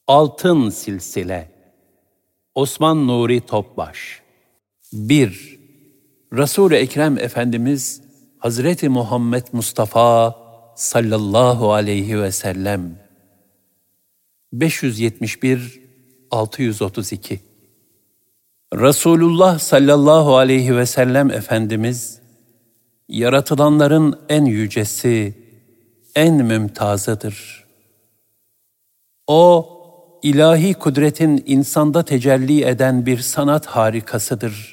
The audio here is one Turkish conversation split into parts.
Altın Silsile. Osman Nuri Topbaş. 1. Resul-i Ekrem Efendimiz Hazreti Muhammed Mustafa sallallahu aleyhi ve sellem. 571-632. Resulullah sallallahu aleyhi ve sellem Efendimiz, yaratılanların en yücesi, en mümtazıdır. O, ilahi kudretin insanda tecelli eden bir sanat harikasıdır.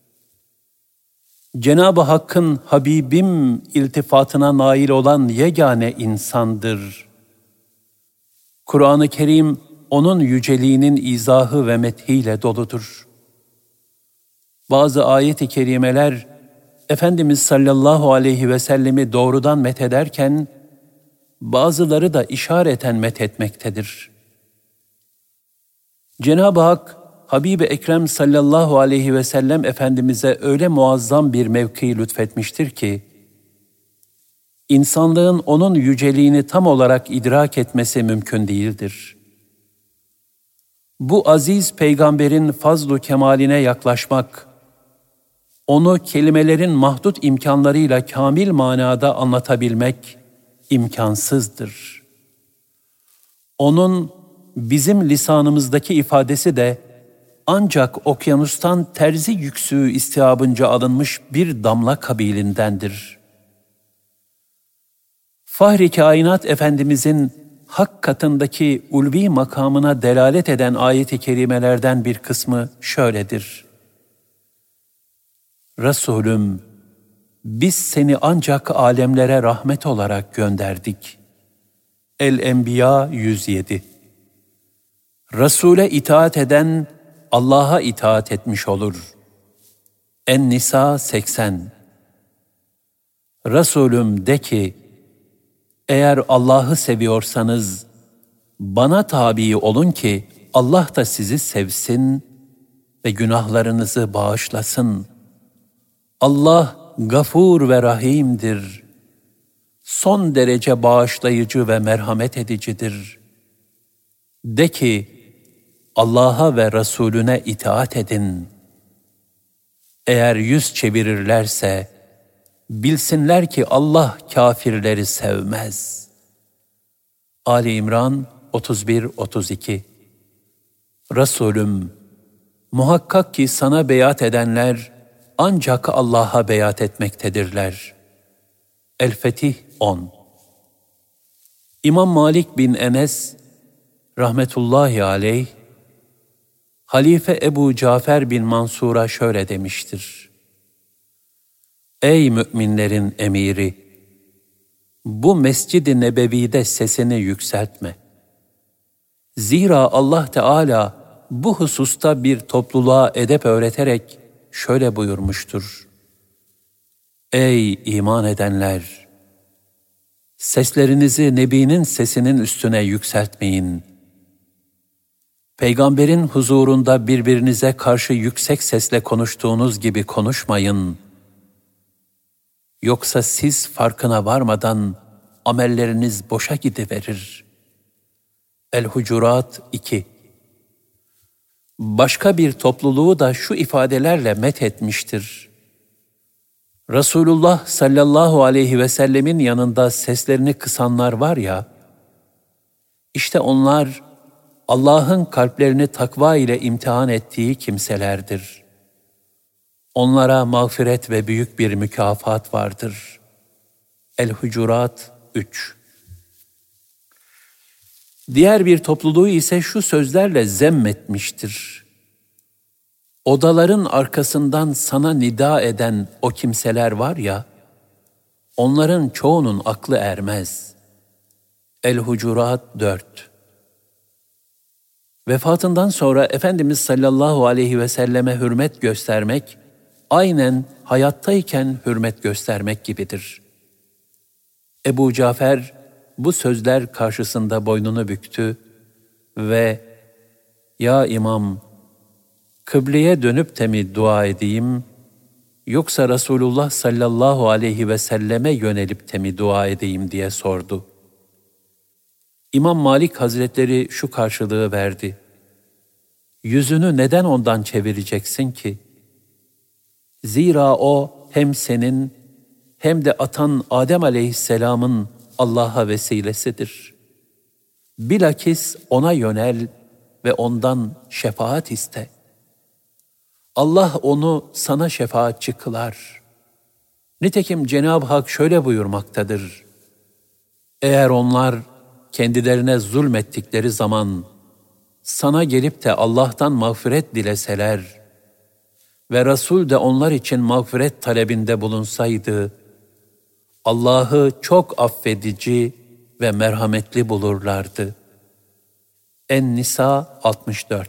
Cenab-ı Hakk'ın Habibim iltifatına nail olan yegane insandır. Kur'an-ı Kerim, onun yüceliğinin izahı ve methiyle doludur. Bazı ayet-i kerimeler, Efendimiz sallallahu aleyhi ve sellemi doğrudan methederken, bazıları da işareten methetmektedir. Cenab-ı Hak, Habib-i Ekrem sallallahu aleyhi ve sellem Efendimiz'e öyle muazzam bir mevki lütfetmiştir ki, insanlığın onun yüceliğini tam olarak idrak etmesi mümkün değildir. Bu aziz peygamberin fazl-ı kemaline yaklaşmak, onu kelimelerin mahdut imkanlarıyla kamil manada anlatabilmek imkansızdır. Onun bizim lisanımızdaki ifadesi de ancak okyanustan terzi yüksüğü istiabınca alınmış bir damla kabilindendir. Fahri Kainat Efendimizin hak katındaki ulvi makamına delalet eden ayet-i kerimelerden bir kısmı şöyledir. Resulüm, biz seni ancak alemlere rahmet olarak gönderdik. El-Enbiya 107. Resul'e itaat eden Allah'a itaat etmiş olur. En-Nisa 80. Resulüm de ki, eğer Allah'ı seviyorsanız, bana tabi olun ki Allah da sizi sevsin ve günahlarınızı bağışlasın. Allah gafur ve rahimdir. Son derece bağışlayıcı ve merhamet edicidir. De ki, Allah'a ve Resulüne itaat edin. Eğer yüz çevirirlerse, bilsinler ki Allah kafirleri sevmez. Ali İmran 31-32. Resulüm, muhakkak ki sana beyat edenler ancak Allah'a beyat etmektedirler. El-Fetih 10. İmam Malik bin Enes rahmetullahi aleyh, Halife Ebu Cafer bin Mansur'a şöyle demiştir. Ey müminlerin emiri! Bu Mescid-i Nebevi'de sesini yükseltme. Zira Allah Teala bu hususta bir topluluğa edep öğreterek şöyle buyurmuştur. Ey iman edenler! Seslerinizi Nebi'nin sesinin üstüne yükseltmeyin. Peygamberin huzurunda birbirinize karşı yüksek sesle konuştuğunuz gibi konuşmayın. Yoksa siz farkına varmadan amelleriniz boşa gidiverir. El-Hucurat 2. Başka bir topluluğu da şu ifadelerle methetmiştir. Resulullah sallallahu aleyhi ve sellemin yanında seslerini kısanlar var ya, işte onlar Allah'ın kalplerini takva ile imtihan ettiği kimselerdir. Onlara mağfiret ve büyük bir mükafat vardır. El-Hucurat 3. Diğer bir topluluğu ise şu sözlerle zemmetmiştir. Odaların arkasından sana nida eden o kimseler var ya, onların çoğunun aklı ermez. El-Hucurat 4. Vefatından sonra Efendimiz sallallahu aleyhi ve selleme hürmet göstermek, aynen hayattayken hürmet göstermek gibidir. Ebu Cafer bu sözler karşısında boynunu büktü ve "Ya İmam, kıbleye dönüp de mi dua edeyim, yoksa Resulullah sallallahu aleyhi ve selleme yönelip de mi dua edeyim?" diye sordu. İmam Malik Hazretleri şu karşılığı verdi: yüzünü neden ondan çevireceksin ki? Zira o hem senin hem de atan Adem Aleyhisselam'ın Allah'a vesilesidir. Bilakis ona yönel ve ondan şefaat iste. Allah onu sana şefaatçi kılar. Nitekim Cenab-ı Hak şöyle buyurmaktadır: eğer onlar kendilerine zulmettikleri zaman sana gelip de Allah'tan mağfiret dileseler ve Resul de onlar için mağfiret talebinde bulunsaydı, Allah'ı çok affedici ve merhametli bulurlardı. En-Nisa 64.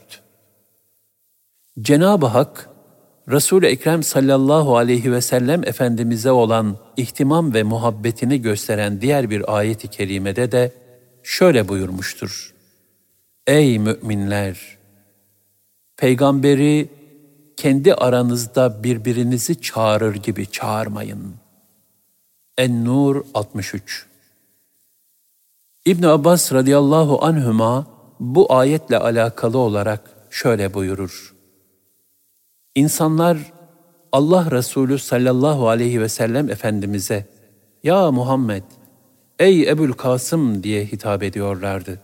Cenab-ı Hak, Resul-i Ekrem sallallahu aleyhi ve sellem Efendimiz'e olan ihtimam ve muhabbetini gösteren diğer bir ayet-i kerimede de şöyle buyurmuştur: ey müminler! Peygamberi kendi aranızda birbirinizi çağırır gibi çağırmayın. En-Nur 63. İbn Abbas radıyallahu anhuma bu ayetle alakalı olarak şöyle buyurur: İnsanlar Allah Resulü sallallahu aleyhi ve sellem Efendimiz'e "Ya Muhammed, ey Ebul Kasım" diye hitap ediyorlardı.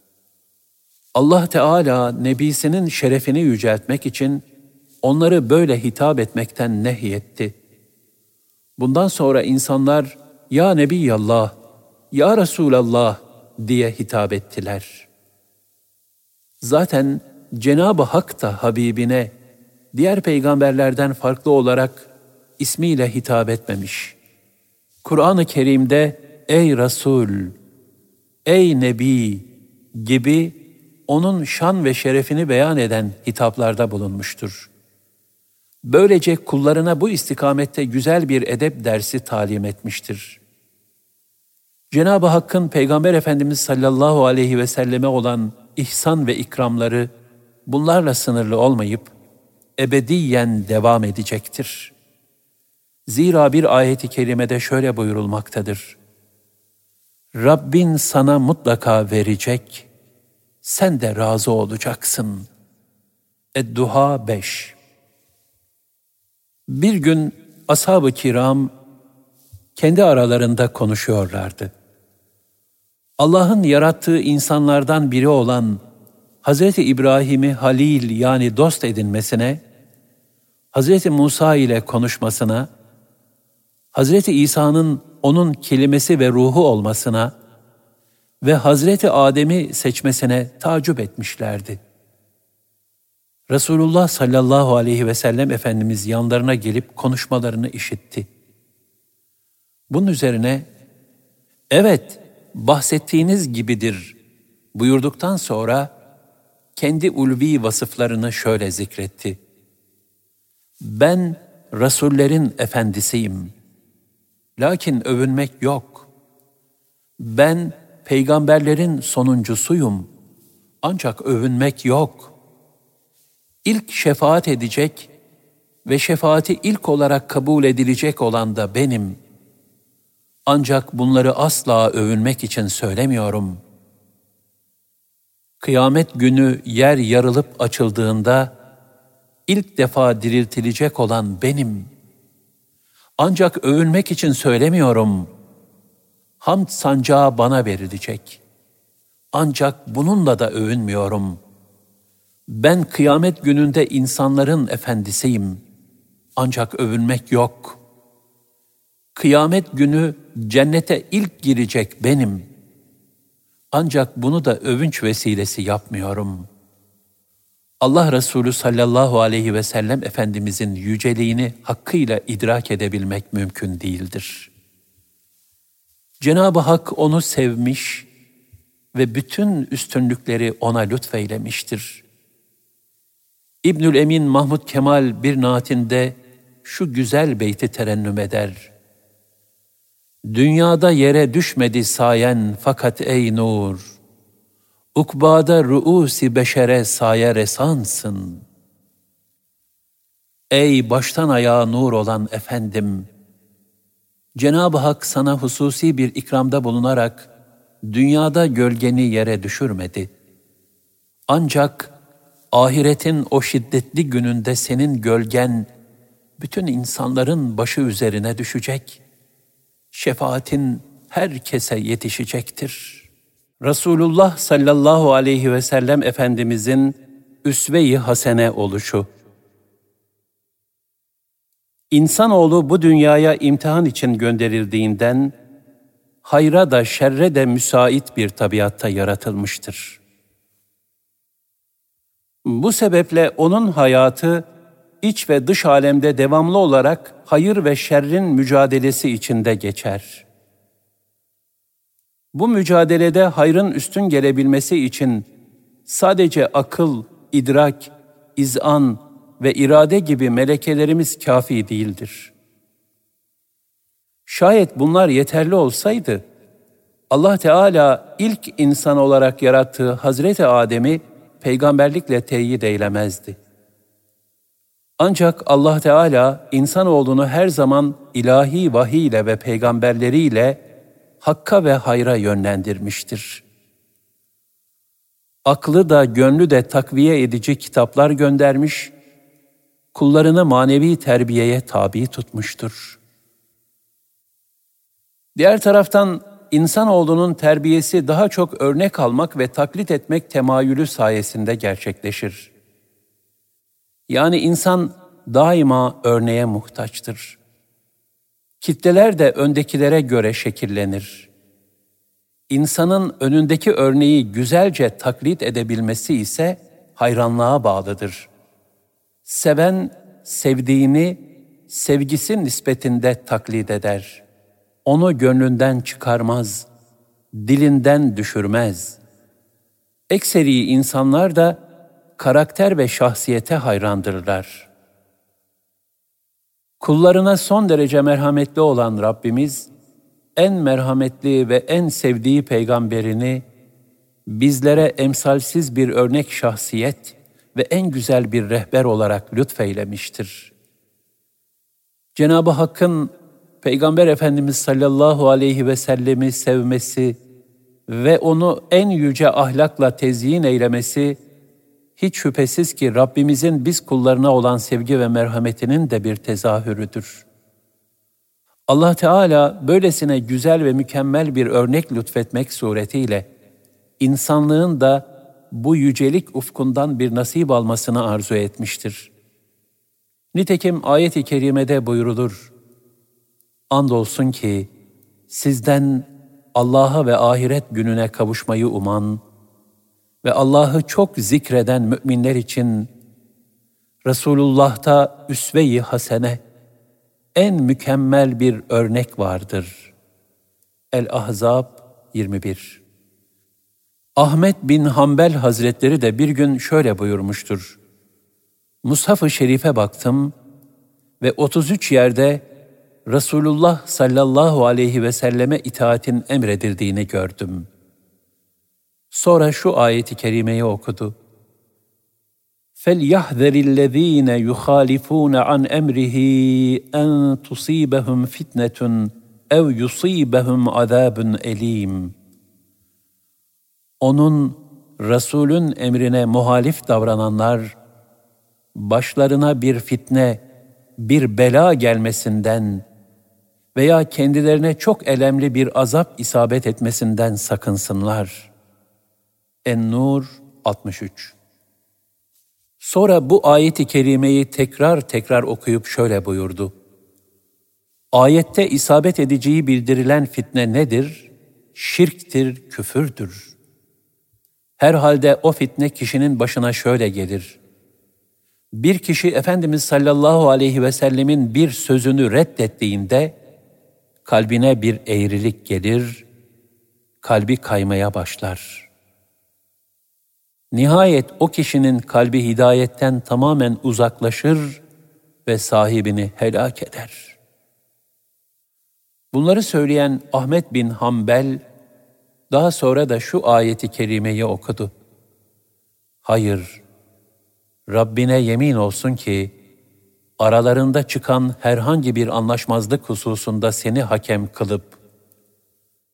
Allah Teala Nebisinin şerefini yüceltmek için onları böyle hitap etmekten nehyetti. Bundan sonra insanlar "Ya Nebiyallah, Ya Resulallah" diye hitap ettiler. Zaten Cenab-ı Hak da Habibine diğer peygamberlerden farklı olarak ismiyle hitap etmemiş. Kur'an-ı Kerim'de "Ey Resul", "Ey Nebi" gibi onun şan ve şerefini beyan eden hitaplarda bulunmuştur. Böylece kullarına bu istikamette güzel bir edep dersi talim etmiştir. Cenab-ı Hakk'ın Peygamber Efendimiz sallallahu aleyhi ve selleme olan ihsan ve ikramları bunlarla sınırlı olmayıp ebediyen devam edecektir. Zira bir ayet-i kerimede şöyle buyurulmaktadır: Rabbin sana mutlaka verecek, sen de razı olacaksın. Ed-Duha 5. Bir gün ashab-ı kiram kendi aralarında konuşuyorlardı. Allah'ın yarattığı insanlardan biri olan Hazreti İbrahim'i halil yani dost edinmesine, Hazreti Musa ile konuşmasına, Hazreti İsa'nın onun kelimesi ve ruhu olmasına ve Hazreti Adem'i seçmesine tacip etmişlerdi. Resulullah sallallahu aleyhi ve sellem Efendimiz yanlarına gelip konuşmalarını işitti. Bunun üzerine, "Evet, bahsettiğiniz gibidir" buyurduktan sonra kendi ulvi vasıflarını şöyle zikretti: "Ben Resullerin efendisiyim. Lakin övünmek yok. Ben peygamberlerin sonuncusuyum. Ancak övünmek yok. İlk şefaat edecek ve şefaati ilk olarak kabul edilecek olan da benim. Ancak bunları asla övünmek için söylemiyorum. Kıyamet günü yer yarılıp açıldığında ilk defa diriltilecek olan benim. Ancak övünmek için söylemiyorum. Hamd sancağı bana verilecek. Ancak bununla da övünmüyorum. Ben kıyamet gününde insanların efendisiyim. Ancak övünmek yok. Kıyamet günü cennete ilk girecek benim. Ancak bunu da övünç vesilesi yapmıyorum. Allah Resulü sallallahu aleyhi ve sellem Efendimizin yüceliğini hakkıyla idrak edebilmek mümkün değildir. Cenab-ı Hak onu sevmiş ve bütün üstünlükleri ona lütfeylemiştir. İbnül Emin Mahmud Kemal bir naatinde şu güzel beyti terennüm eder: Dünyada yere düşmedi sayen fakat ey nur, ukbada ruusi beşere saye resansın. Ey baştan ayağa nur olan efendim, Cenab-ı Hak sana hususi bir ikramda bulunarak dünyada gölgeni yere düşürmedi. Ancak ahiretin o şiddetli gününde senin gölgen bütün insanların başı üzerine düşecek. Şefaatin herkese yetişecektir. Resulullah sallallahu aleyhi ve sellem Efendimizin üsve-i hasene oluşu. İnsanoğlu bu dünyaya imtihan için gönderildiğinden, hayra da şerre de müsait bir tabiatta yaratılmıştır. Bu sebeple onun hayatı, iç ve dış alemde devamlı olarak hayır ve şerrin mücadelesi içinde geçer. Bu mücadelede hayrın üstün gelebilmesi için sadece akıl, idrak, izan ve irade gibi melekelerimiz kafi değildir. Şayet bunlar yeterli olsaydı, Allah Teala ilk insan olarak yarattığı Hazreti Adem'i peygamberlikle teyit eylemezdi. Ancak Allah Teala insanoğlunu her zaman ilahi vahiy ile ve peygamberleriyle hakka ve hayra yönlendirmiştir. Aklı da gönlü de takviye edici kitaplar göndermiş, kullarını manevi terbiyeye tabi tutmuştur. Diğer taraftan insanoğlunun terbiyesi daha çok örnek almak ve taklit etmek temayülü sayesinde gerçekleşir. Yani insan daima örneğe muhtaçtır. Kitleler de öndekilere göre şekillenir. İnsanın önündeki örneği güzelce taklit edebilmesi ise hayranlığa bağlıdır. Seven, sevdiğini sevgisi nispetinde taklit eder. Onu gönlünden çıkarmaz, dilinden düşürmez. Ekseri insanlar da karakter ve şahsiyete hayrandırlar. Kullarına son derece merhametli olan Rabbimiz, en merhametli ve en sevdiği peygamberini bizlere emsalsiz bir örnek şahsiyet ve en güzel bir rehber olarak lütfeylemiştir. Cenab-ı Hakk'ın Peygamber Efendimiz sallallahu aleyhi ve sellemi sevmesi ve onu en yüce ahlakla tezyin eylemesi, hiç şüphesiz ki Rabbimizin biz kullarına olan sevgi ve merhametinin de bir tezahürüdür. Allah Teala böylesine güzel ve mükemmel bir örnek lütfetmek suretiyle insanlığın da bu yücelik ufkundan bir nasip almasını arzu etmiştir. Nitekim ayet-i kerimede buyrulur: Andolsun ki sizden Allah'a ve ahiret gününe kavuşmayı uman ve Allah'ı çok zikreden müminler için Resulullah'ta üsve-i hasene, en mükemmel bir örnek vardır. El-Ahzab 21. Ahmet bin Hanbel Hazretleri de bir gün şöyle buyurmuştur: Mushaf-ı Şerif'e baktım ve 33 yerde Resulullah sallallahu aleyhi ve selleme itaatin emredildiğini gördüm. Sonra şu ayeti kerimeyi okudu: فَلْيَحْذَرِ الَّذ۪ينَ يُخَالِفُونَ عَنْ اَمْرِهِ اَنْ تُصِيبَهُمْ فِتْنَةٌ اَوْ يُصِيبَهُمْ عَذَابٌ اَل۪يمٌ. Onun, Resulün emrine muhalif davrananlar, başlarına bir fitne, bir bela gelmesinden veya kendilerine çok elemli bir azap isabet etmesinden sakınsınlar. En-Nur 63. Sonra bu ayet-i kerimeyi tekrar tekrar okuyup şöyle buyurdu: Ayette isabet edeceği bildirilen fitne nedir? Şirktir, küfürdür. Herhalde o fitne kişinin başına şöyle gelir: Bir kişi Efendimiz sallallahu aleyhi ve sellemin bir sözünü reddettiğinde, kalbine bir eğrilik gelir, kalbi kaymaya başlar. Nihayet o kişinin kalbi hidayetten tamamen uzaklaşır ve sahibini helak eder. Bunları söyleyen Ahmet bin Hanbel, daha sonra da şu ayeti kerimeyi okudu: Hayır, Rabbine yemin olsun ki, aralarında çıkan herhangi bir anlaşmazlık hususunda seni hakem kılıp,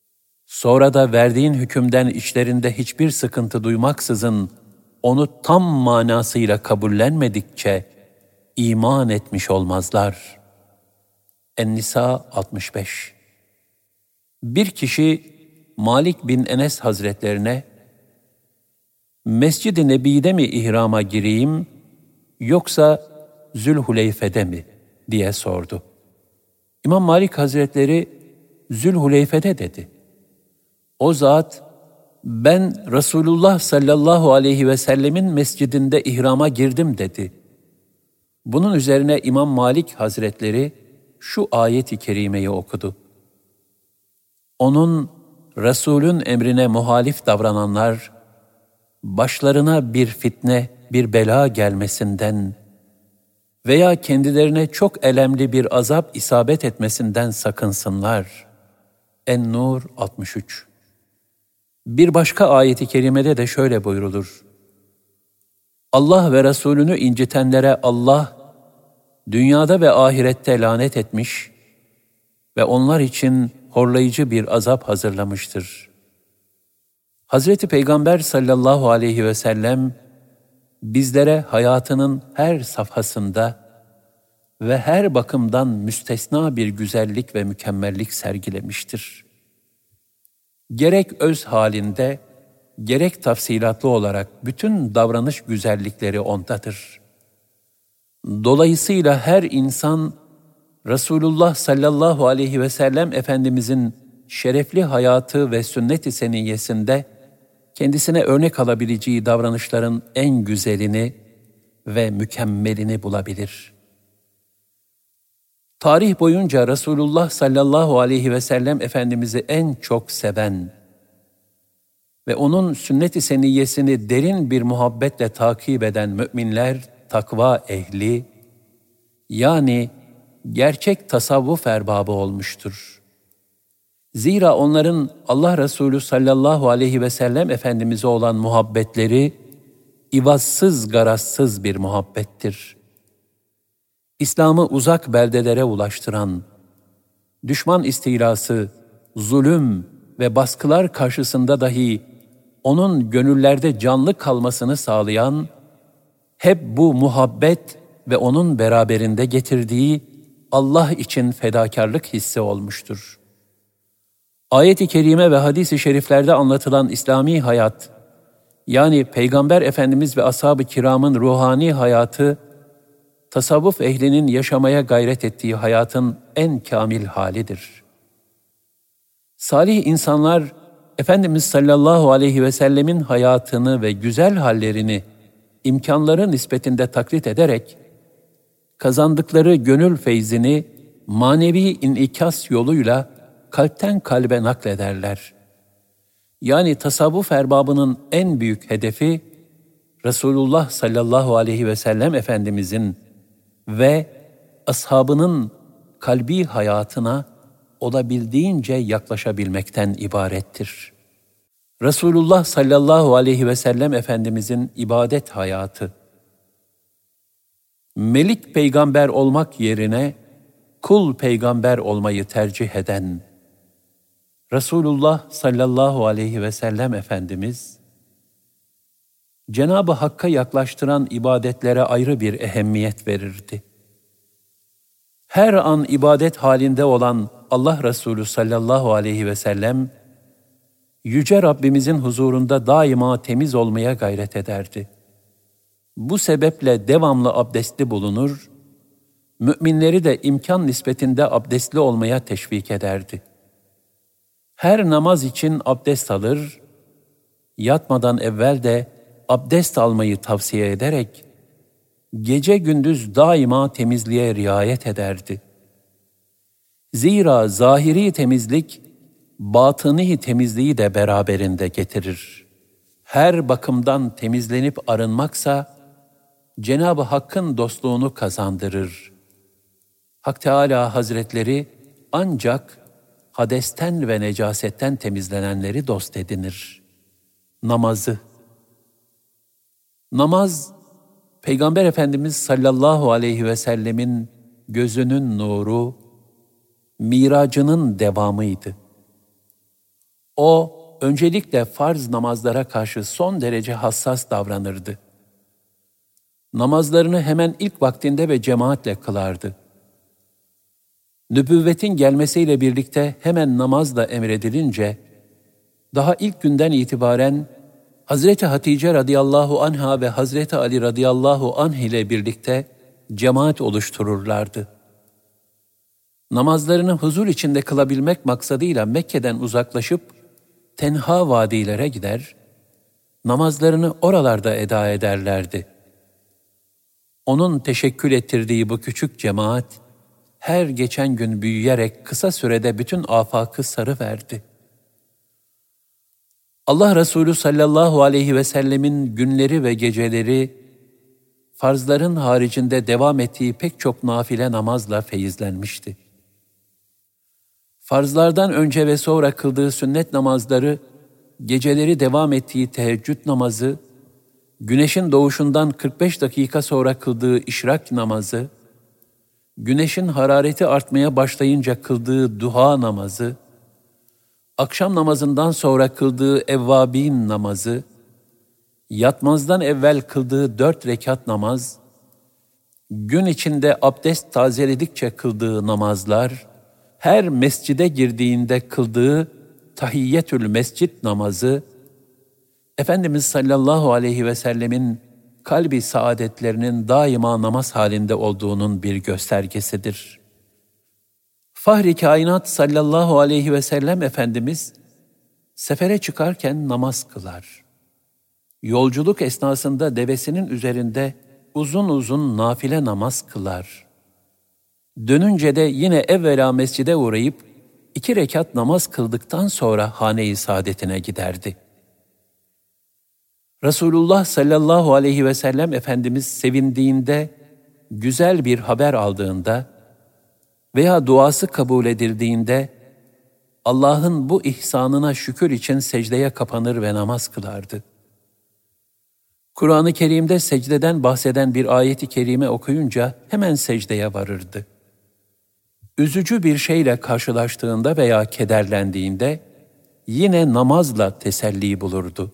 Sonra da verdiğin hükümden içlerinde hiçbir sıkıntı duymaksızın onu tam manasıyla kabullenmedikçe iman etmiş olmazlar. En-Nisa 65. Bir kişi Malik bin Enes Hazretlerine, Mescid-i Nebi'de mi ihrama gireyim yoksa Zülhuleyfe'de mi diye sordu. İmam Malik Hazretleri Zülhuleyfe'de dedi. O zat, ben Resulullah sallallahu aleyhi ve sellemin mescidinde ihrama girdim dedi. Bunun üzerine İmam Malik Hazretleri şu ayet-i kerimeyi okudu. Onun, Resulün emrine muhalif davrananlar, başlarına bir fitne, bir bela gelmesinden veya kendilerine çok elemli bir azap isabet etmesinden sakınsınlar. En-Nur 63. Bir başka ayet-i kerimede de şöyle buyrulur. Allah ve Resulünü incitenlere Allah, dünyada ve ahirette lanet etmiş ve onlar için horlayıcı bir azap hazırlamıştır. Hazreti Peygamber sallallahu aleyhi ve sellem, bizlere hayatının her safhasında ve her bakımdan müstesna bir güzellik ve mükemmellik sergilemiştir. Gerek öz halinde, gerek tafsilatlı olarak bütün davranış güzellikleri ondadır. Dolayısıyla her insan, Resulullah sallallahu aleyhi ve sellem Efendimizin şerefli hayatı ve sünnet-i seniyyesinde kendisine örnek alabileceği davranışların en güzelini ve mükemmelini bulabilir. Tarih boyunca Resulullah sallallahu aleyhi ve sellem Efendimiz'i en çok seven ve onun sünnet-i seniyyesini derin bir muhabbetle takip eden müminler, takva ehli, yani gerçek tasavvuf erbabı olmuştur. Zira onların Allah Resulü sallallahu aleyhi ve sellem Efendimiz'e olan muhabbetleri, ivazsız garazsız bir muhabbettir. İslam'ı uzak beldelere ulaştıran, düşman istilası, zulüm ve baskılar karşısında dahi onun gönüllerde canlı kalmasını sağlayan, hep bu muhabbet ve onun beraberinde getirdiği Allah için fedakarlık hissi olmuştur. Ayet-i kerime ve hadis-i şeriflerde anlatılan İslami hayat, yani Peygamber Efendimiz ve ashab-ı kiramın ruhani hayatı, tasavvuf ehlinin yaşamaya gayret ettiği hayatın en kamil halidir. Salih insanlar, Efendimiz sallallahu aleyhi ve sellemin hayatını ve güzel hallerini imkanları nispetinde taklit ederek, kazandıkları gönül feyzini manevi inikas yoluyla kalpten kalbe naklederler. Yani tasavvuf erbabının en büyük hedefi, Resulullah sallallahu aleyhi ve sellem Efendimizin ve ashabının kalbi hayatına olabildiğince yaklaşabilmekten ibarettir. Resulullah sallallahu aleyhi ve sellem Efendimizin ibadet hayatı, melik peygamber olmak yerine kul peygamber olmayı tercih eden Resulullah sallallahu aleyhi ve sellem Efendimiz, Cenab-ı Hakk'a yaklaştıran ibadetlere ayrı bir ehemmiyet verirdi. Her an ibadet halinde olan Allah Resulü sallallahu aleyhi ve sellem, Yüce Rabbimizin huzurunda daima temiz olmaya gayret ederdi. Bu sebeple devamlı abdestli bulunur, müminleri de imkan nispetinde abdestli olmaya teşvik ederdi. Her namaz için abdest alır, yatmadan evvel de abdest almayı tavsiye ederek, gece gündüz daima temizliğe riayet ederdi. Zira zahiri temizlik, batını temizliği de beraberinde getirir. Her bakımdan temizlenip arınmaksa, Cenab-ı Hakk'ın dostluğunu kazandırır. Hak Teâlâ Hazretleri ancak hadesten ve necasetten temizlenenleri dost edinir. Namazı. Namaz, Peygamber Efendimiz sallallahu aleyhi ve sellemin gözünün nuru, miracının devamıydı. O, öncelikle farz namazlara karşı son derece hassas davranırdı. Namazlarını hemen ilk vaktinde ve cemaatle kılardı. Nübüvvetin gelmesiyle birlikte hemen namaz da emredilince, daha ilk günden itibaren Hazreti Hatice radıyallahu anha ve Hazreti Ali radıyallahu anh ile birlikte cemaat oluştururlardı. Namazlarını huzur içinde kılabilmek maksadıyla Mekke'den uzaklaşıp tenha vadilere gider, namazlarını oralarda eda ederlerdi. Onun teşekkül ettirdiği bu küçük cemaat, her geçen gün büyüyerek kısa sürede bütün afakı sarıverdi. Allah Resulü sallallahu aleyhi ve sellemin günleri ve geceleri, farzların haricinde devam ettiği pek çok nafile namazla feyizlenmişti. Farzlardan önce ve sonra kıldığı sünnet namazları, geceleri devam ettiği teheccüd namazı, güneşin doğuşundan 45 dakika sonra kıldığı işrak namazı, güneşin harareti artmaya başlayınca kıldığı duha namazı, akşam namazından sonra kıldığı evvabin namazı, yatmazdan evvel kıldığı 4 rekat namaz, gün içinde abdest tazeledikçe kıldığı namazlar, her mescide girdiğinde kıldığı tahiyyetül mescid namazı, Efendimiz sallallahu aleyhi ve sellemin kalbi saadetlerinin daima namaz halinde olduğunun bir göstergesidir. Fahri kainat sallallahu aleyhi ve sellem Efendimiz, sefere çıkarken namaz kılar. Yolculuk esnasında devesinin üzerinde uzun uzun nafile namaz kılar. Dönünce de yine evvela mescide uğrayıp 2 rekat namaz kıldıktan sonra hane-i saadetine giderdi. Resulullah sallallahu aleyhi ve sellem Efendimiz sevindiğinde, güzel bir haber aldığında veya duası kabul edildiğinde, Allah'ın bu ihsanına şükür için secdeye kapanır ve namaz kılardı. Kur'an-ı Kerim'de secdeden bahseden bir ayet-i kerime okuyunca hemen secdeye varırdı. Üzücü bir şeyle karşılaştığında veya kederlendiğinde yine namazla teselli bulurdu.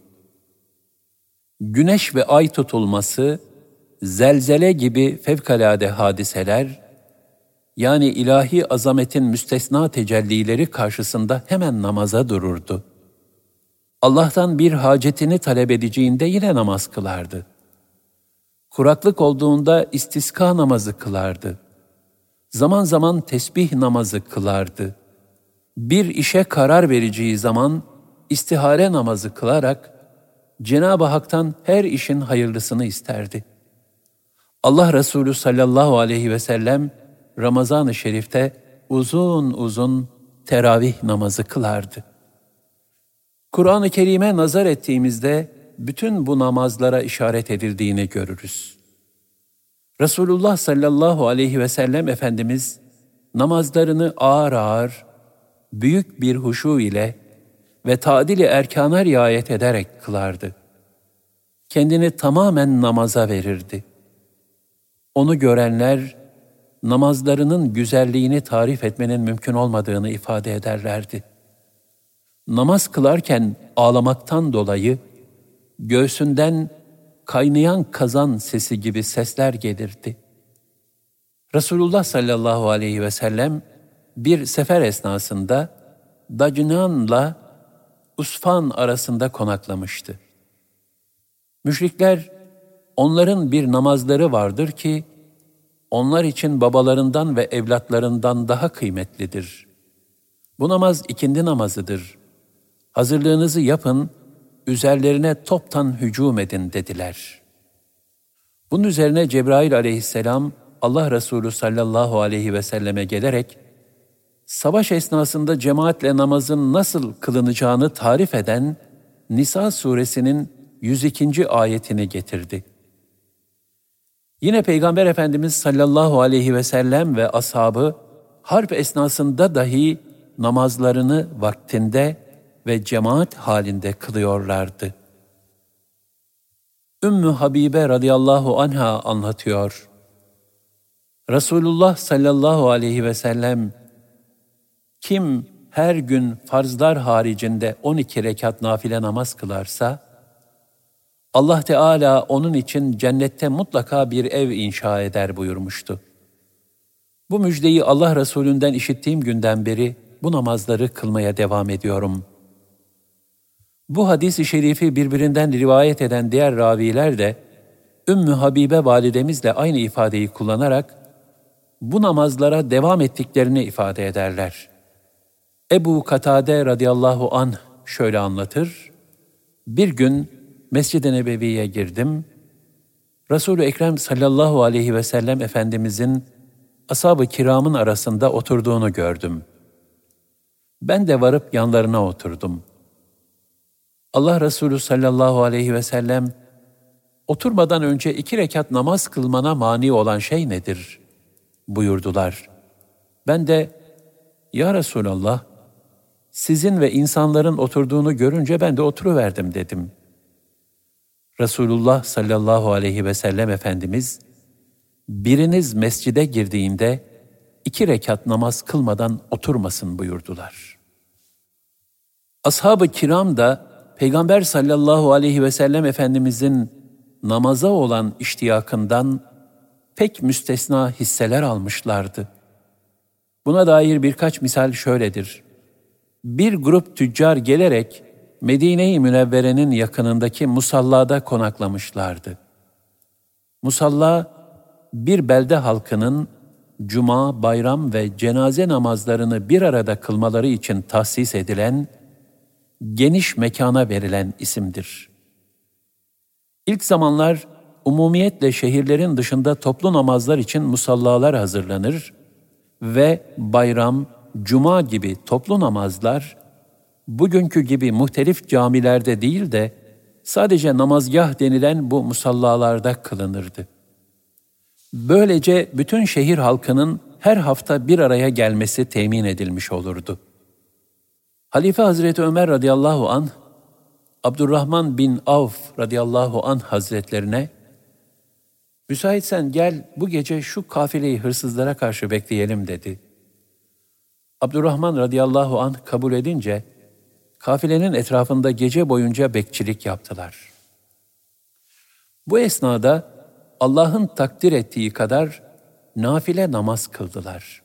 Güneş ve ay tutulması, zelzele gibi fevkalade hadiseler, yani ilahi azametin müstesna tecellileri karşısında hemen namaza dururdu. Allah'tan bir hacetini talep edeceğinde yine namaz kılardı. Kuraklık olduğunda istiska namazı kılardı. Zaman zaman tesbih namazı kılardı. Bir işe karar vereceği zaman istihare namazı kılarak Cenab-ı Hak'tan her işin hayırlısını isterdi. Allah Resulü sallallahu aleyhi ve sellem Ramazan-ı Şerif'te uzun uzun teravih namazı kılardı. Kur'an-ı Kerim'e nazar ettiğimizde bütün bu namazlara işaret edildiğini görürüz. Resulullah sallallahu aleyhi ve sellem Efendimiz namazlarını ağır ağır, büyük bir huşu ile ve tadil-i erkana riayet ederek kılardı. Kendini tamamen namaza verirdi. Onu görenler, namazlarının güzelliğini tarif etmenin mümkün olmadığını ifade ederlerdi. Namaz kılarken ağlamaktan dolayı, göğsünden kaynayan kazan sesi gibi sesler gelirdi. Resulullah sallallahu aleyhi ve sellem bir sefer esnasında Dacnan'la Usfan arasında konaklamıştı. Müşrikler, onların bir namazları vardır ki, onlar için babalarından ve evlatlarından daha kıymetlidir. Bu namaz ikindi namazıdır. Hazırlığınızı yapın, üzerlerine toptan hücum edin dediler. Bunun üzerine Cebrail aleyhisselam, Allah Resulü sallallahu aleyhi ve selleme gelerek, savaş esnasında cemaatle namazın nasıl kılınacağını tarif eden Nisa suresinin 102. ayetini getirdi. Yine Peygamber Efendimiz sallallahu aleyhi ve sellem ve ashabı harp esnasında dahi namazlarını vaktinde ve cemaat halinde kılıyorlardı. Ümmü Habibe radıyallahu anha anlatıyor. Resulullah sallallahu aleyhi ve sellem, kim her gün farzlar haricinde 12 rekat nafile namaz kılarsa, Allah Teala onun için cennette mutlaka bir ev inşa eder buyurmuştu. Bu müjdeyi Allah Resulü'nden işittiğim günden beri bu namazları kılmaya devam ediyorum. Bu hadis-i şerifi birbirinden rivayet eden diğer raviler de Ümmü Habibe validemizle aynı ifadeyi kullanarak bu namazlara devam ettiklerini ifade ederler. Ebu Katade radıyallahu anh şöyle anlatır: Bir gün Mescid-i Nebevi'ye girdim. Resul-i Ekrem sallallahu aleyhi ve sellem Efendimizin ashab-ı kiramın arasında oturduğunu gördüm. Ben de varıp yanlarına oturdum. Allah Resulü sallallahu aleyhi ve sellem, oturmadan önce 2 rekat namaz kılmana mani olan şey nedir buyurdular. Ben de, ya Resulallah, sizin ve insanların oturduğunu görünce ben de oturuverdim dedim. Resulullah sallallahu aleyhi ve sellem Efendimiz, biriniz mescide girdiğinde 2 rekat namaz kılmadan oturmasın buyurdular. Ashab-ı kiram da Peygamber sallallahu aleyhi ve sellem Efendimizin namaza olan iştiyakından pek müstesna hisseler almışlardı. Buna dair birkaç misal şöyledir. Bir grup tüccar gelerek Medine-i Münevvere'nin yakınındaki musallada konaklamışlardı. Musalla, bir belde halkının cuma, bayram ve cenaze namazlarını bir arada kılmaları için tahsis edilen, geniş mekana verilen isimdir. İlk zamanlar umumiyetle şehirlerin dışında toplu namazlar için musallalar hazırlanır ve bayram, cuma gibi toplu namazlar bugünkü gibi muhtelif camilerde değil de sadece namazgah denilen bu musallalarda kılınırdı. Böylece bütün şehir halkının her hafta bir araya gelmesi temin edilmiş olurdu. Halife Hazreti Ömer radıyallahu anh, Abdurrahman bin Avf radıyallahu anh hazretlerine, müsaitsen gel bu gece şu kafileyi hırsızlara karşı bekleyelim dedi. Abdurrahman radıyallahu anh kabul edince, kafilenin etrafında gece boyunca bekçilik yaptılar. Bu esnada Allah'ın takdir ettiği kadar nafile namaz kıldılar.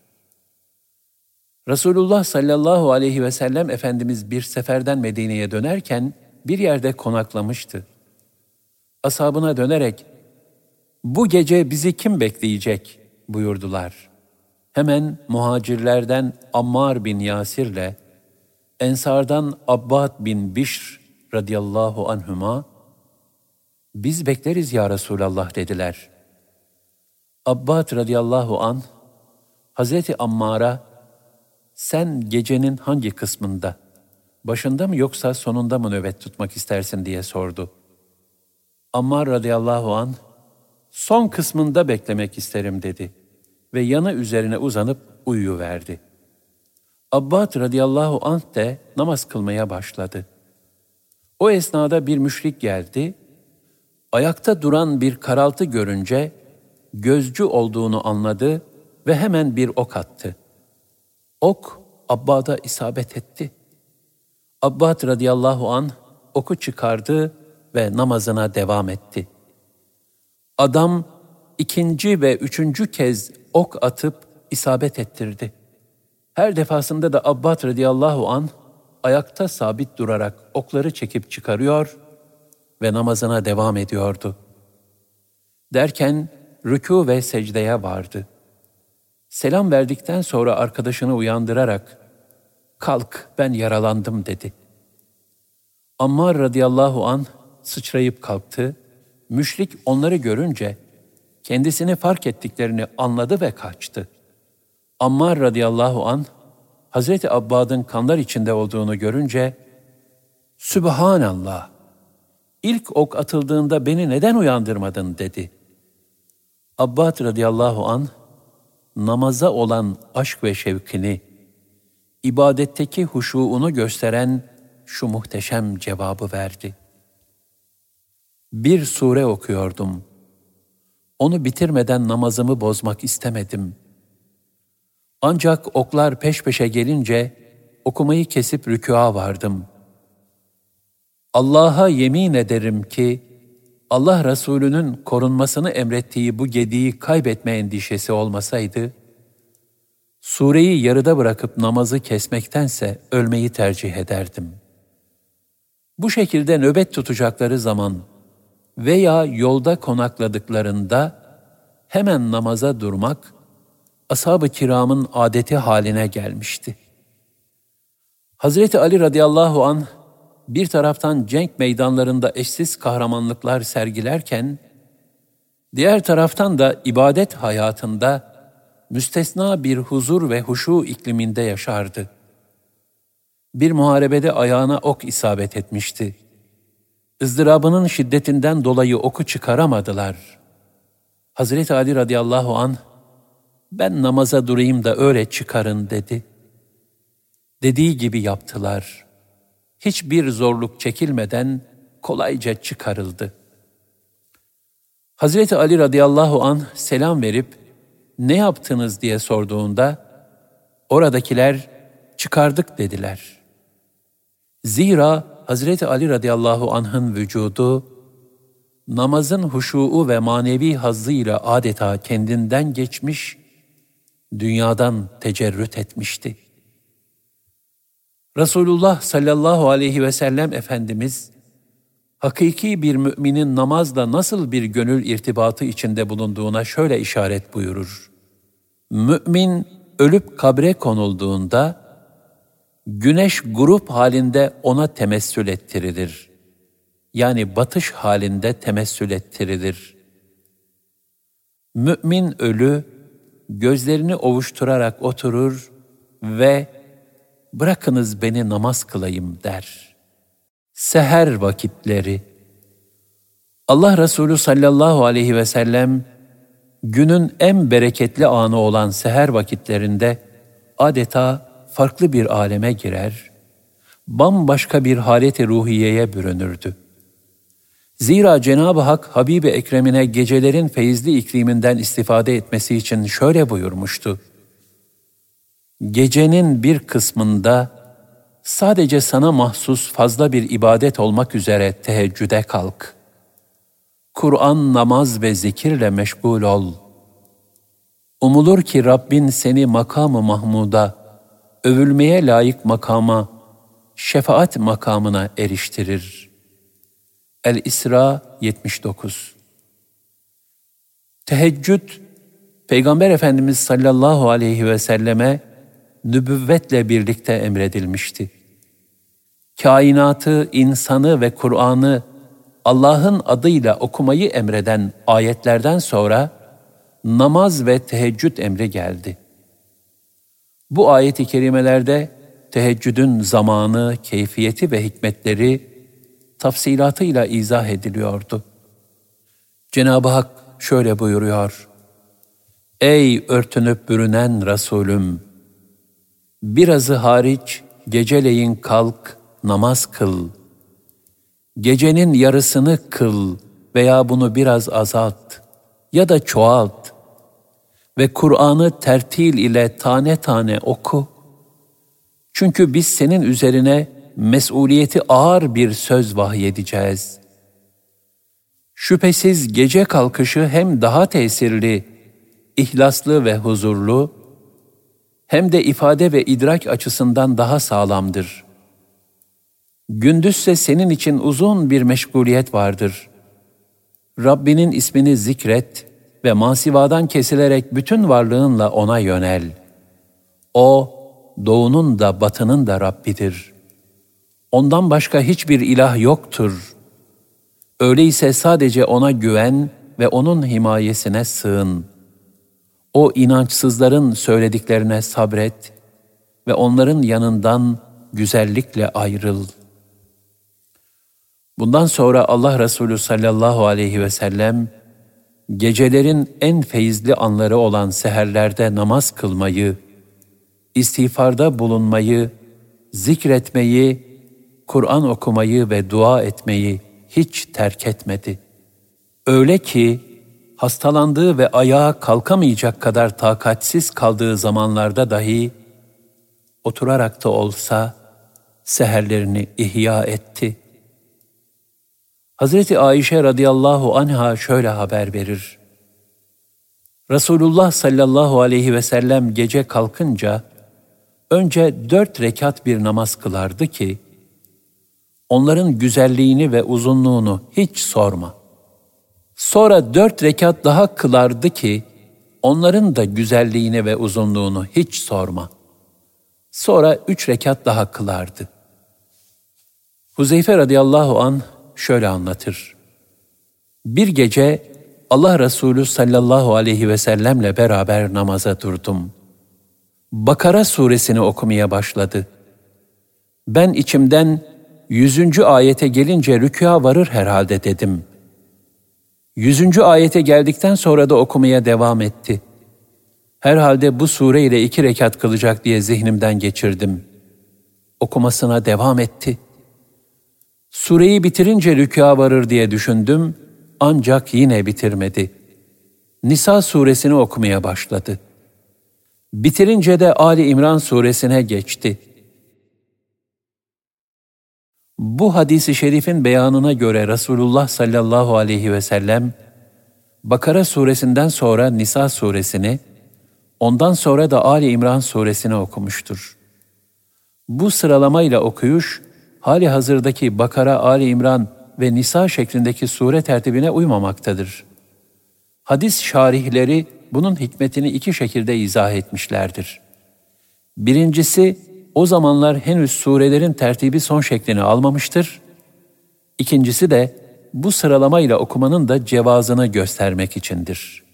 Resulullah sallallahu aleyhi ve sellem Efendimiz bir seferden Medine'ye dönerken bir yerde konaklamıştı. Ashabına dönerek, "Bu gece bizi kim bekleyecek?" buyurdular. Hemen muhacirlerden Ammar bin Yasir'le Ensardan Abbad bin Bişr radıyallahu anhuma, "Biz bekleriz ya Resulallah" dediler. Abbad radıyallahu anh, Hazreti Ammar'a, "Sen gecenin hangi kısmında, başında mı yoksa sonunda mı nöbet tutmak istersin?" diye sordu. Ammar radıyallahu anh, "Son kısmında beklemek isterim" dedi ve yanı üzerine uzanıp uyuyuverdi. Abbad radıyallahu anh de namaz kılmaya başladı. O esnada bir müşrik geldi, ayakta duran bir karaltı görünce gözcü olduğunu anladı ve hemen bir ok attı. Ok Abbad'a isabet etti. Abbad radıyallahu anh oku çıkardı ve namazına devam etti. Adam 2. ve 3. kez ok atıp isabet ettirdi. Her defasında da Abbad radıyallahu anh ayakta sabit durarak okları çekip çıkarıyor ve namazına devam ediyordu. Derken rükû ve secdeye vardı. Selam verdikten sonra arkadaşını uyandırarak, "Kalk, ben yaralandım" dedi. Ammar radıyallahu anh sıçrayıp kalktı. Müşrik onları görünce kendisini fark ettiklerini anladı ve kaçtı. Ammar radıyallahu anh, Hazreti Abbad'ın kanlar içinde olduğunu görünce, "Sübhanallah, ilk ok atıldığında beni neden uyandırmadın?" dedi. Abbad radıyallahu anh, namaza olan aşk ve şevkini, ibadetteki huşuğunu gösteren şu muhteşem cevabı verdi. "Bir sure okuyordum. Onu bitirmeden namazımı bozmak istemedim. Ancak oklar peş peşe gelince okumayı kesip rükûa vardım. Allah'a yemin ederim ki, Allah Resulü'nün korunmasını emrettiği bu gediği kaybetme endişesi olmasaydı, sureyi yarıda bırakıp namazı kesmektense ölmeyi tercih ederdim. Bu şekilde nöbet tutacakları zaman veya yolda konakladıklarında hemen namaza durmak, ashab-ı kiramın adeti haline gelmişti. Hazreti Ali radıyallahu anh, bir taraftan cenk meydanlarında eşsiz kahramanlıklar sergilerken, diğer taraftan da ibadet hayatında müstesna bir huzur ve huşu ikliminde yaşardı. Bir muharebede ayağına ok isabet etmişti. Izdırabının şiddetinden dolayı oku çıkaramadılar. Hazreti Ali radıyallahu anh, ben namaza durayım da öyle çıkarın dedi. Dediği gibi yaptılar. Hiçbir zorluk çekilmeden kolayca çıkarıldı. Hazreti Ali radıyallahu anh selam verip ne yaptınız diye sorduğunda oradakiler çıkardık dediler. Zira Hazreti Ali radıyallahu anh'ın vücudu namazın huşuu ve manevi hazzıyla adeta kendinden geçmiş, dünyadan tecerrüt etmişti. Resulullah sallallahu aleyhi ve sellem Efendimiz, hakiki bir müminin namazla nasıl bir gönül irtibatı içinde bulunduğuna şöyle işaret buyurur. Mümin ölüp kabre konulduğunda, güneş grup halinde ona temessül ettirilir. Yani batış halinde temessül ettirilir. Mümin ölü, gözlerini ovuşturarak oturur ve bırakınız beni namaz kılayım der. Seher vakitleri. Allah Resulü sallallahu aleyhi ve sellem, günün en bereketli anı olan seher vakitlerinde adeta farklı bir aleme girer, bambaşka bir haleti ruhiyeye bürünürdü. Zira Cenab-ı Hak Habib-i Ekrem'ine gecelerin feyizli ikliminden istifade etmesi için şöyle buyurmuştu. Gecenin bir kısmında sadece sana mahsus fazla bir ibadet olmak üzere teheccüde kalk. Kur'an, namaz ve zikirle meşgul ol. Umulur ki Rabbin seni makam-ı mahmuda, övülmeye layık makama, şefaat makamına eriştirir. El-İsra 79. Teheccüd, Peygamber Efendimiz sallallahu aleyhi ve selleme nübüvvetle birlikte emredilmişti. Kainatı, insanı ve Kur'an'ı Allah'ın adıyla okumayı emreden ayetlerden sonra namaz ve teheccüd emri geldi. Bu ayet-i kerimelerde teheccüdün zamanı, keyfiyeti ve hikmetleri tafsilatıyla izah ediliyordu. Cenab-ı Hak şöyle buyuruyor: Ey örtünüp bürünen Resulüm! Birazı hariç geceleyin kalk, namaz kıl. Gecenin yarısını kıl veya bunu biraz azalt ya da çoğalt ve Kur'an'ı tertil ile tane tane oku. Çünkü biz senin üzerine mesuliyeti ağır bir söz vahyedeceğiz. Şüphesiz gece kalkışı hem daha tesirli, ihlaslı ve huzurlu, hem de ifade ve idrak açısından daha sağlamdır. Gündüzse senin için uzun bir meşguliyet vardır. Rabbinin ismini zikret ve masivadan kesilerek bütün varlığınla ona yönel. O, doğunun da batının da Rabbidir. Ondan başka hiçbir ilah yoktur. Öyleyse sadece ona güven ve onun himayesine sığın. O inançsızların söylediklerine sabret ve onların yanından güzellikle ayrıl. Bundan sonra Allah Resulü sallallahu aleyhi ve sellem, gecelerin en feyizli anları olan seherlerde namaz kılmayı, istiğfarda bulunmayı, zikretmeyi, Kur'an okumayı ve dua etmeyi hiç terk etmedi. Öyle ki, hastalandığı ve ayağa kalkamayacak kadar takatsiz kaldığı zamanlarda dahi, oturarak da olsa seherlerini ihya etti. Hazreti Ayşe radıyallahu anha şöyle haber verir. Resulullah sallallahu aleyhi ve sellem gece kalkınca önce 4 rekat bir namaz kılardı ki, onların güzelliğini ve uzunluğunu hiç sorma. Sonra 4 rekat daha kılardı ki, onların da güzelliğini ve uzunluğunu hiç sorma. Sonra 3 rekat daha kılardı. Huzeyfe radıyallahu anh şöyle anlatır. Bir gece Allah Resulü sallallahu aleyhi ve sellemle beraber namaza durdum. Bakara suresini okumaya başladı. Ben içimden 100. ayete gelince rükûa varır herhalde dedim. 100. ayete geldikten sonra da okumaya devam etti. Herhalde bu sure ile 2 rekat kılacak diye zihnimden geçirdim. Okumasına devam etti. Sureyi bitirince rükûa varır diye düşündüm, ancak yine bitirmedi. Nisa suresini okumaya başladı. Bitirince de Ali İmran suresine geçti. Bu hadis-i şerifin beyanına göre Resulullah sallallahu aleyhi ve sellem, Bakara suresinden sonra Nisa suresini, ondan sonra da Ali İmran suresini okumuştur. Bu sıralamayla okuyuş, hali hazırdaki Bakara, Ali İmran ve Nisa şeklindeki sure tertibine uymamaktadır. Hadis şarihleri bunun hikmetini 2 şekilde izah etmişlerdir. Birincisi, o zamanlar henüz surelerin tertibi son şeklini almamıştır. İkincisi de bu sıralamayla okumanın da cevazını göstermek içindir.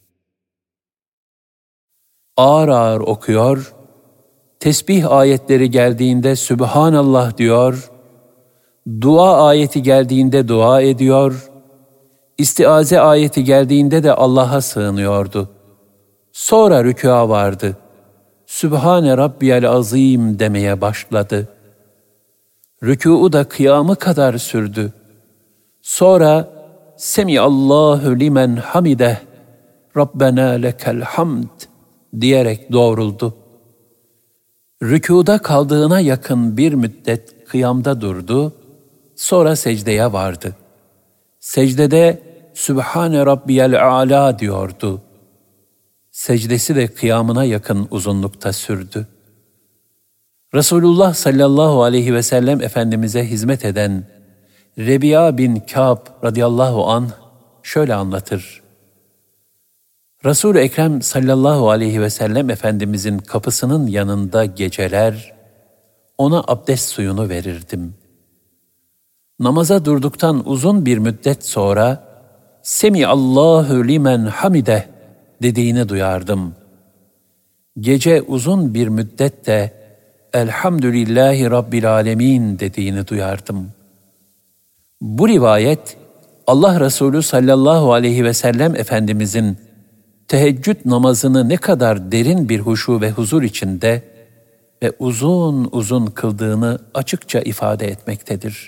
Ağır ağır okuyor, tesbih ayetleri geldiğinde Sübhanallah diyor, dua ayeti geldiğinde dua ediyor, istiaze ayeti geldiğinde de Allah'a sığınıyordu. Sonra rükûa vardı. Sübhane Rabbiyel Azim demeye başladı. Rükûu da kıyamı kadar sürdü. Sonra Semiallahu limen hamideh, Rabbena lekel hamd diyerek doğruldu. Rükûda kaldığına yakın bir müddet kıyamda durdu, sonra secdeye vardı. Secdede Sübhane Rabbiyel A'la diyordu. Secdesi de kıyamına yakın uzunlukta sürdü. Resulullah sallallahu aleyhi ve sellem Efendimiz'e hizmet eden Rebi'a bin Kâb radıyallahu anh şöyle anlatır. Resul-i Ekrem sallallahu aleyhi ve sellem Efendimizin kapısının yanında geceler ona abdest suyunu verirdim. Namaza durduktan uzun bir müddet sonra Semiallahu limen hamideh dediğini duyardım. Gece uzun bir müddet de Elhamdülillahi Rabbil Alemin dediğini duyardım. Bu rivayet Allah Resulü sallallahu aleyhi ve sellem Efendimizin teheccüd namazını ne kadar derin bir huşu ve huzur içinde ve uzun uzun kıldığını açıkça ifade etmektedir.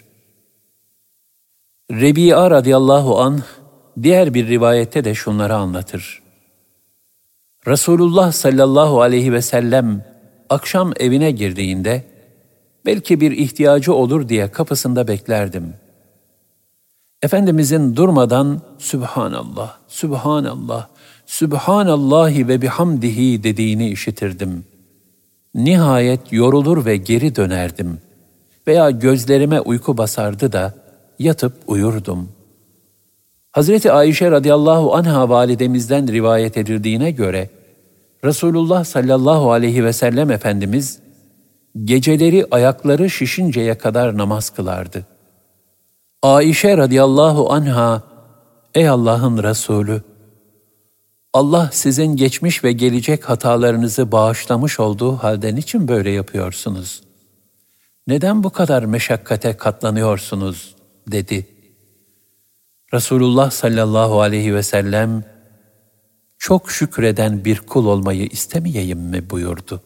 Rebi'a radıyallahu anh diğer bir rivayette de şunları anlatır. Resulullah sallallahu aleyhi ve sellem akşam evine girdiğinde belki bir ihtiyacı olur diye kapısında beklerdim. Efendimizin durmadan Sübhanallah, Sübhanallah, Sübhanallahi ve bihamdihi dediğini işitirdim. Nihayet yorulur ve geri dönerdim veya gözlerime uyku basardı da yatıp uyurdum. Hazreti Ayşe radıyallahu anha validemizden rivayet edildiğine göre Resulullah sallallahu aleyhi ve sellem Efendimiz geceleri ayakları şişinceye kadar namaz kılardı. Ayşe radıyallahu anha, ey Allah'ın Resulü, Allah sizin geçmiş ve gelecek hatalarınızı bağışlamış olduğu halde niçin böyle yapıyorsunuz? Neden bu kadar meşakkate katlanıyorsunuz? Dedi. Resulullah sallallahu aleyhi ve sellem, çok şükreden bir kul olmayı istemeyeyim mi buyurdu.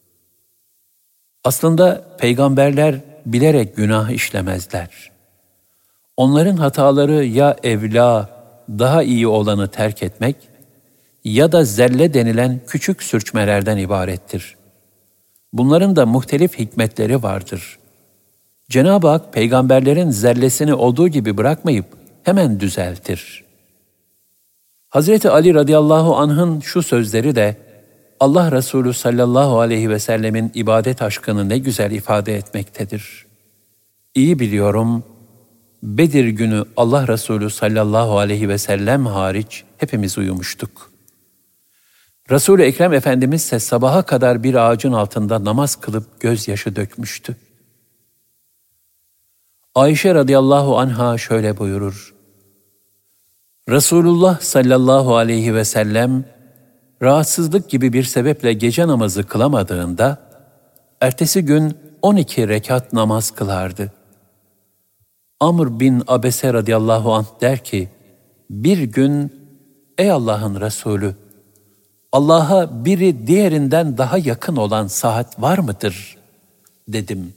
Aslında peygamberler bilerek günah işlemezler. Onların hataları ya evla, daha iyi olanı terk etmek ya da zelle denilen küçük sürçmelerden ibarettir. Bunların da muhtelif hikmetleri vardır. Cenab-ı Hak peygamberlerin zellesini olduğu gibi bırakmayıp hemen düzeltir. Hazreti Ali radıyallahu anh'ın şu sözleri de Allah Resulü sallallahu aleyhi ve sellemin ibadet aşkını ne güzel ifade etmektedir. İyi biliyorum, Bedir günü Allah Resulü sallallahu aleyhi ve sellem hariç hepimiz uyumuştuk. Resul-i Ekrem Efendimiz ise sabaha kadar bir ağacın altında namaz kılıp gözyaşı dökmüştü. Ayşe radıyallahu anha şöyle buyurur: Resulullah sallallahu aleyhi ve sellem rahatsızlık gibi bir sebeple gece namazı kılamadığında ertesi gün 12 rekat namaz kılardı. Amr bin Abese radıyallahu anh der ki, bir gün ey Allah'ın Resulü, Allah'a biri diğerinden daha yakın olan saat var mıdır? Dedim.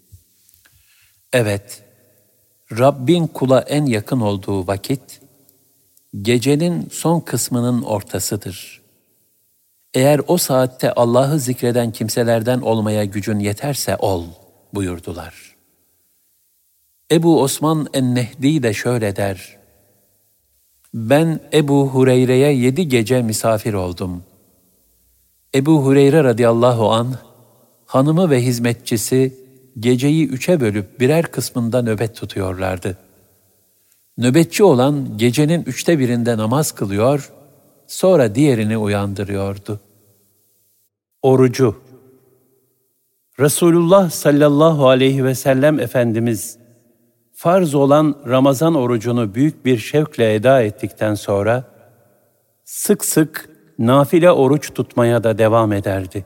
Evet, Rabbin kula en yakın olduğu vakit, gecenin son kısmının ortasıdır. Eğer o saatte Allah'ı zikreden kimselerden olmaya gücün yeterse ol, buyurdular. Ebu Osman en-Nehdi de şöyle der: Ben Ebu Hureyre'ye 7 gece misafir oldum. Ebu Hureyre radıyallahu anh, hanımı ve hizmetçisi geceyi 3'e bölüp birer kısmında nöbet tutuyorlardı. Nöbetçi olan gecenin 3'te birinde namaz kılıyor, sonra diğerini uyandırıyordu. Orucu. Resulullah sallallahu aleyhi ve sellem Efendimiz, farz olan Ramazan orucunu büyük bir şevkle eda ettikten sonra, sık sık nafile oruç tutmaya da devam ederdi.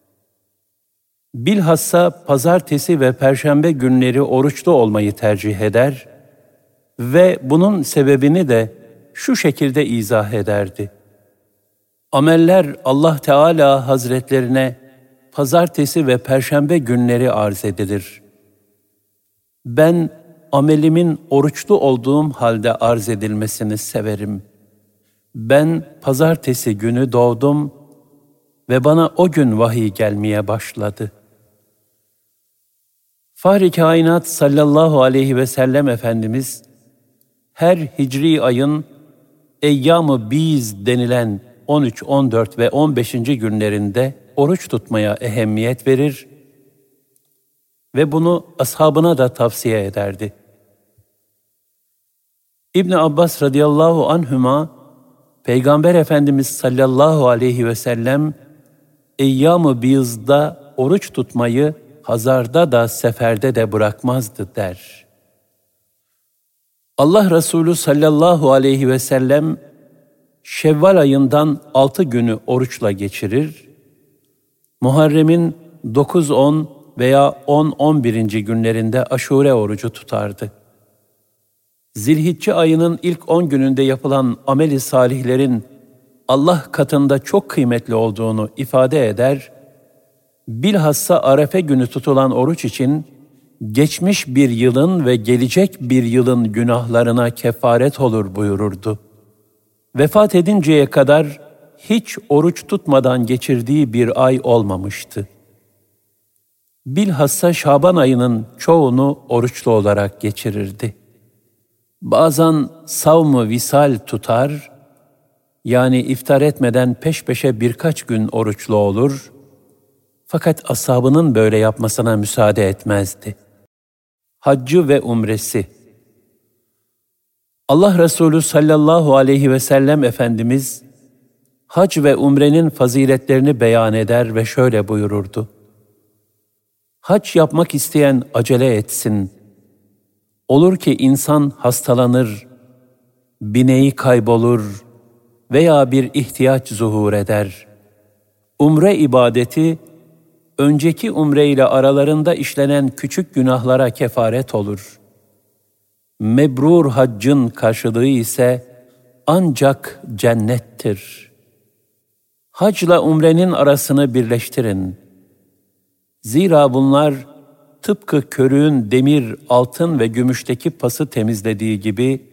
Bilhassa pazartesi ve perşembe günleri oruçlu olmayı tercih eder ve bunun sebebini de şu şekilde izah ederdi. Ameller Allah Teala Hazretlerine pazartesi ve perşembe günleri arz edilir. Ben amelimin oruçlu olduğum halde arz edilmesini severim. Ben pazartesi günü doğdum ve bana o gün vahiy gelmeye başladı. Fahri Kainat sallallahu aleyhi ve sellem Efendimiz, her hicri ayın Eyyam-ı Biz denilen 13, 14 ve 15. günlerinde oruç tutmaya ehemmiyet verir ve bunu ashabına da tavsiye ederdi. İbn Abbas radıyallahu anhüma, Peygamber Efendimiz sallallahu aleyhi ve sellem Eyyam-ı Biz'da oruç tutmayı hazarda da seferde de bırakmazdı der. Allah Resulü sallallahu aleyhi ve sellem Şevval ayından 6 günü oruçla geçirir, Muharrem'in 9, 10 veya 10, 11. günlerinde aşure orucu tutardı. Zilhicce ayının ilk 10 gününde yapılan amel-i salihlerin Allah katında çok kıymetli olduğunu ifade eder, bilhassa Arefe günü tutulan oruç için geçmiş bir yılın ve gelecek bir yılın günahlarına kefaret olur buyururdu. Vefat edinceye kadar hiç oruç tutmadan geçirdiği bir ay olmamıştı. Bilhassa Şaban ayının çoğunu oruçlu olarak geçirirdi. Bazen savm-ı visal tutar, yani iftar etmeden peş peşe birkaç gün oruçlu olur, fakat ashabının böyle yapmasına müsaade etmezdi. Haccı ve umresi. Allah Resulü sallallahu aleyhi ve sellem Efendimiz, hac ve umrenin faziletlerini beyan eder ve şöyle buyururdu: Hac yapmak isteyen acele etsin. Olur ki insan hastalanır, bineği kaybolur veya bir ihtiyaç zuhur eder. Umre ibadeti, önceki umre ile aralarında işlenen küçük günahlara kefaret olur. Mebrur haccın karşılığı ise ancak cennettir. Hacla umrenin arasını birleştirin. Zira bunlar tıpkı körüğün demir, altın ve gümüşteki pası temizlediği gibi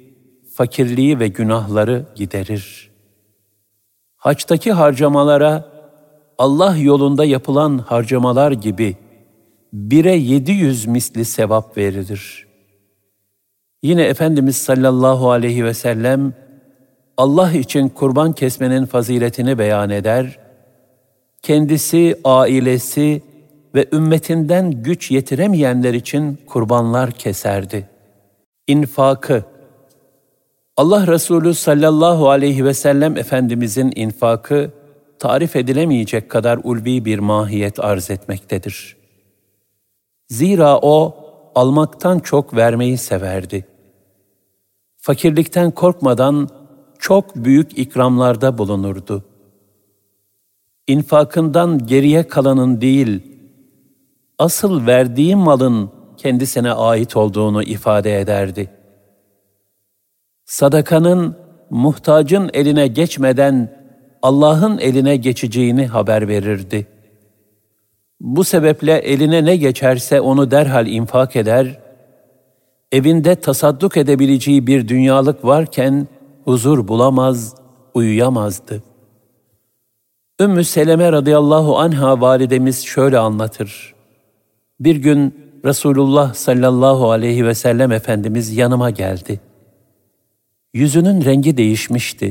fakirliği ve günahları giderir. Haçtaki harcamalara Allah yolunda yapılan harcamalar gibi 1'e 700 misli sevap verilir. Yine Efendimiz sallallahu aleyhi ve sellem Allah için kurban kesmenin faziletini beyan eder, kendisi, ailesi ve ümmetinden güç yetiremeyenler için kurbanlar keserdi. İnfakı, Allah Resulü sallallahu aleyhi ve sellem Efendimizin infakı, tarif edilemeyecek kadar ulvi bir mahiyet arz etmektedir. Zira o, almaktan çok vermeyi severdi. Fakirlikten korkmadan çok büyük ikramlarda bulunurdu. İnfakından geriye kalanın değil, asıl verdiği malın kendisine ait olduğunu ifade ederdi. Sadakanın muhtacın eline geçmeden Allah'ın eline geçeceğini haber verirdi. Bu sebeple eline ne geçerse onu derhal infak eder, evinde tasadduk edebileceği bir dünyalık varken huzur bulamaz, uyuyamazdı. Ümmü Seleme radıyallahu anha validemiz şöyle anlatır. Bir gün Resulullah sallallahu aleyhi ve sellem Efendimiz yanıma geldi. Yüzünün rengi değişmişti.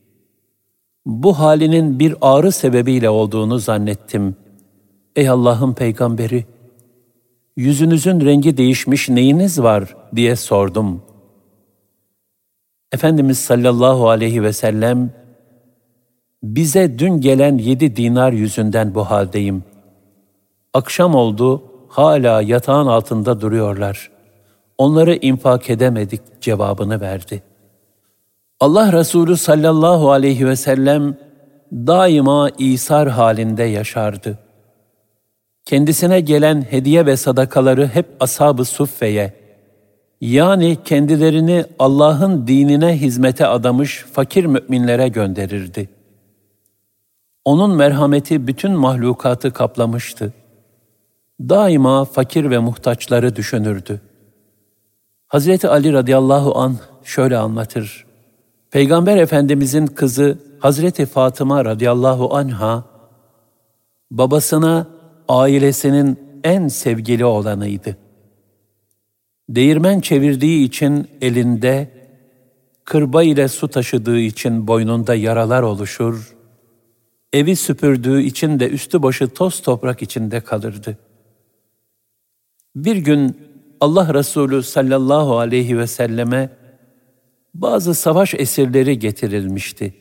Bu halinin bir ağrı sebebiyle olduğunu zannettim. Ey Allah'ın peygamberi, yüzünüzün rengi değişmiş, neyiniz var diye sordum. Efendimiz sallallahu aleyhi ve sellem, bize dün gelen 7 dinar yüzünden bu haldeyim. Akşam oldu, hala yatağın altında duruyorlar. Onları infak edemedik cevabını verdi. Allah Resulü sallallahu aleyhi ve sellem daima İsar halinde yaşardı. Kendisine gelen hediye ve sadakaları hep ashab-ı suffeye, yani kendilerini Allah'ın dinine hizmete adamış fakir müminlere gönderirdi. Onun merhameti bütün mahlukatı kaplamıştı. Daima fakir ve muhtaçları düşünürdü. Hazreti Ali radıyallahu anh şöyle anlatır. Peygamber Efendimizin kızı Hazreti Fatıma radıyallahu anha, babasına ailesinin en sevgili olanıydı. Değirmen çevirdiği için elinde, kırba ile su taşıdığı için boynunda yaralar oluşur, evi süpürdüğü için de üstü başı toz toprak içinde kalırdı. Bir gün Allah Resulü sallallahu aleyhi ve selleme bazı savaş esirleri getirilmişti.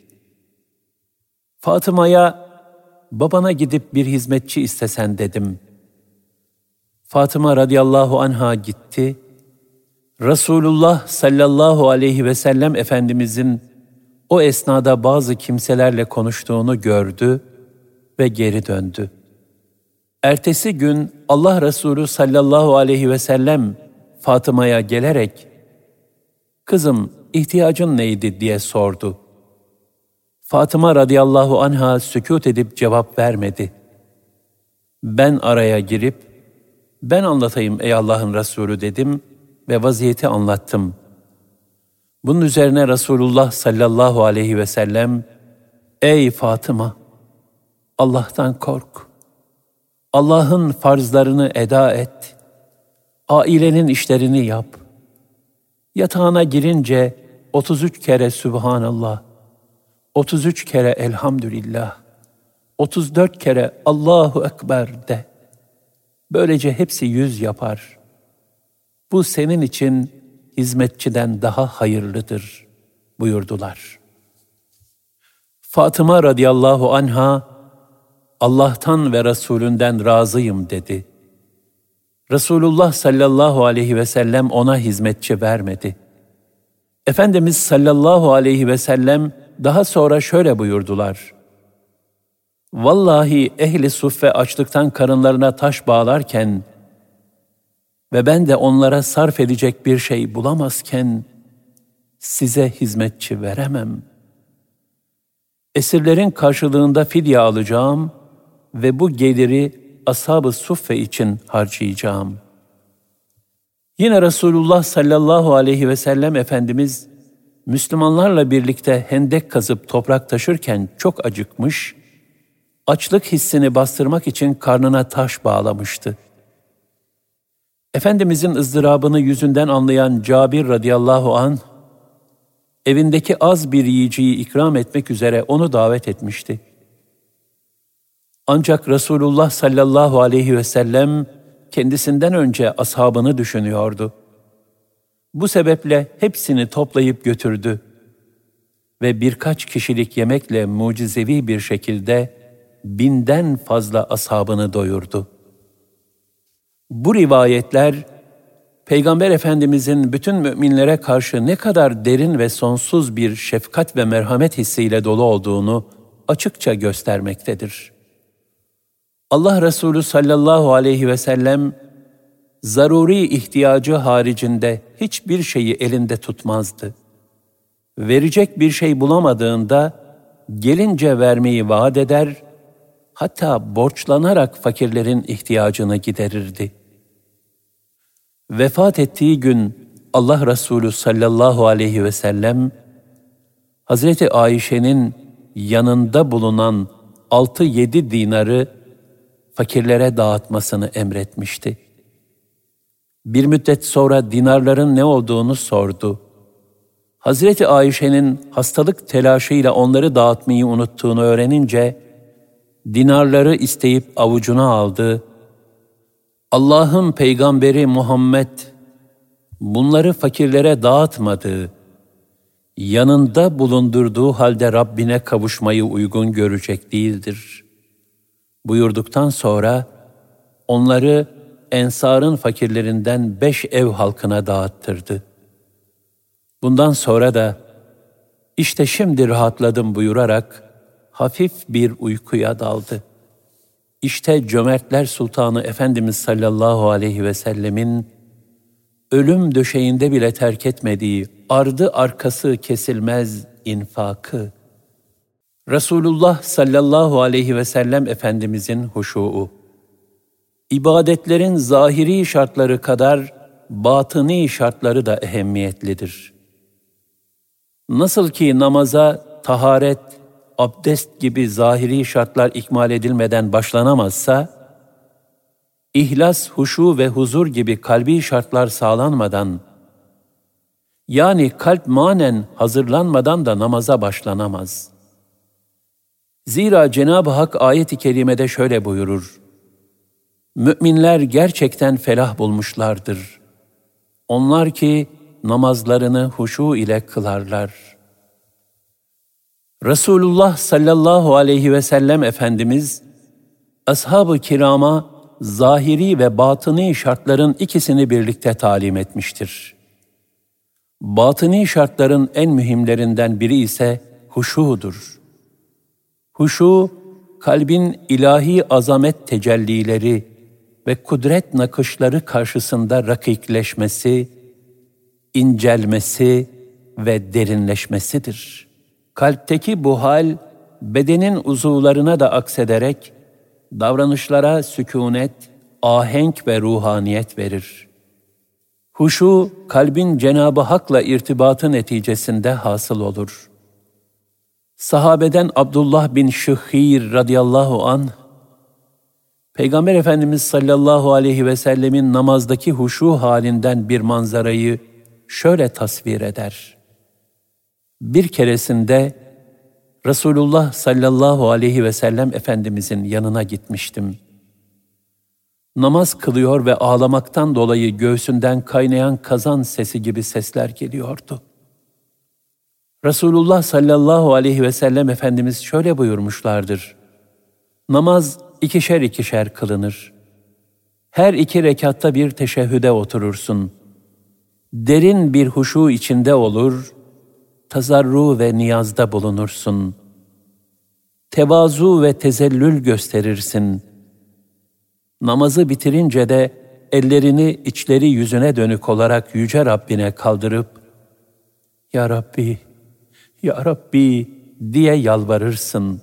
Fatıma'ya, babana gidip bir hizmetçi istesen dedim. Fatıma radıyallahu anha gitti. Resulullah sallallahu aleyhi ve sellem Efendimizin o esnada bazı kimselerle konuştuğunu gördü ve geri döndü. Ertesi gün Allah Resulü sallallahu aleyhi ve sellem Fatıma'ya gelerek, "Kızım, ihtiyacın neydi?" diye sordu. Fatıma radıyallahu anha sükût edip cevap vermedi. Ben araya girip, "Ben anlatayım ey Allah'ın Resulü" dedim ve vaziyeti anlattım. Bunun üzerine Resulullah sallallahu aleyhi ve sellem, "Ey Fatıma, Allah'tan kork. Allah'ın farzlarını eda et. Ailenin işlerini yap. Yatağına girince 33 kere Sübhanallah, 33 kere Elhamdülillah, 34 kere Allahu Ekber de. Böylece hepsi 100 yapar. Bu senin için hizmetçiden daha hayırlıdır" buyurdular. Fatıma radıyallahu anha, "Allah'tan ve Resulünden razıyım" dedi. Resulullah sallallahu aleyhi ve sellem ona hizmetçi vermedi. Efendimiz sallallahu aleyhi ve sellem daha sonra şöyle buyurdular. "Vallahi ehli suffe açlıktan karınlarına taş bağlarken ve ben de onlara sarf edecek bir şey bulamazken size hizmetçi veremem. Esirlerin karşılığında fidye alacağım ve bu geliri ashab-ı suffe için harcayacağım." Yine Resulullah sallallahu aleyhi ve sellem Efendimiz, Müslümanlarla birlikte hendek kazıp toprak taşırken çok acıkmış, açlık hissini bastırmak için karnına taş bağlamıştı. Efendimizin ızdırabını yüzünden anlayan Cabir radıyallahu anh, evindeki az bir yiyeceği ikram etmek üzere onu davet etmişti. Ancak Resulullah sallallahu aleyhi ve sellem kendisinden önce ashabını düşünüyordu. Bu sebeple hepsini toplayıp götürdü ve birkaç kişilik yemekle mucizevi bir şekilde 1000'den fazla ashabını doyurdu. Bu rivayetler, Peygamber Efendimizin bütün müminlere karşı ne kadar derin ve sonsuz bir şefkat ve merhamet hissiyle dolu olduğunu açıkça göstermektedir. Allah Resulü sallallahu aleyhi ve sellem, zaruri ihtiyacı haricinde hiçbir şeyi elinde tutmazdı. Verecek bir şey bulamadığında, gelince vermeyi vaat eder, hatta borçlanarak fakirlerin ihtiyacını giderirdi. Vefat ettiği gün Allah Resulü sallallahu aleyhi ve sellem, Hazreti Ayşe'nin yanında bulunan 6-7 dinarı fakirlere dağıtmasını emretmişti. Bir müddet sonra dinarların ne olduğunu sordu. Hazreti Ayşe'nin hastalık telaşıyla onları dağıtmayı unuttuğunu öğrenince, dinarları isteyip avucuna aldı. Allah'ın peygamberi Muhammed, bunları fakirlere dağıtmadığı, yanında bulundurduğu halde Rabbine kavuşmayı uygun görecek değildir buyurduktan sonra, onları Ensar'ın fakirlerinden 5 ev halkına dağıttırdı. Bundan sonra da, işte şimdi rahatladım buyurarak, hafif bir uykuya daldı. İşte Cömertler Sultanı Efendimiz sallallahu aleyhi ve sellemin, ölüm döşeğinde bile terk etmediği ardı arkası kesilmez infakı, Resulullah sallallahu aleyhi ve sellem Efendimizin huşuu, ibadetlerin zahiri şartları kadar batıni şartları da ehemmiyetlidir. Nasıl ki namaza taharet, abdest gibi zahiri şartlar ikmal edilmeden başlanamazsa, ihlas, huşu ve huzur gibi kalbi şartlar sağlanmadan, yani kalp manen hazırlanmadan da namaza başlanamaz. Zira Cenab-ı Hak ayet-i kerimede şöyle buyurur: Müminler gerçekten felah bulmuşlardır. Onlar ki namazlarını huşu ile kılarlar. Resulullah sallallahu aleyhi ve sellem Efendimiz, ashab-ı kirama zahiri ve batıni şartların ikisini birlikte talim etmiştir. Batıni şartların en mühimlerinden biri ise huşudur. Huşu, kalbin ilahi azamet tecellileri ve kudret nakışları karşısında rakikleşmesi, incelmesi ve derinleşmesidir. Kalpteki bu hal, bedenin uzuvlarına da aksederek, davranışlara sükûnet, ahenk ve ruhaniyet verir. Huşu, kalbin Cenab-ı Hak'la irtibatı neticesinde hasıl olur. Sahabeden Abdullah bin Şıhhir radıyallahu anh, Peygamber Efendimiz sallallahu aleyhi ve sellemin namazdaki huşu halinden bir manzarayı şöyle tasvir eder. Bir keresinde Resulullah sallallahu aleyhi ve sellem Efendimizin yanına gitmiştim. Namaz kılıyor ve ağlamaktan dolayı göğsünden kaynayan kazan sesi gibi sesler geliyordu. Resulullah sallallahu aleyhi ve sellem Efendimiz şöyle buyurmuşlardır: Namaz 2'şer 2'şer kılınır. Her 2 rekatta bir teşehhüde oturursun. Derin bir huşu içinde olur, tazarru ve niyazda bulunursun. Tevazu ve tezellül gösterirsin. Namazı bitirince de ellerini içleri yüzüne dönük olarak Yüce Rabbine kaldırıp, Ya Rabbi, Ya Rabbi diye yalvarırsın.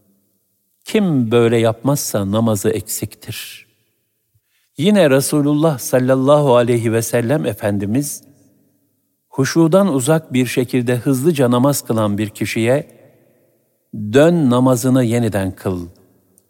Kim böyle yapmazsa namazı eksiktir. Yine Resulullah sallallahu aleyhi ve sellem Efendimiz, huşudan uzak bir şekilde hızlıca namaz kılan bir kişiye, dön namazını yeniden kıl,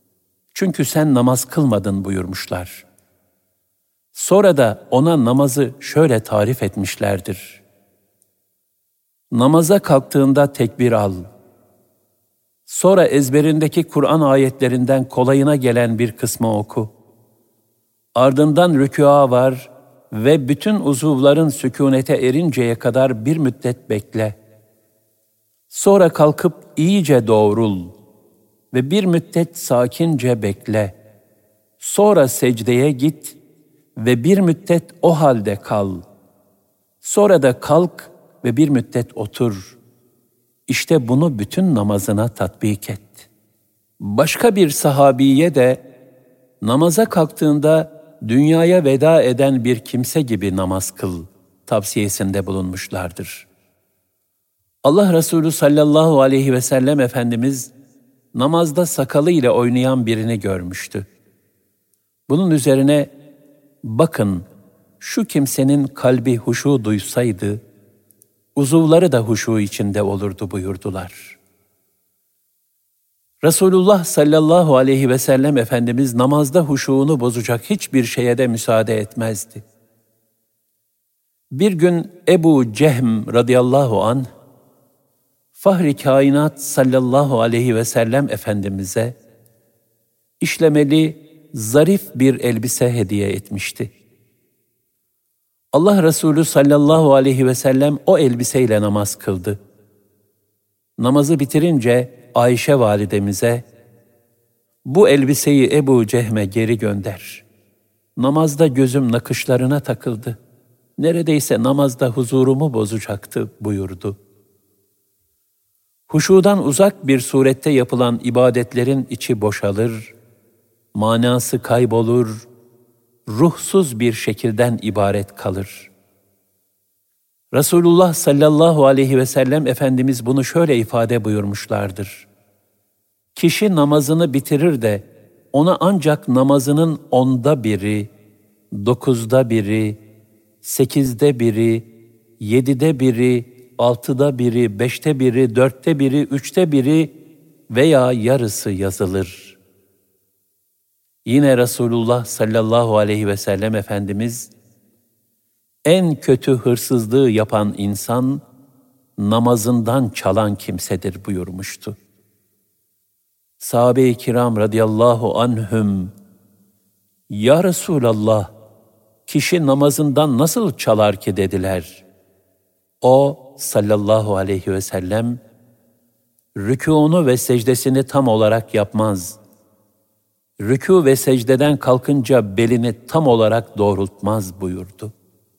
Çünkü sen namaz kılmadın buyurmuşlar. Sonra da ona namazı şöyle tarif etmişlerdir. Namaza kalktığında tekbir al. Sonra ezberindeki Kur'an ayetlerinden kolayına gelen bir kısmı oku. Ardından rükûa var ve bütün uzuvların sükûnete erinceye kadar bir müddet bekle. Sonra kalkıp iyice doğrul ve bir müddet sakince bekle. Sonra secdeye git ve bir müddet o halde kal. Sonra da kalk ve bir müddet otur. İşte bunu bütün namazına tatbik et. Başka bir sahabiye de namaza kalktığında dünyaya veda eden bir kimse gibi namaz kıl tavsiyesinde bulunmuşlardır. Allah Resulü sallallahu aleyhi ve sellem Efendimiz namazda sakalı ile oynayan birini görmüştü. Bunun üzerine bakın şu kimsenin kalbi huşu duysaydı, uzuvları da huşu içinde olurdu buyurdular. Resulullah sallallahu aleyhi ve sellem Efendimiz namazda huşuğunu bozacak hiçbir şeye de müsaade etmezdi. Bir gün Ebu Cehm radıyallahu anh, Fahri Kainat sallallahu aleyhi ve sellem Efendimiz'e işlemeli, zarif bir elbise hediye etmişti. Allah Resulü sallallahu aleyhi ve sellem o elbiseyle namaz kıldı. Namazı bitirince Ayşe validemize, bu elbiseyi Ebu Cehm'e geri gönder. Namazda gözüm nakışlarına takıldı. Neredeyse namazda huzurumu bozacaktı buyurdu. Huşudan uzak bir surette yapılan ibadetlerin içi boşalır, manası kaybolur, ruhsuz bir şekilden ibaret kalır. Resulullah sallallahu aleyhi ve sellem Efendimiz bunu şöyle ifade buyurmuşlardır. Kişi namazını bitirir de ona ancak namazının 1/10, 9'da 1, 8'de 1, 7'de 1, 6'da 1, 5'te 1, 4'te 1, 3'te 1 veya yarısı yazılır. Yine Resulullah sallallahu aleyhi ve sellem Efendimiz, en kötü hırsızlığı yapan insan, namazından çalan kimsedir buyurmuştu. Sahabe-i kiram radıyallahu anhüm, Ya Resulallah, kişi namazından nasıl çalar ki dediler. O sallallahu aleyhi ve sellem, rükûnu ve secdesini tam olarak yapmaz. Rükû ve secdeden kalkınca belini tam olarak doğrultmaz buyurdu.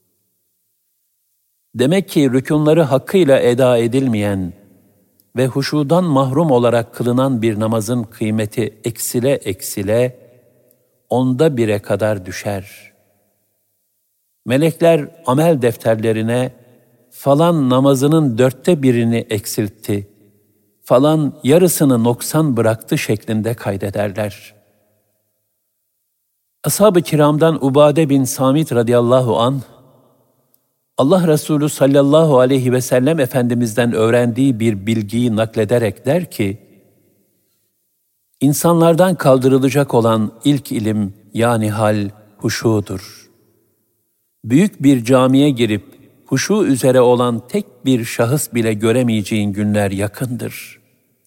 Demek ki rükûnları hakkıyla eda edilmeyen ve huşudan mahrum olarak kılınan bir namazın kıymeti eksile eksile 1/10'a kadar düşer. Melekler amel defterlerine falan namazının 1/4'ünü eksiltti, falan yarısını noksan bıraktı şeklinde kaydederler. Ashab-ı kiramdan Ubade bin Samit radıyallahu anh, Allah Resulü sallallahu aleyhi ve sellem Efendimiz'den öğrendiği bir bilgiyi naklederek der ki, İnsanlardan kaldırılacak olan ilk ilim yani hal huşudur. Büyük bir camiye girip huşu üzere olan tek bir şahıs bile göremeyeceğin günler yakındır.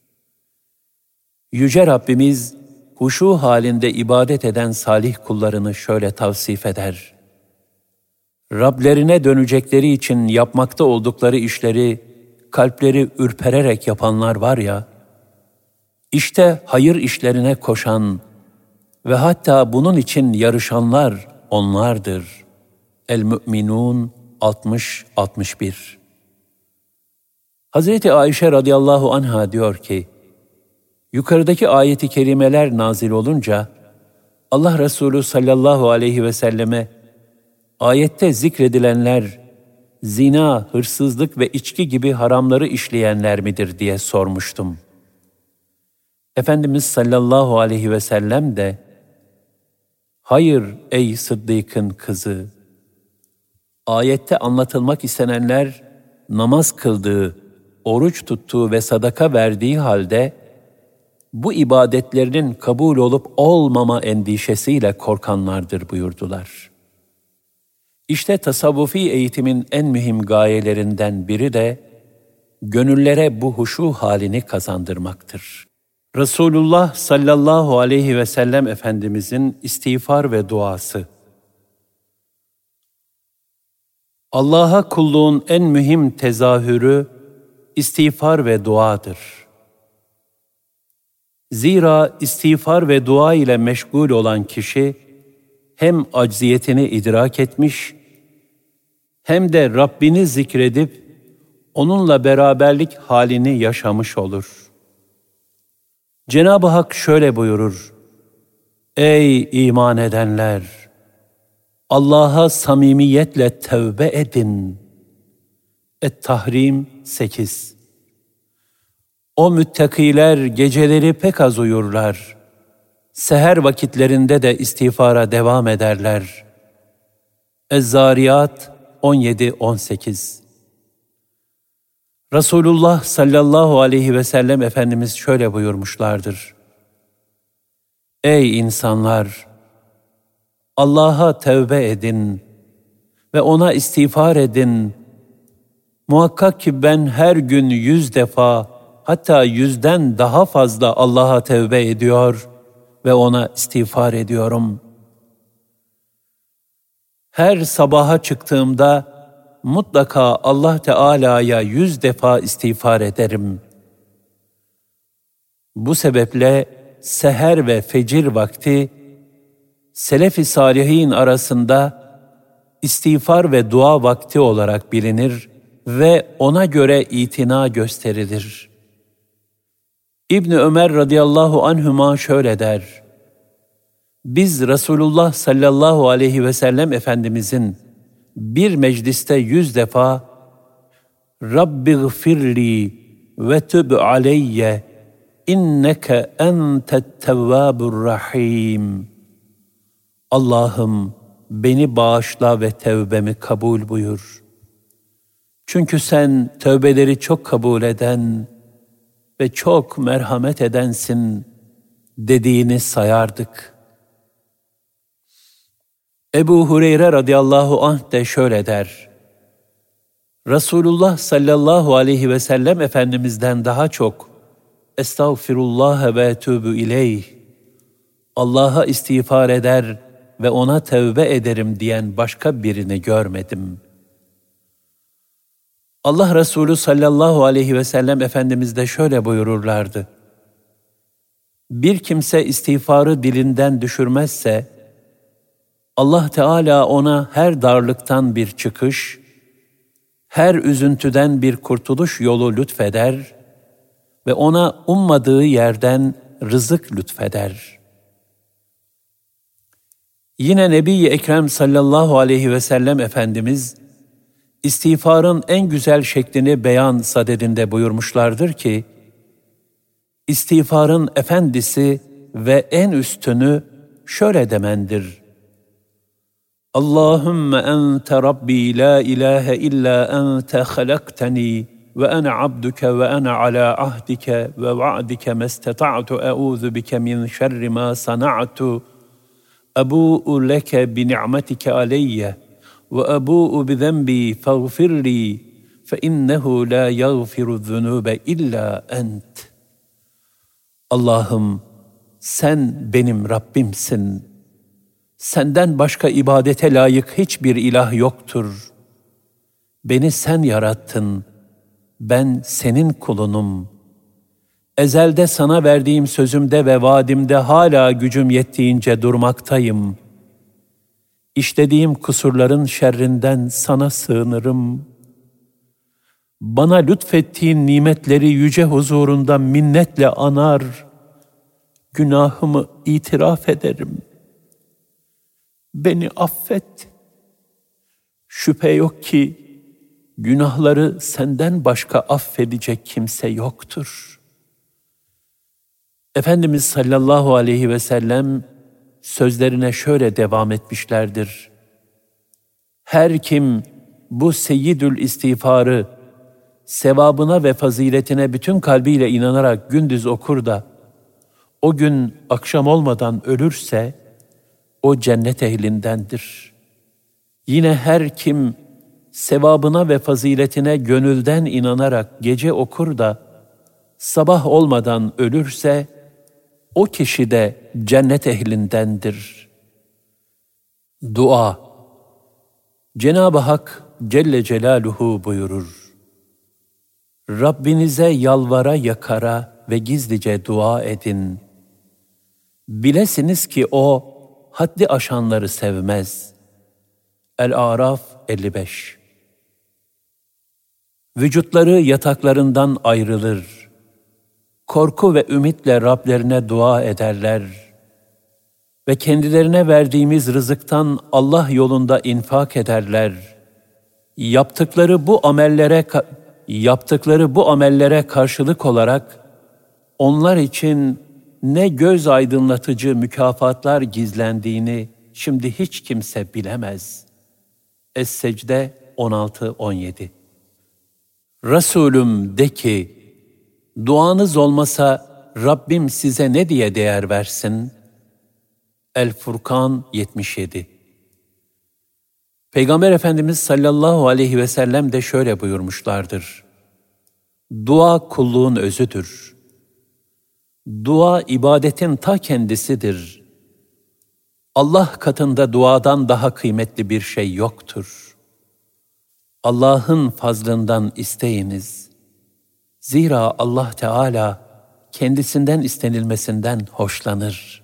Yüce Rabbimiz huşu halinde ibadet eden salih kullarını şöyle tavsif eder. Rablerine dönecekleri için yapmakta oldukları işleri kalpleri ürpererek yapanlar var ya, işte hayır işlerine koşan ve hatta bunun için yarışanlar onlardır. El-Mü'minun 60-61. Hazreti Ayşe radıyallahu anha diyor ki, yukarıdaki ayeti kerimeler nazil olunca, Allah Resulü sallallahu aleyhi ve selleme, ayette zikredilenler, zina, hırsızlık ve içki gibi haramları işleyenler midir diye sormuştum. Efendimiz sallallahu aleyhi ve sellem de, hayır ey Sıddık'ın kızı, ayette anlatılmak istenenler, namaz kıldığı, oruç tuttuğu ve sadaka verdiği halde, bu ibadetlerinin kabul olup olmama endişesiyle korkanlardır buyurdular. İşte tasavvufi eğitimin en mühim gayelerinden biri de gönüllere bu huşu halini kazandırmaktır. Resulullah sallallahu aleyhi ve sellem Efendimizin istiğfar ve duası. Allah'a kulluğun en mühim tezahürü istiğfar ve duadır. Zira istiğfar ve dua ile meşgul olan kişi hem acziyetini idrak etmiş, hem de Rabbini zikredip onunla beraberlik halini yaşamış olur. Cenab-ı Hak şöyle buyurur: Ey iman edenler! Allah'a samimiyetle tevbe edin. Et-Tahrim 8. O müttakiler geceleri pek az uyurlar. Seher vakitlerinde de istiğfara devam ederler. Ez-Zariyat 17-18. Resulullah sallallahu aleyhi ve sellem Efendimiz şöyle buyurmuşlardır: Ey insanlar! Allah'a tevbe edin ve ona istiğfar edin. Muhakkak ki ben her gün 100 defa, hatta 100'den daha fazla Allah'a tevbe ediyor ve ona istiğfar ediyorum. Her sabaha çıktığımda mutlaka Allah Teala'ya 100 defa istiğfar ederim. Bu sebeple seher ve fecir vakti Selef-i Salihin arasında istiğfar ve dua vakti olarak bilinir ve ona göre itina gösterilir. İbn Ömer radıyallahu anhuma şöyle der: Biz Resulullah sallallahu aleyhi ve sellem Efendimizin bir mecliste 100 defa Rabbiğfirli ve tüb aleyye inneke entet tevvabur rahim. Allah'ım beni bağışla ve tevbemi kabul buyur. Çünkü sen tövbeleri çok kabul eden ve çok merhamet edensin dediğini sayardık. Ebu Hureyre radıyallahu anh de şöyle der: Resulullah sallallahu aleyhi ve sellem Efendimiz'den daha çok Estağfirullah ve etûbü ileyh, Allah'a istiğfar eder ve ona tevbe ederim diyen başka birini görmedim. Allah Resulü sallallahu aleyhi ve sellem Efendimiz de şöyle buyururlardı: Bir kimse istiğfarı dilinden düşürmezse, Allah Teala ona her darlıktan bir çıkış, her üzüntüden bir kurtuluş yolu lütfeder ve ona ummadığı yerden rızık lütfeder. Yine Nebi-i Ekrem sallallahu aleyhi ve sellem Efendimiz, istiğfarın en güzel şeklini beyan sadedinde buyurmuşlardır ki, istiğfarın efendisi ve en üstünü şöyle demendir: Allahümme ente Rabbi la ilahe illa ente halakteni ve ene abduke ve ene ala ahdike ve va'dike mesteta'tu e'udhu bike min şerri ma sana'tu ebu'u leke bi ni'metike aleyye ve ebu'u bi zenbi faghfirli fe innehu la yaghfiru zunube illa ent. Allah'ım sen benim Rabbimsin. Senden başka ibadete layık hiçbir ilah yoktur. Beni sen yarattın. Ben senin kulunum. Ezelde sana verdiğim sözümde ve vaadimde hala gücüm yettiğince durmaktayım. İşlediğim kusurların şerrinden sana sığınırım. Bana lütfettiğin nimetleri yüce huzurunda minnetle anar, günahımı itiraf ederim. Beni affet. Şüphe yok ki günahları senden başka affedecek kimse yoktur. Efendimiz sallallahu aleyhi ve sellem sözlerine şöyle devam etmişlerdir: Her kim bu seyyidül istiğfarı sevabına ve faziletine bütün kalbiyle inanarak gündüz okur da o gün akşam olmadan ölürse, o cennet ehlindendir. Yine her kim sevabına ve faziletine gönülden inanarak gece okur da sabah olmadan ölürse, o kişi de cennet ehlindendir. Dua. Cenab-ı Hak Celle Celaluhu buyurur: Rabbinize yalvara yakara ve gizlice dua edin. Bilesiniz ki O, haddi aşanları sevmez. El-Araf 55. Vücutları yataklarından ayrılır. Korku ve ümitle Rablerine dua ederler. Ve kendilerine verdiğimiz rızıktan Allah yolunda infak ederler. Yaptıkları bu amellere karşılık olarak onlar için ne göz aydınlatıcı mükafatlar gizlendiğini şimdi hiç kimse bilemez. Es-Secde 16-17. Resulüm de ki, duanız olmasa Rabbim size ne diye değer versin? El-Furkan 77. Peygamber Efendimiz sallallahu aleyhi ve sellem de şöyle buyurmuşlardır: Dua kulluğun özüdür. Dua ibadetin ta kendisidir. Allah katında duadan daha kıymetli bir şey yoktur. Allah'ın fazlından isteyiniz. Zira Allah Teala kendisinden istenilmesinden hoşlanır.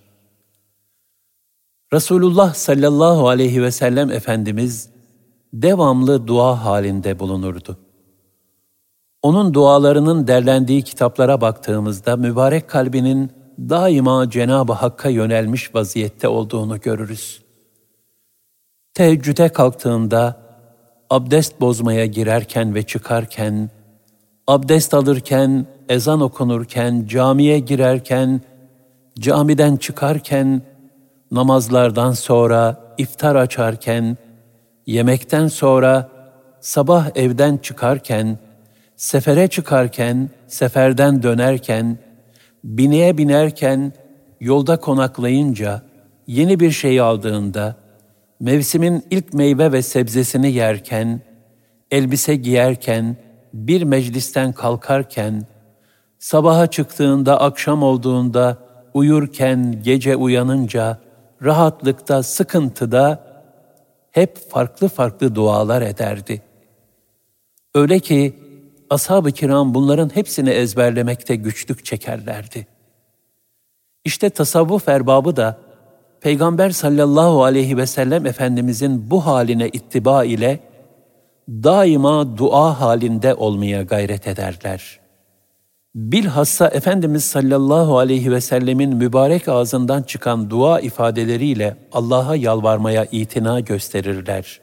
Resulullah sallallahu aleyhi ve sellem Efendimiz devamlı dua halinde bulunurdu. Onun dualarının derlendiği kitaplara baktığımızda mübarek kalbinin daima Cenab-ı Hakk'a yönelmiş vaziyette olduğunu görürüz. Teheccüde kalktığında, abdest bozmaya girerken ve çıkarken, abdest alırken, ezan okunurken, camiye girerken, camiden çıkarken, namazlardan sonra, iftar açarken, yemekten sonra, sabah evden çıkarken, sefere çıkarken, seferden dönerken, bineğe binerken, yolda konaklayınca, yeni bir şey aldığında, mevsimin ilk meyve ve sebzesini yerken, elbise giyerken, bir meclisten kalkarken, sabaha çıktığında, akşam olduğunda, uyurken, gece uyanınca, rahatlıkta, sıkıntıda hep farklı farklı dualar ederdi. Öyle ki ashab-ı kiram bunların hepsini ezberlemekte güçlük çekerlerdi. İşte tasavvuf erbabı da Peygamber sallallahu aleyhi ve sellem Efendimizin bu haline ittiba ile daima dua halinde olmaya gayret ederler. Bilhassa Efendimiz sallallahu aleyhi ve sellemin mübarek ağzından çıkan dua ifadeleriyle Allah'a yalvarmaya itina gösterirler.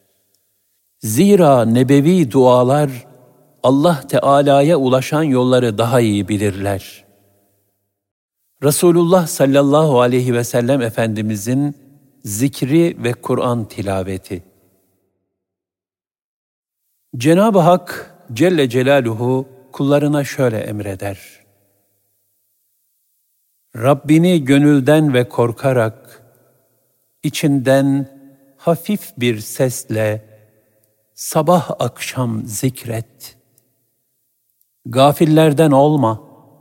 Zira nebevi dualar Allah Teala'ya ulaşan yolları daha iyi bilirler. Resulullah sallallahu aleyhi ve sellem Efendimizin zikri ve Kur'an tilaveti. Cenab-ı Hak Celle Celaluhu kullarına şöyle emreder: Rabbini gönülden ve korkarak, içinden hafif bir sesle sabah akşam zikret. Gafillerden olma.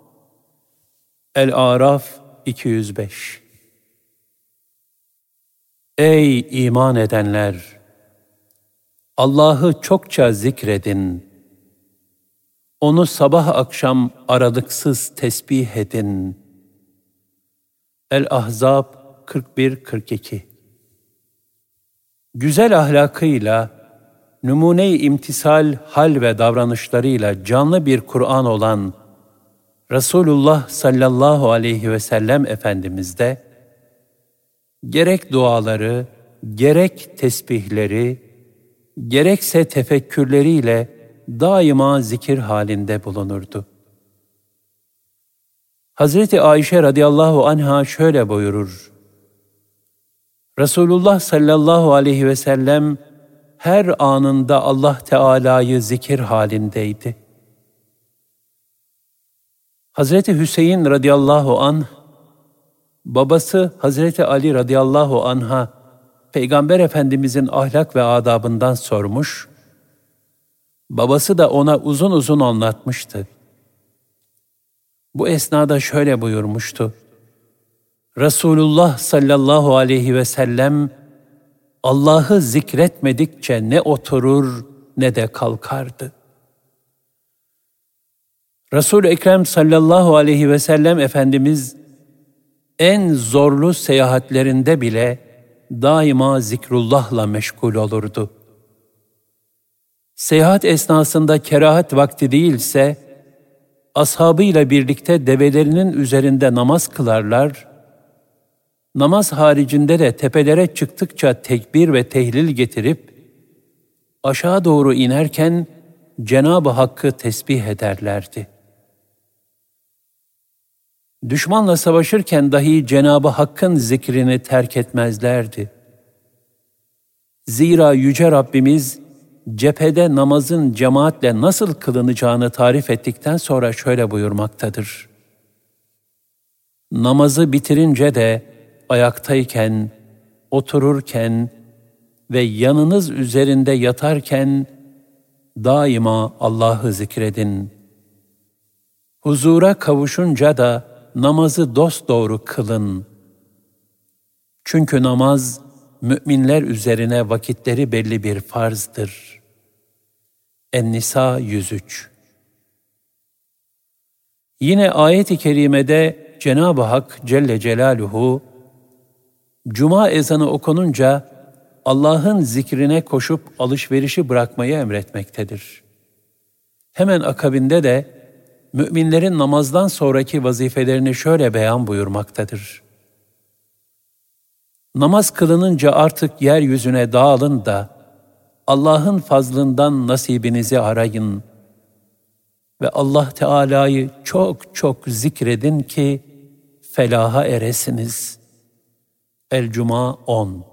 El-Araf 205. Ey iman edenler! Allah'ı çokça zikredin. Onu sabah akşam aralıksız tesbih edin. El-Ahzab 41-42. Güzel ahlakıyla, numune-i imtisal hal ve davranışlarıyla canlı bir Kur'an olan Resulullah sallallahu aleyhi ve sellem Efendimiz de gerek duaları, gerek tesbihleri, gerekse tefekkürleriyle daima zikir halinde bulunurdu. Hazreti Ayşe radıyallahu anha şöyle buyurur: Resulullah sallallahu aleyhi ve sellem her anında Allah Teala'yı zikir halindeydi. Hazreti Hüseyin radıyallahu anh babası Hazreti Ali radıyallahu anh'a Peygamber Efendimizin ahlak ve adabından sormuş, babası da ona uzun uzun anlatmıştı. Bu esnada şöyle buyurmuştu: Resulullah sallallahu aleyhi ve sellem, Allah'ı zikretmedikçe ne oturur ne de kalkardı. Resul-i Ekrem sallallahu aleyhi ve sellem Efendimiz, en zorlu seyahatlerinde bile daima zikrullahla meşgul olurdu. Seyahat esnasında kerahat vakti değilse, ashabıyla birlikte develerinin üzerinde namaz kılarlar, namaz haricinde de tepelere çıktıkça tekbir ve tehlil getirip, aşağı doğru inerken Cenab-ı Hakk'ı tesbih ederlerdi. Düşmanla savaşırken dahi Cenab-ı Hakk'ın zikrini terk etmezlerdi. Zira Yüce Rabbimiz, cephede namazın cemaatle nasıl kılınacağını tarif ettikten sonra şöyle buyurmaktadır: Namazı bitirince de ayaktayken, otururken ve yanınız üzerinde yatarken daima Allah'ı zikredin. Huzura kavuşunca da namazı dosdoğru kılın. Çünkü namaz, müminler üzerine vakitleri belli bir farzdır. En-Nisa 103. Yine ayet-i kerimede Cenab-ı Hak Celle Celaluhu, Cuma ezanı okununca Allah'ın zikrine koşup alışverişi bırakmayı emretmektedir. Hemen akabinde de müminlerin namazdan sonraki vazifelerini şöyle beyan buyurmaktadır: Namaz kılınınca artık yeryüzüne dağılın da Allah'ın fazlından nasibinizi arayın ve Allah Teala'yı çok çok zikredin ki felaha eresiniz. El-Cuma 10.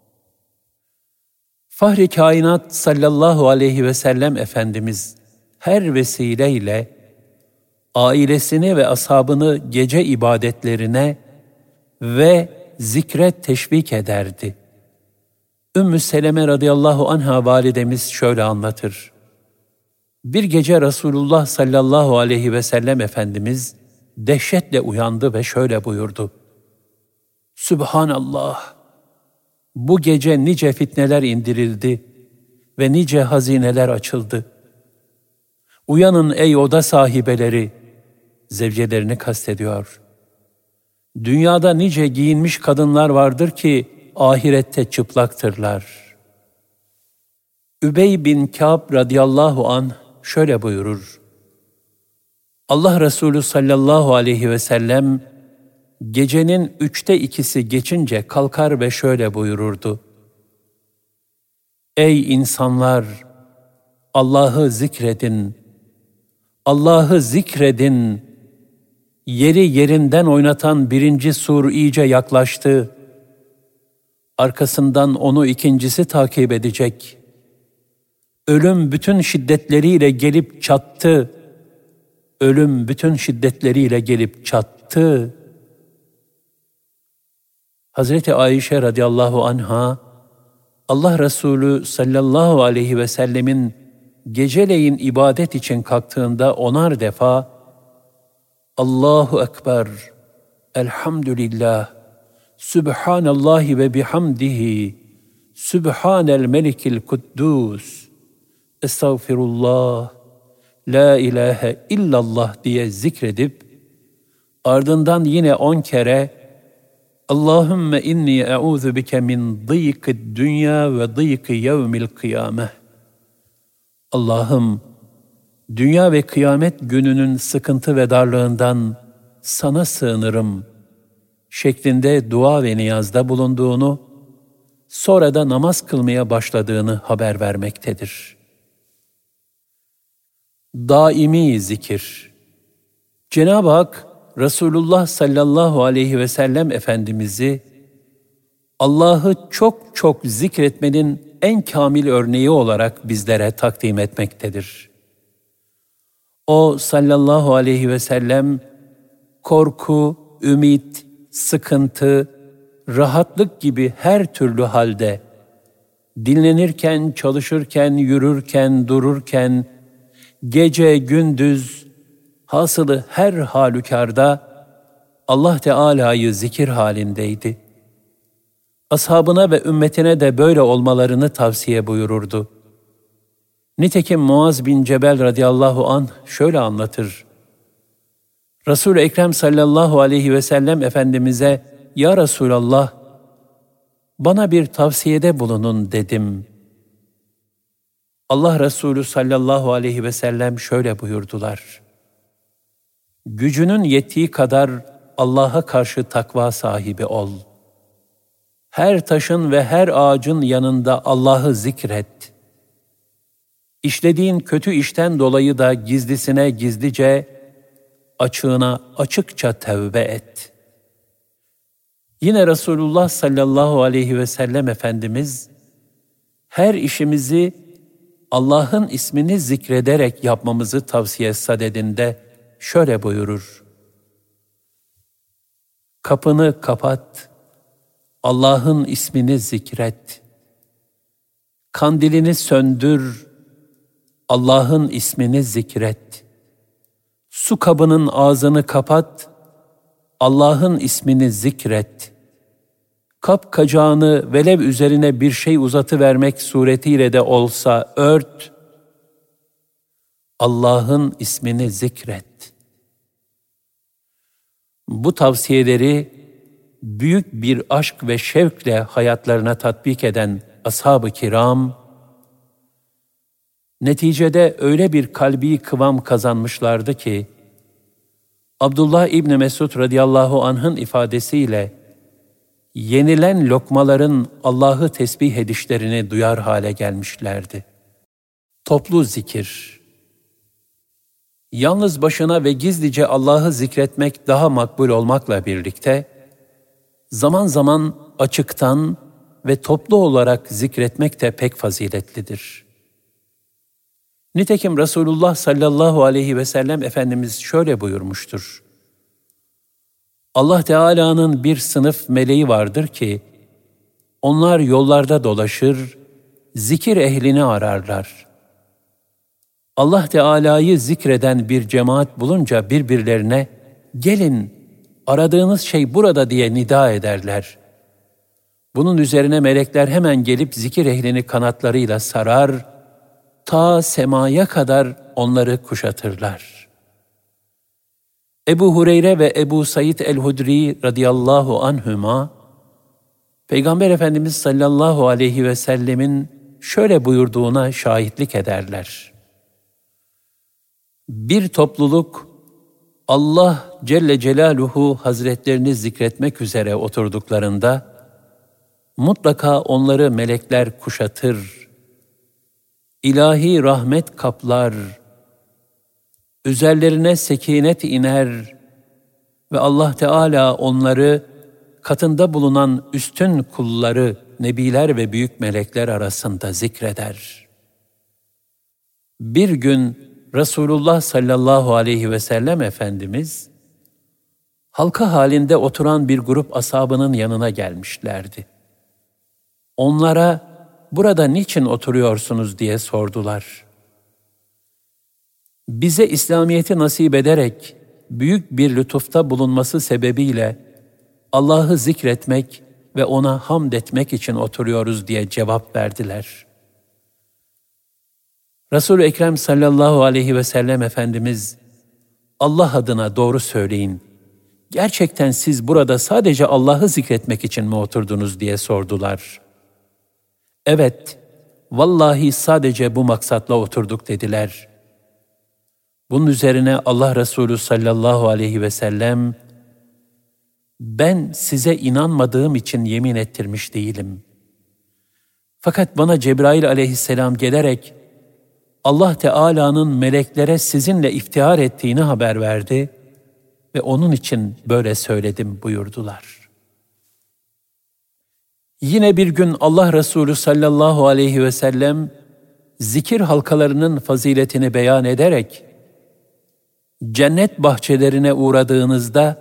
Fahri kainat sallallahu aleyhi ve sellem Efendimiz her vesileyle ailesini ve ashabını gece ibadetlerine ve zikre teşvik ederdi. Ümmü Seleme radıyallahu anha validemiz şöyle anlatır: Bir gece Resulullah sallallahu aleyhi ve sellem Efendimiz dehşetle uyandı ve şöyle buyurdu: Sübhanallah! Bu gece nice fitneler indirildi ve nice hazineler açıldı. Uyanın ey oda sahibeleri, zevcelerini kastediyor. Dünyada nice giyinmiş kadınlar vardır ki ahirette çıplaktırlar. Übey bin Kâb radıyallahu anh şöyle buyurur: Allah Resulü sallallahu aleyhi ve sellem gecenin 2/3 geçince kalkar ve şöyle buyururdu: Ey insanlar! Allah'ı zikredin, Allah'ı zikredin. Yeri yerinden oynatan 1. sur iyice yaklaştı. Arkasından onu 2.'si takip edecek. Ölüm bütün şiddetleriyle gelip çattı. Ölüm bütün şiddetleriyle gelip çattı. Hazreti Ayşe radıyallahu anha, Allah Resulü sallallahu aleyhi ve sellemin geceleyin ibadet için kalktığında 10'ar defa Allahu Ekber, Elhamdülillah, Sübhanallahi ve bihamdihi, Sübhanel Melikil Kuddus, Estağfirullah, La ilahe illallah diye zikredip, ardından yine 10 kere Allahümme inni e'udhu bike min dıyıkid dünya ve dıyıkı yevmil kıyameh. Allah'ım, dünya ve kıyamet gününün sıkıntı ve darlığından sana sığınırım şeklinde dua ve niyazda bulunduğunu, sonra da namaz kılmaya başladığını haber vermektedir. Daimi zikir. Cenab-ı Hak, Resulullah sallallahu aleyhi ve sellem Efendimiz'i Allah'ı çok çok zikretmenin en kamil örneği olarak bizlere takdim etmektedir. O sallallahu aleyhi ve sellem korku, ümit, sıkıntı, rahatlık gibi her türlü halde, dinlenirken, çalışırken, yürürken, dururken, gece, gündüz, hasılı her halükarda Allah Teala'yı zikir halindeydi. Ashabına ve ümmetine de böyle olmalarını tavsiye buyururdu. Nitekim Muaz bin Cebel radıyallahu anh şöyle anlatır. Resul-i Ekrem sallallahu aleyhi ve sellem Efendimiz'e, "Ya Resulallah, bana bir tavsiyede bulunun," dedim. Allah Resulü sallallahu aleyhi ve sellem şöyle buyurdular. "Gücünün yettiği kadar Allah'a karşı takva sahibi ol. Her taşın ve her ağacın yanında Allah'ı zikret. İşlediğin kötü işten dolayı da gizlisine gizlice, açığına açıkça tevbe et." Yine Resulullah sallallahu aleyhi ve sellem Efendimiz, her işimizi Allah'ın ismini zikrederek yapmamızı tavsiye sadedinde şöyle buyurur. "Kapını kapat, Allah'ın ismini zikret. Kandilini söndür, Allah'ın ismini zikret. Su kabının ağzını kapat, Allah'ın ismini zikret. Kapkacağını velev üzerine bir şey uzatıvermek suretiyle de olsa ört, Allah'ın ismini zikret." Bu tavsiyeleri büyük bir aşk ve şevkle hayatlarına tatbik eden ashab-ı kiram, neticede öyle bir kalbi kıvam kazanmışlardı ki, Abdullah İbni Mesud radıyallahu anh'ın ifadesiyle, yenilen lokmaların Allah'ı tesbih edişlerini duyar hale gelmişlerdi. Toplu zikir. Yalnız başına ve gizlice Allah'ı zikretmek daha makbul olmakla birlikte, zaman zaman açıktan ve toplu olarak zikretmek de pek faziletlidir. Nitekim Resulullah sallallahu aleyhi ve sellem Efendimiz şöyle buyurmuştur. Allah Teala'nın bir sınıf meleği vardır ki, onlar yollarda dolaşır, zikir ehlini ararlar. Allah Teala'yı zikreden bir cemaat bulunca birbirlerine, "Gelin, aradığınız şey burada," diye nida ederler. Bunun üzerine melekler hemen gelip zikir ehlini kanatlarıyla sarar, ta semaya kadar onları kuşatırlar. Ebu Hureyre ve Ebu Said el-Hudri radıyallahu anhüma, Peygamber Efendimiz sallallahu aleyhi ve sellemin şöyle buyurduğuna şahitlik ederler. Bir topluluk, Allah Celle Celaluhu Hazretlerini zikretmek üzere oturduklarında, mutlaka onları melekler kuşatır, ilahi rahmet kaplar, üzerlerine sekinet iner ve Allah Teala onları katında bulunan üstün kulları, nebiler ve büyük melekler arasında zikreder. Bir gün Resulullah sallallahu aleyhi ve sellem Efendimiz, halka halinde oturan bir grup ashabının yanına gelmişlerdi. Onlara, "Burada niçin oturuyorsunuz?" diye sordular. "Bize İslamiyet'i nasip ederek büyük bir lütufta bulunması sebebiyle Allah'ı zikretmek ve ona hamd etmek için oturuyoruz," diye cevap verdiler. Resul-i Ekrem sallallahu aleyhi ve sellem Efendimiz, "Allah adına doğru söyleyin, gerçekten siz burada sadece Allah'ı zikretmek için mi oturdunuz?" diye sordular. "Evet, vallahi sadece bu maksatla oturduk," dediler. Bunun üzerine Allah Resulü sallallahu aleyhi ve sellem, "Ben size inanmadığım için yemin ettirmiş değilim. Fakat bana Cebrail aleyhisselam gelerek, Allah Teala'nın meleklere sizinle iftihar ettiğini haber verdi ve onun için böyle söyledim," buyurdular. Yine bir gün Allah Resulü sallallahu aleyhi ve sellem zikir halkalarının faziletini beyan ederek, "Cennet bahçelerine uğradığınızda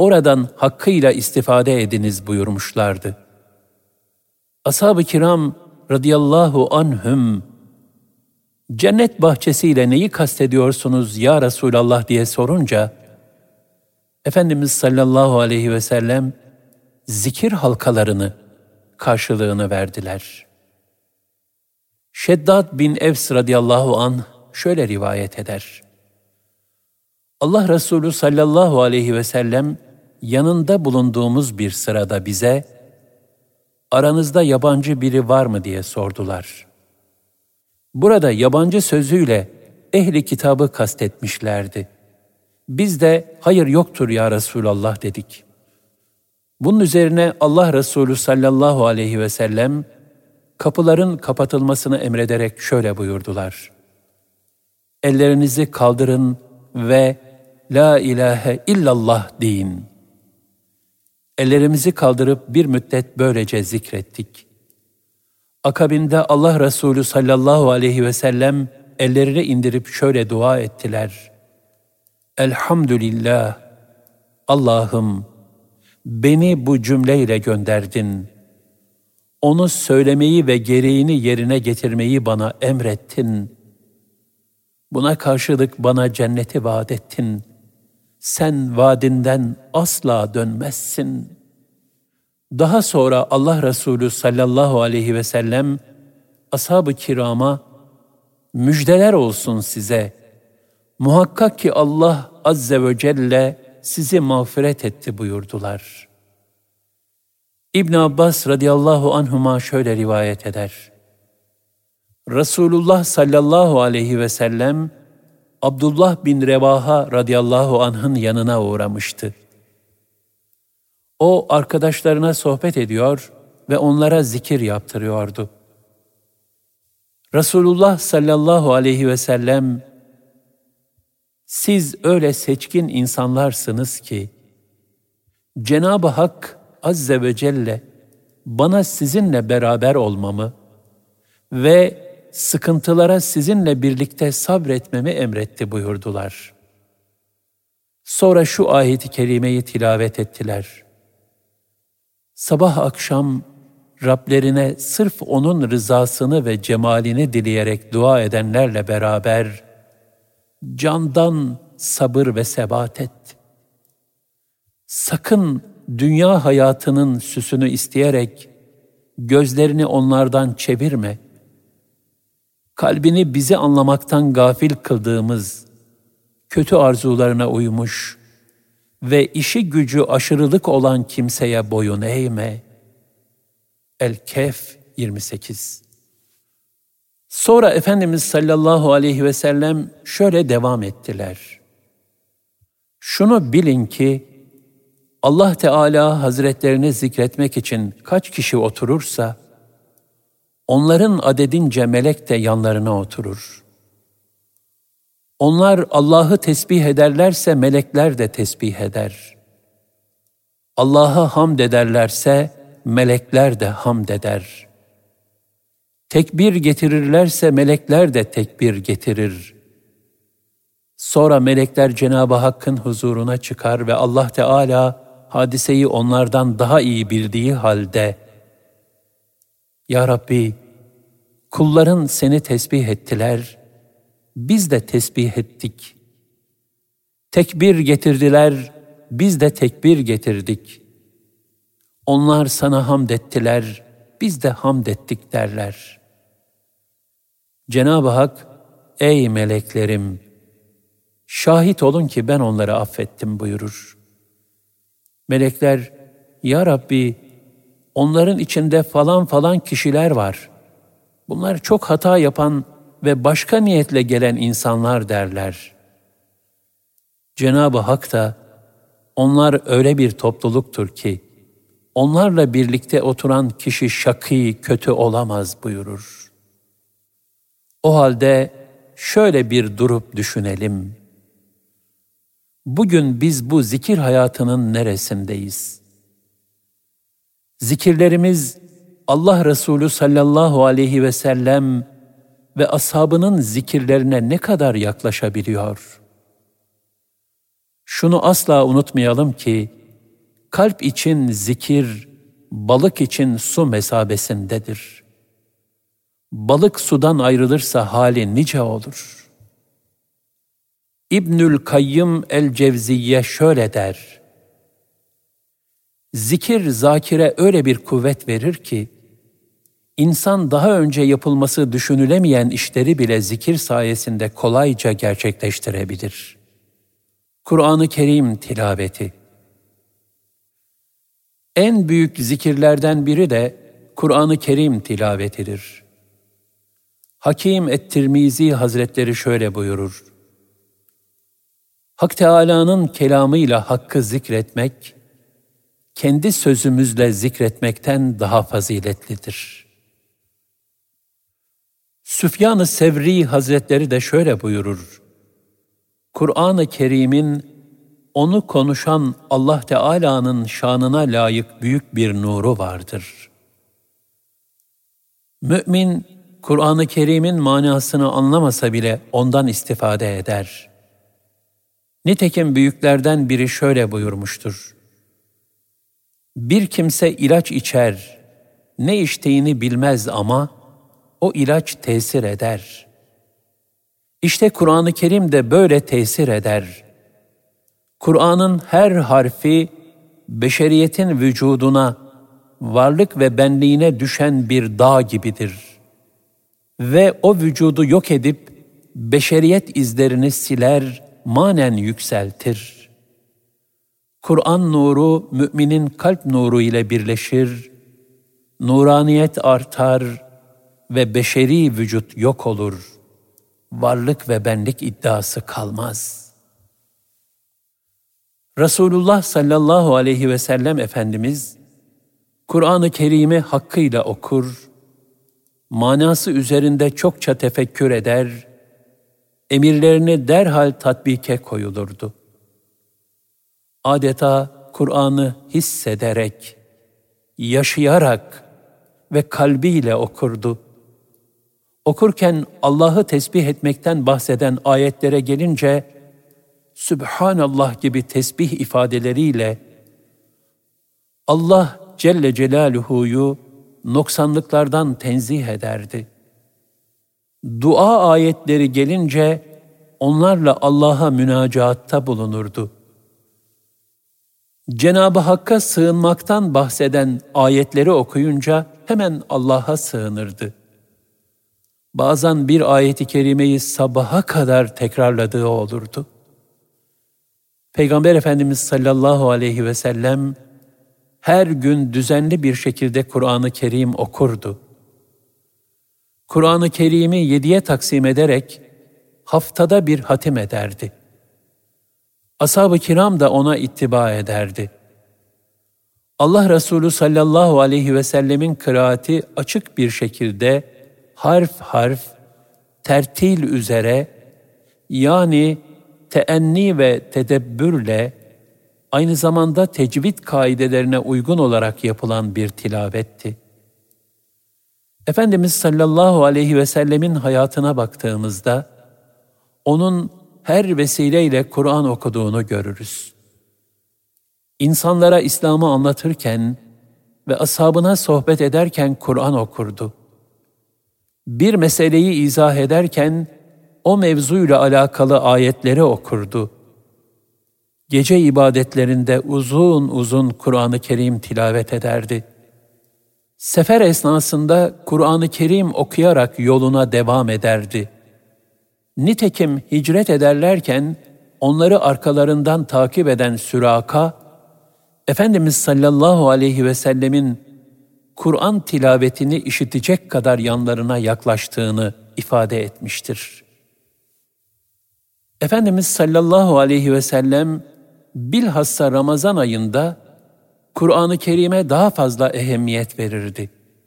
oradan hakkıyla istifade ediniz buyurmuşlardı. Ashab-ı kiram radıyallahu anhüm, cennet bahçesiyle neyi kastediyorsunuz ya Resulallah diye sorunca, Efendimiz sallallahu aleyhi ve sellem zikir halkalarını karşılığını verdiler. Şeddad bin Evs radıyallahu anh şöyle rivayet eder. Allah Resulü sallallahu aleyhi ve sellem yanında bulunduğumuz bir sırada bize, aranızda yabancı biri var mı diye sordular. Burada yabancı sözüyle ehli kitabı kastetmişlerdi. Biz de hayır yoktur ya Resulallah dedik. Bunun üzerine Allah Resulü sallallahu aleyhi ve sellem kapıların kapatılmasını emrederek şöyle buyurdular. Ellerinizi kaldırın ve La ilahe illallah deyin. Ellerimizi kaldırıp bir müddet böylece zikrettik. Akabinde Allah Resulü sallallahu aleyhi ve sellem ellerini indirip şöyle dua ettiler. Elhamdülillah, Allah'ım beni bu cümleyle gönderdin. Onu söylemeyi ve gereğini yerine getirmeyi bana emrettin. Buna karşılık bana cenneti vaat ettin. Sen vaadinden asla dönmezsin. Daha sonra Allah Resulü sallallahu aleyhi ve sellem ashab-ı kirama müjdeler olsun size. Muhakkak ki Allah azze ve celle sizi mağfiret etti buyurdular. İbn Abbas radıyallahu anhuma şöyle rivayet eder. Resulullah sallallahu aleyhi ve sellem Abdullah bin Revaha radıyallahu anh'ın yanına uğramıştı. O arkadaşlarına sohbet ediyor ve onlara zikir yaptırıyordu. Resulullah sallallahu aleyhi ve sellem, siz öyle seçkin insanlarsınız ki, Cenab-ı Hak azze ve celle bana sizinle beraber olmamı ve sıkıntılara sizinle birlikte sabretmemi emretti buyurdular. Sonra şu ayet-i kerimeyi tilavet ettiler. Sabah akşam Rablerine sırf onun rızasını ve cemalini dileyerek dua edenlerle beraber candan sabır ve sebat et. Sakın dünya hayatının süsünü isteyerek gözlerini onlardan çevirme. Kalbini bizi anlamaktan gafil kıldığımız kötü arzularına uymuş ve işi gücü aşırılık olan kimseye boyun eğme. El-Kehf 28. Sonra Efendimiz sallallahu aleyhi ve sellem şöyle devam ettiler. Şunu bilin ki Allah Teala Hazretlerini zikretmek için kaç kişi oturursa, onların adedince melek de yanlarına oturur. Onlar Allah'ı tesbih ederlerse melekler de tesbih eder. Allah'a hamd ederlerse melekler de hamd eder. Tekbir getirirlerse melekler de tekbir getirir. Sonra melekler Cenab-ı Hakk'ın huzuruna çıkar ve Allah Teala hadiseyi onlardan daha iyi bildiği halde, Ya Rabbi, kulların seni tesbih ettiler, biz de tesbih ettik. Tekbir getirdiler, biz de tekbir getirdik. Onlar sana hamd ettiler, biz de hamd ettik derler. Cenab-ı Hak, ey meleklerim, şahit olun ki ben onları affettim buyurur. Melekler, Ya Rabbi, onların içinde falan falan kişiler var. Bunlar çok hata yapan ve başka niyetle gelen insanlar derler. Cenab-ı Hak da, onlar öyle bir topluluktur ki, onlarla birlikte oturan kişi şakî, kötü olamaz buyurur. O halde şöyle bir durup düşünelim. Bugün biz bu zikir hayatının neresindeyiz? Zikirlerimiz Allah Resulü sallallahu aleyhi ve sellem ve ashabının zikirlerine ne kadar yaklaşabiliyor? Şunu asla unutmayalım ki kalp için zikir, balık için su mesabesindedir. Balık sudan ayrılırsa hali nice olur. İbnül Kayyım el-Cevziyye şöyle der: zikir zakire öyle bir kuvvet verir ki, İnsan daha önce yapılması düşünülemeyen işleri bile zikir sayesinde kolayca gerçekleştirebilir. Kur'an-ı Kerim tilaveti. En büyük zikirlerden biri de Kur'an-ı Kerim tilavetidir. Hakim et-Tirmizi Hazretleri şöyle buyurur: Hak Teâlâ'nın kelamıyla Hakk'ı zikretmek, kendi sözümüzle zikretmekten daha faziletlidir. Süfyan-ı Sevri Hazretleri de şöyle buyurur: Kur'an-ı Kerim'in onu konuşan Allah Teâlâ'nın şanına layık büyük bir nuru vardır. Mümin, Kur'an-ı Kerim'in manasını anlamasa bile ondan istifade eder. Nitekim büyüklerden biri şöyle buyurmuştur: Bir kimse ilaç içer, ne içtiğini bilmez ama o ilaç tesir eder. İşte Kur'an-ı Kerim de böyle tesir eder. Kur'an'ın her harfi beşeriyetin vücuduna, varlık ve benliğine düşen bir dağ gibidir. Ve o vücudu yok edip beşeriyet izlerini siler, manen yükseltir. Kur'an nuru müminin kalp nuru ile birleşir, nuraniyet artar ve beşeri vücut yok olur. Varlık ve benlik iddiası kalmaz. Resulullah sallallahu aleyhi ve sellem Efendimiz, Kur'an-ı Kerim'i hakkıyla okur, manası üzerinde çokça tefekkür eder, emirlerini derhal tatbike koyulurdu. Adeta Kur'an'ı hissederek, yaşayarak ve kalbiyle okurdu. Okurken Allah'ı tesbih etmekten bahseden ayetlere gelince, Sübhanallah gibi tesbih ifadeleriyle Allah Celle Celaluhu'yu noksanlıklardan tenzih ederdi. Dua ayetleri gelince onlarla Allah'a münacaatta bulunurdu. Cenab-ı Hakk'a sığınmaktan bahseden ayetleri okuyunca hemen Allah'a sığınırdı. Bazen bir ayet-i kerimeyi sabaha kadar tekrarladığı olurdu. Peygamber Efendimiz sallallahu aleyhi ve sellem her gün düzenli bir şekilde Kur'an-ı Kerim okurdu. Kur'an-ı Kerim'i 7'ye taksim ederek haftada bir hatim ederdi. Ashab-ı kiram da ona ittiba ederdi. Allah Resulü sallallahu aleyhi ve sellemin kıraati açık bir şekilde harf harf, tertil üzere, yani teenni ve tedebbürle, aynı zamanda tecvid kaidelerine uygun olarak yapılan bir tilavetti. Efendimiz sallallahu aleyhi ve sellemin hayatına baktığımızda, onun her vesileyle Kur'an okuduğunu görürüz. İnsanlara İslam'ı anlatırken ve ashabına sohbet ederken Kur'an okurdu. Bir meseleyi izah ederken o mevzuyla alakalı ayetleri okurdu. Gece ibadetlerinde uzun uzun Kur'an-ı Kerim tilavet ederdi. Sefer esnasında Kur'an-ı Kerim okuyarak yoluna devam ederdi. Nitekim hicret ederlerken onları arkalarından takip eden Süraka, Efendimiz sallallahu aleyhi ve sellemin Kur'an tilavetini işitecek kadar yanlarına yaklaştığını ifade etmiştir. Efendimiz sallallahu aleyhi ve sellem bilhassa Ramazan ayında Kur'an-ı Kerim'e daha fazla ehemmiyet verirdi.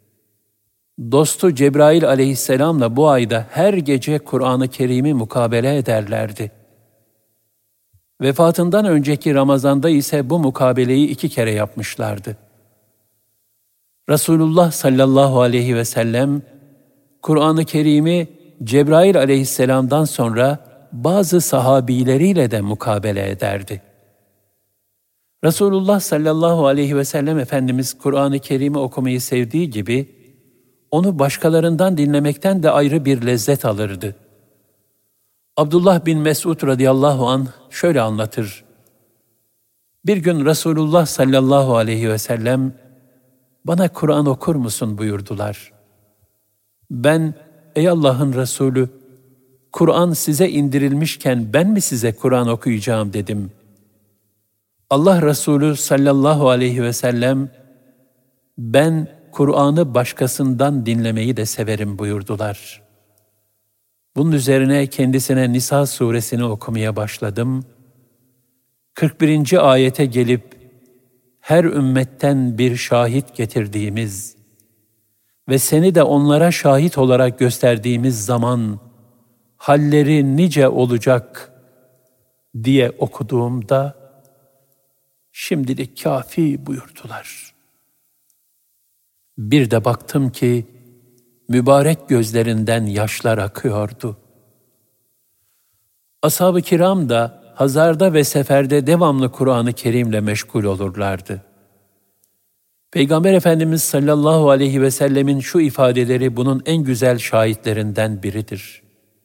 Dostu Cebrail aleyhisselamla bu ayda her gece Kur'an-ı Kerim'i mukabele ederlerdi. Vefatından önceki Ramazan'da ise bu mukabeleyi 2 kere yapmışlardı. Resulullah sallallahu aleyhi ve sellem, Kur'an-ı Kerim'i Cebrail aleyhisselamdan sonra bazı sahabileriyle de mukabele ederdi. Resulullah sallallahu aleyhi ve sellem Efendimiz Kur'an-ı Kerim'i okumayı sevdiği gibi, onu başkalarından dinlemekten de ayrı bir lezzet alırdı. Abdullah bin Mesud radıyallahu anh şöyle anlatır. Bir gün Resulullah sallallahu aleyhi ve sellem, bana Kur'an okur musun buyurdular. Ben, ey Allah'ın Resulü, Kur'an size indirilmişken ben mi size Kur'an okuyacağım dedim. Allah Resulü sallallahu aleyhi ve sellem, ben Kur'an'ı başkasından dinlemeyi de severim buyurdular. Bunun üzerine kendisine Nisa suresini okumaya başladım. 41. ayete gelip, her ümmetten bir şahit getirdiğimiz ve seni de onlara şahit olarak gösterdiğimiz zaman halleri nice olacak diye okuduğumda şimdilik kafi buyurdular. Bir de baktım ki mübarek gözlerinden yaşlar akıyordu. Ashab-ı kiram da hazarda ve seferde devamlı Kur'an-ı Kerim'le meşgul olurlardı. Peygamber Efendimiz sallallahu aleyhi ve sellemin şu ifadeleri bunun en güzel şahitlerinden biridir.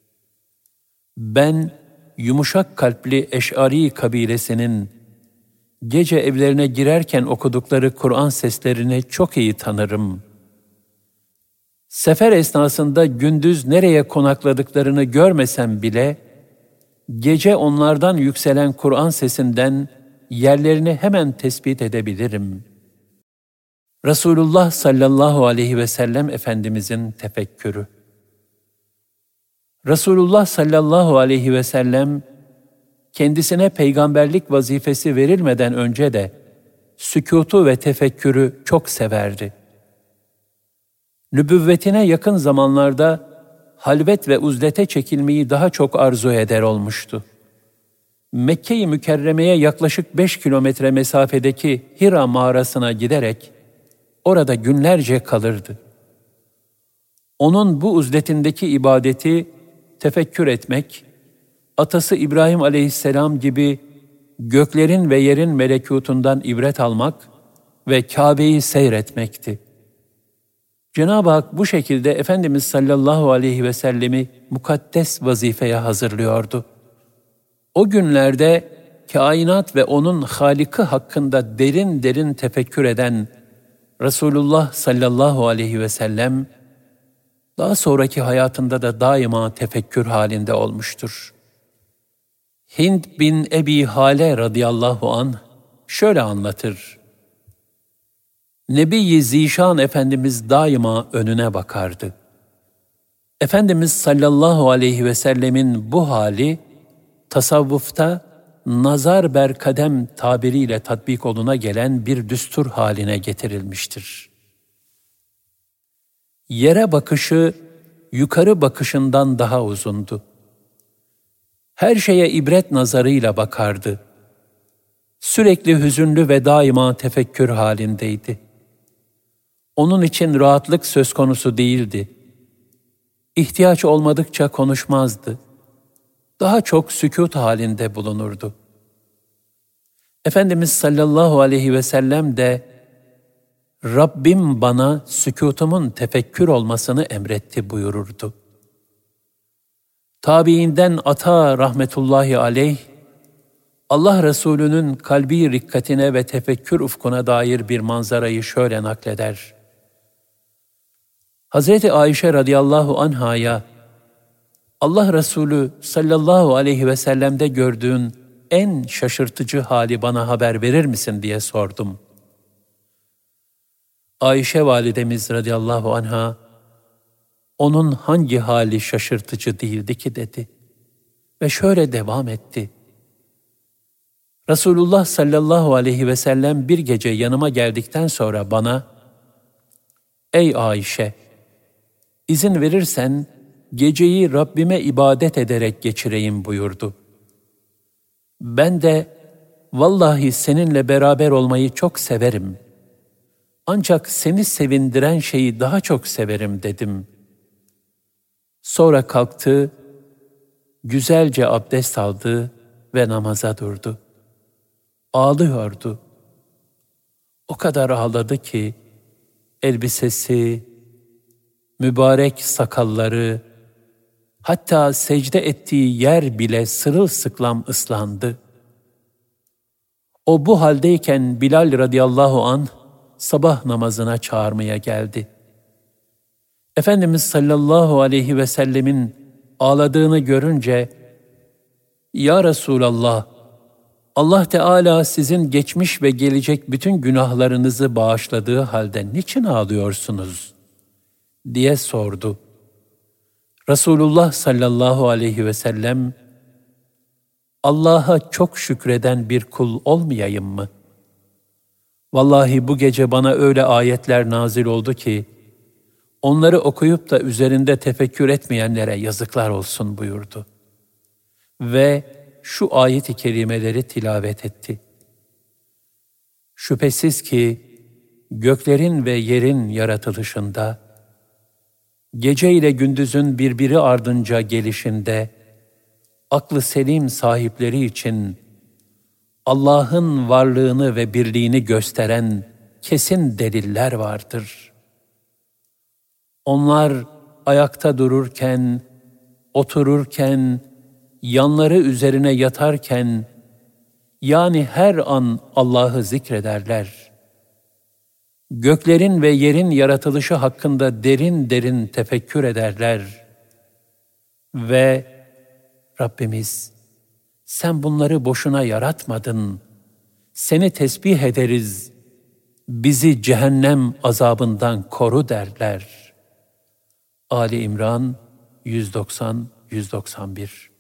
Ben, yumuşak kalpli Eş'ari kabilesinin gece evlerine girerken okudukları Kur'an seslerini çok iyi tanırım. Sefer esnasında gündüz nereye konakladıklarını görmesem bile, gece onlardan yükselen Kur'an sesinden yerlerini hemen tespit edebilirim. Resulullah sallallahu aleyhi ve sellem Efendimizin tefekkürü. Resulullah sallallahu aleyhi ve sellem, kendisine peygamberlik vazifesi verilmeden önce de sükûtu ve tefekkürü çok severdi. Nübüvvetine yakın zamanlarda halvet ve uzlete çekilmeyi daha çok arzu eder olmuştu. Mekke-i Mükerreme'ye yaklaşık 5 kilometre mesafedeki Hira mağarasına giderek orada günlerce kalırdı. Onun bu uzletindeki ibadeti tefekkür etmek, atası İbrahim aleyhisselam gibi göklerin ve yerin melekutundan ibret almak ve Kabe'yi seyretmekti. Cenab-ı Hak bu şekilde Efendimiz sallallahu aleyhi ve sellemi mukaddes vazifeye hazırlıyordu. O günlerde kainat ve onun Halik'i hakkında derin derin tefekkür eden Resulullah sallallahu aleyhi ve sellem, daha sonraki hayatında da daima tefekkür halinde olmuştur. Hind bin Ebi Hale radıyallahu anh şöyle anlatır. Nebi-i Zişan Efendimiz daima önüne bakardı. Efendimiz sallallahu aleyhi ve sellemin bu hali, tasavvufta nazar ber kadem tabiriyle tatbik oluna gelen bir düstur haline getirilmiştir. Yere bakışı, yukarı bakışından daha uzundu. Her şeye ibret nazarıyla bakardı. Sürekli hüzünlü ve daima tefekkür halindeydi. Onun için rahatlık söz konusu değildi. İhtiyaç olmadıkça konuşmazdı. Daha çok sükût halinde bulunurdu. Efendimiz sallallahu aleyhi ve sellem de Rabbim bana sükûtumun tefekkür olmasını emretti buyururdu. Tabiinden Ata rahmetullahi aleyh, Allah Resulü'nün kalbi rikkatine ve tefekkür ufkuna dair bir manzarayı şöyle nakleder. Hazreti Ayşe radıyallahu anhaya, Allah Resulü sallallahu aleyhi ve sellem'de gördüğün en şaşırtıcı hali bana haber verir misin diye sordum. Ayşe validemiz radıyallahu anha, onun hangi hali şaşırtıcı değildi ki dedi. Ve şöyle devam etti. Resulullah sallallahu aleyhi ve sellem bir gece yanıma geldikten sonra bana, ey Ayşe, izin verirsen geceyi Rabbime ibadet ederek geçireyim buyurdu. Ben de, vallahi seninle beraber olmayı çok severim. Ancak seni sevindiren şeyi daha çok severim dedim. Sonra kalktı, güzelce abdest aldı ve namaza durdu. Ağlıyordu. O kadar ağladı ki elbisesi, mübarek sakalları, hatta secde ettiği yer bile sırılsıklam ıslandı. O bu haldeyken Bilal radıyallahu anh sabah namazına çağırmaya geldi. Efendimiz sallallahu aleyhi ve sellemin ağladığını görünce, "Ya Resulallah, Allah Teala sizin geçmiş ve gelecek bütün günahlarınızı bağışladığı halde niçin ağlıyorsunuz?" diye sordu. Resulullah sallallahu aleyhi ve sellem, "Allah'a çok şükreden bir kul olmayayım mı? Vallahi bu gece bana öyle ayetler nazil oldu ki, onları okuyup da üzerinde tefekkür etmeyenlere yazıklar olsun" buyurdu. Ve şu ayet-i kerimeleri tilavet etti. "Şüphesiz ki göklerin ve yerin yaratılışında, gece ile gündüzün birbiri ardınca gelişinde, aklı selim sahipleri için Allah'ın varlığını ve birliğini gösteren kesin deliller vardır. Onlar ayakta dururken, otururken, yanları üzerine yatarken, yani her an Allah'ı zikrederler. Göklerin ve yerin yaratılışı hakkında derin derin tefekkür ederler. Ve Rabbimiz, sen bunları boşuna yaratmadın. Seni tesbih ederiz. Bizi cehennem azabından koru" derler. Ali İmran 190-191.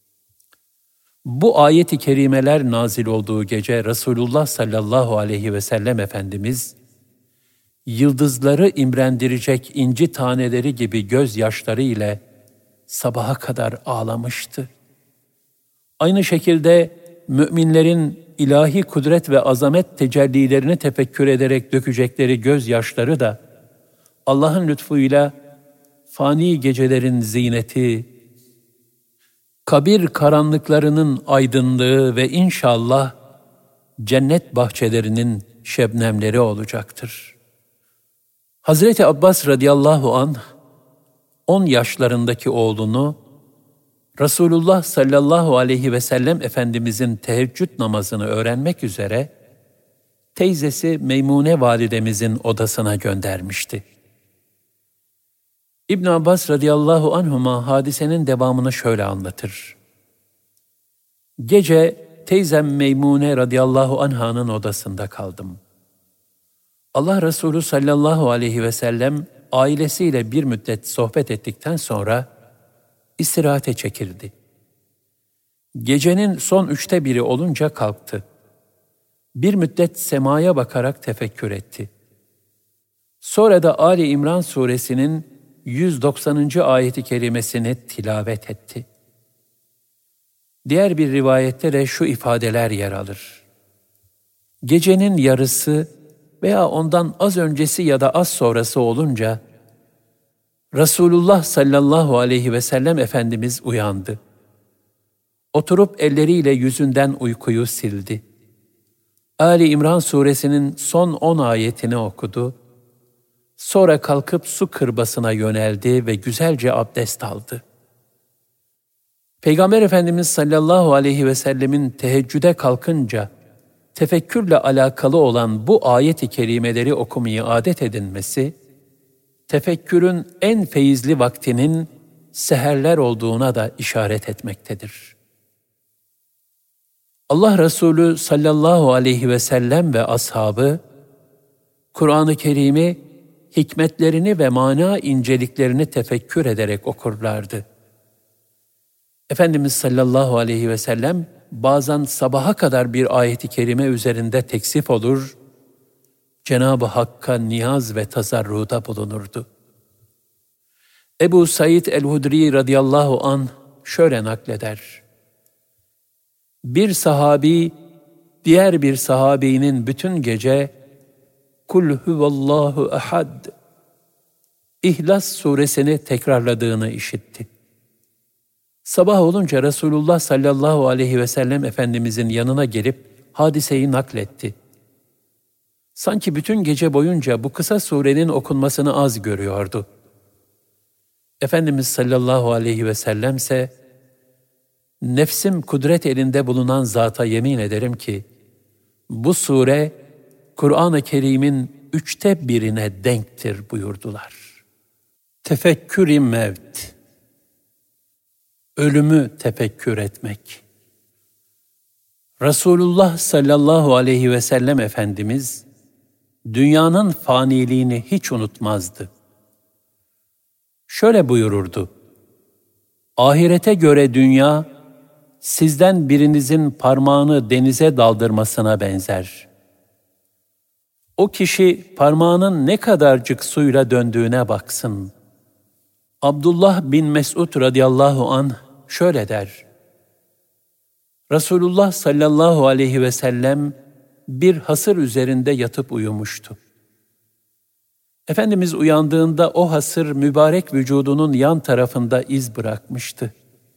Bu ayet-i kerimeler nazil olduğu gece Resulullah sallallahu aleyhi ve sellem Efendimiz, yıldızları imrendirecek inci taneleri gibi gözyaşları ile sabaha kadar ağlamıştı. Aynı şekilde müminlerin ilahi kudret ve azamet tecellilerini tefekkür ederek dökecekleri gözyaşları da Allah'ın lütfuyla fani gecelerin zineti, kabir karanlıklarının aydınlığı ve inşallah cennet bahçelerinin şebnemleri olacaktır. Hazreti Abbas radıyallahu anh 10 yaşlarındaki oğlunu Resulullah sallallahu aleyhi ve sellem Efendimizin teheccüd namazını öğrenmek üzere teyzesi Meymune validemizin odasına göndermişti. İbn Abbas radıyallahu anhuma hadisenin devamını şöyle anlatır. "Gece teyzem Meymune radıyallahu anhanın odasında kaldım. Allah Resulü sallallahu aleyhi ve sellem ailesiyle bir müddet sohbet ettikten sonra istirahate çekildi. Gecenin son 1/3 olunca kalktı. Bir müddet semaya bakarak tefekkür etti. Sonra da Ali İmran suresinin 190. ayeti kerimesini tilavet etti. Diğer bir rivayette de şu ifadeler yer alır. Gecenin yarısı veya ondan az öncesi ya da az sonrası olunca Resulullah sallallahu aleyhi ve sellem Efendimiz uyandı. Oturup elleriyle yüzünden uykuyu sildi. Ali İmran suresinin son 10 ayetini okudu. Sonra kalkıp su kırbasına yöneldi ve güzelce abdest aldı. Peygamber Efendimiz sallallahu aleyhi ve sellemin teheccüde kalkınca tefekkürle alakalı olan bu ayet-i kerimeleri okumayı adet edinmesi, tefekkürün en feyizli vaktinin seherler olduğuna da işaret etmektedir. Allah Resulü sallallahu aleyhi ve sellem ve ashabı, Kur'an-ı Kerim'i, hikmetlerini ve mana inceliklerini tefekkür ederek okurlardı. Efendimiz sallallahu aleyhi ve sellem bazen sabaha kadar bir ayet-i kerime üzerinde teksif olur, Cenab-ı Hakk'a niyaz ve tazarruda bulunurdu. Ebu Said el-Hudri radıyallahu anh şöyle nakleder. Bir sahabi, diğer bir sahabinin bütün gece Kul huvallahu ahad, İhlas suresini tekrarladığını işitti. Sabah olunca Resulullah sallallahu aleyhi ve sellem Efendimizin yanına gelip hadiseyi nakletti. Sanki bütün gece boyunca bu kısa surenin okunmasını az görüyordu. Efendimiz sallallahu aleyhi ve sellem ise, "Nefsim kudret elinde bulunan zata yemin ederim ki, bu sure Kur'an-ı Kerim'in 1/3'üne denktir" buyurdular. Tefekkür-i mevt, ölümü tefekkür etmek. Resulullah sallallahu aleyhi ve sellem Efendimiz, dünyanın faniliğini hiç unutmazdı. Şöyle buyururdu: "Ahirete göre dünya, sizden birinizin parmağını denize daldırmasına benzer. O kişi parmağının ne kadarcık suyla döndüğüne baksın." Abdullah bin Mes'ud radıyallahu anh şöyle der: Resulullah sallallahu aleyhi ve sellem bir hasır üzerinde yatıp uyumuştu. Efendimiz uyandığında o hasır mübarek vücudunun yan tarafında iz bırakmıştı.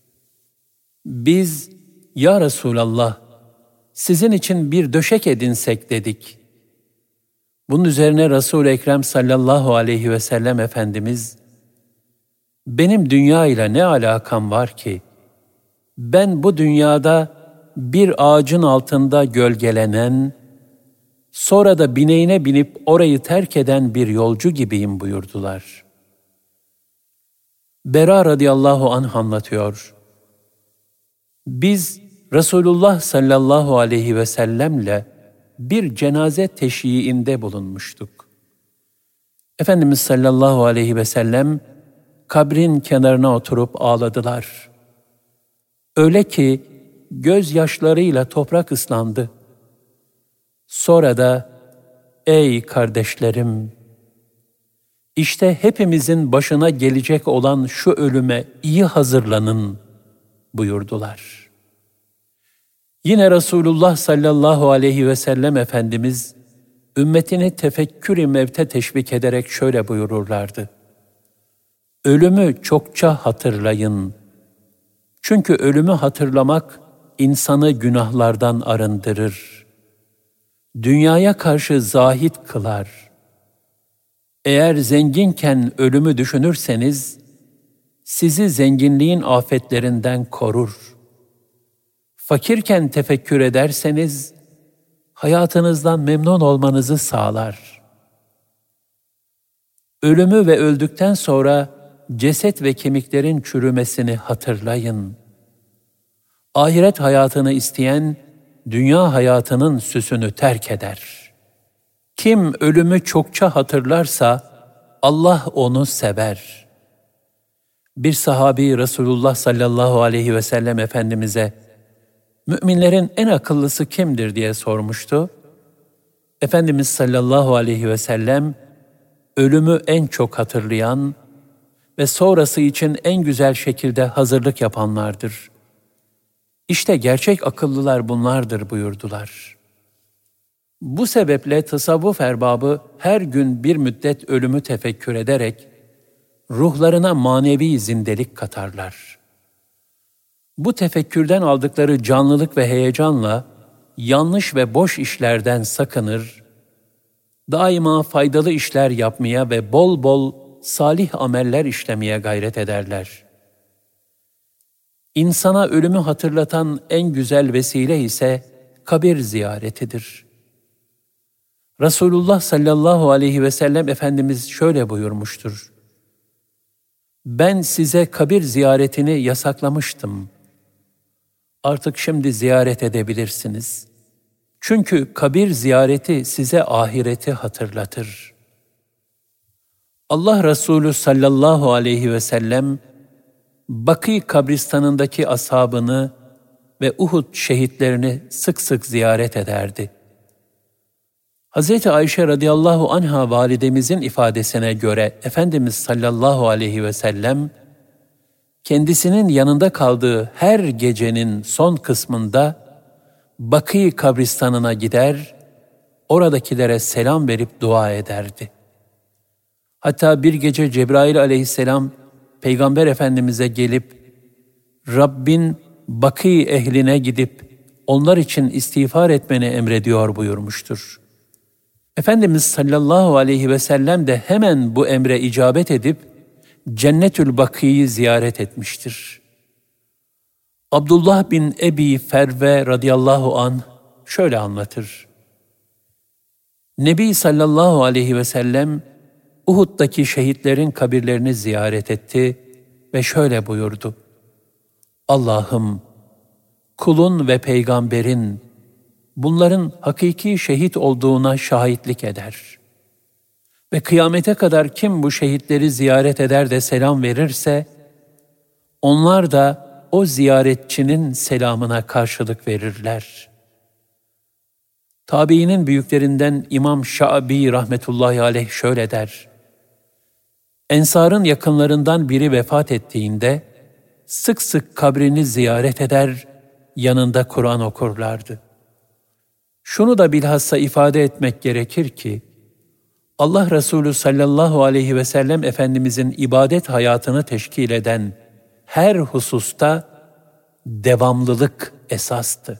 Biz, "Ya Resulallah, sizin için bir döşek edinsek" dedik. Bunun üzerine Resul-i Ekrem sallallahu aleyhi ve sellem Efendimiz, "Benim dünya ile ne alakam var ki? Ben bu dünyada bir ağacın altında gölgelenen, sonra da bineğine binip orayı terk eden bir yolcu gibiyim" buyurdular. Bera radıyallahu anh anlatıyor: Biz Resulullah sallallahu aleyhi ve sellemle bir cenaze teşyiğinde bulunmuştuk. Efendimiz sallallahu aleyhi ve sellem kabrin kenarına oturup ağladılar. Öyle ki gözyaşlarıyla toprak ıslandı. Sonra da, "Ey kardeşlerim, işte hepimizin başına gelecek olan şu ölüme iyi hazırlanın" buyurdular. Yine Resulullah sallallahu aleyhi ve sellem Efendimiz, ümmetini tefekkür-i mevte teşvik ederek şöyle buyururlardı: "Ölümü çokça hatırlayın. Çünkü ölümü hatırlamak insanı günahlardan arındırır. Dünyaya karşı zahid kılar. Eğer zenginken ölümü düşünürseniz, sizi zenginliğin afetlerinden korur. Fakirken tefekkür ederseniz, hayatınızdan memnun olmanızı sağlar. Ölümü ve öldükten sonra ceset ve kemiklerin çürümesini hatırlayın. Ahiret hayatını isteyen, dünya hayatının süsünü terk eder. Kim ölümü çokça hatırlarsa, Allah onu sever." Bir sahabi Resulullah sallallahu aleyhi ve sellem Efendimiz'e, "Müminlerin en akıllısı kimdir?" diye sormuştu. Efendimiz sallallahu aleyhi ve sellem, ölümü en çok hatırlayan ve sonrası için en güzel şekilde hazırlık yapanlardır. İşte gerçek akıllılar bunlardır buyurdular. Bu sebeple tasavvuf erbabı her gün bir müddet ölümü tefekkür ederek ruhlarına manevi zindelik katarlar. Bu tefekkürden aldıkları canlılık ve heyecanla yanlış ve boş işlerden sakınır, daima faydalı işler yapmaya ve bol bol salih ameller işlemeye gayret ederler. İnsana ölümü hatırlatan en güzel vesile ise kabir ziyaretidir. Resulullah sallallahu aleyhi ve sellem Efendimiz şöyle buyurmuştur: "Ben size kabir ziyaretini yasaklamıştım. Artık şimdi ziyaret edebilirsiniz. Çünkü kabir ziyareti size ahireti hatırlatır." Allah Resulü sallallahu aleyhi ve sellem, Bakî kabristanındaki ashabını ve Uhud şehitlerini sık sık ziyaret ederdi. Hz. Ayşe radıyallahu anha validemizin ifadesine göre Efendimiz sallallahu aleyhi ve sellem, kendisinin yanında kaldığı her gecenin son kısmında Bakî kabristanına gider, oradakilere selam verip dua ederdi. Hatta bir gece Cebrail aleyhisselam Peygamber Efendimiz'e gelip, "Rabbin Bakî ehline gidip onlar için istiğfar etmeni emrediyor" buyurmuştur. Efendimiz sallallahu aleyhi ve sellem de hemen bu emre icabet edip Cennetül Bakî'yi ziyaret etmiştir. Abdullah bin Ebi Ferve radıyallahu anh şöyle anlatır. Nebi sallallahu aleyhi ve sellem Uhud'daki şehitlerin kabirlerini ziyaret etti ve şöyle buyurdu. Allah'ım, kulun ve peygamberin bunların hakiki şehit olduğuna şahitlik eder. Ve kıyamete kadar kim bu şehitleri ziyaret eder de selam verirse, onlar da o ziyaretçinin selamına karşılık verirler. Tabiinin büyüklerinden İmam Şa'bi rahmetullahi aleyh şöyle der. Ensar'ın yakınlarından biri vefat ettiğinde sık sık kabrini ziyaret eder, yanında Kur'an okurlardı. Şunu da bilhassa ifade etmek gerekir ki, Allah Resulü sallallahu aleyhi ve sellem Efendimizin ibadet hayatını teşkil eden her hususta devamlılık esastı.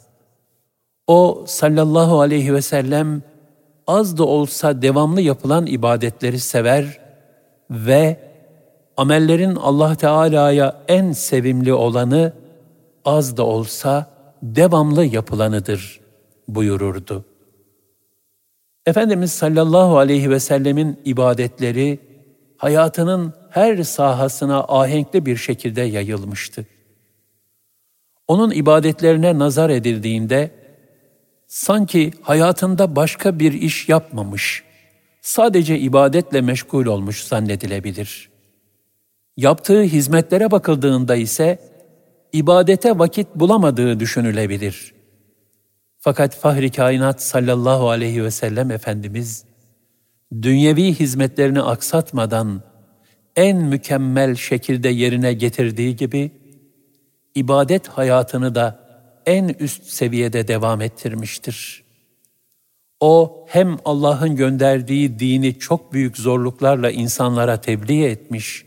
O sallallahu aleyhi ve sellem az da olsa devamlı yapılan ibadetleri sever ve amellerin Allah Teala'ya en sevimli olanı az da olsa devamlı yapılanıdır buyururdu. Efendimiz sallallahu aleyhi ve sellemin ibadetleri hayatının her sahasına ahenkli bir şekilde yayılmıştı. Onun ibadetlerine nazar edildiğinde sanki hayatında başka bir iş yapmamış, sadece ibadetle meşgul olmuş zannedilebilir. Yaptığı hizmetlere bakıldığında ise ibadete vakit bulamadığı düşünülebilir. Fakat Fahri Kainat sallallahu aleyhi ve sellem Efendimiz, dünyevi hizmetlerini aksatmadan en mükemmel şekilde yerine getirdiği gibi, ibadet hayatını da en üst seviyede devam ettirmiştir. O hem Allah'ın gönderdiği dini çok büyük zorluklarla insanlara tebliğ etmiş,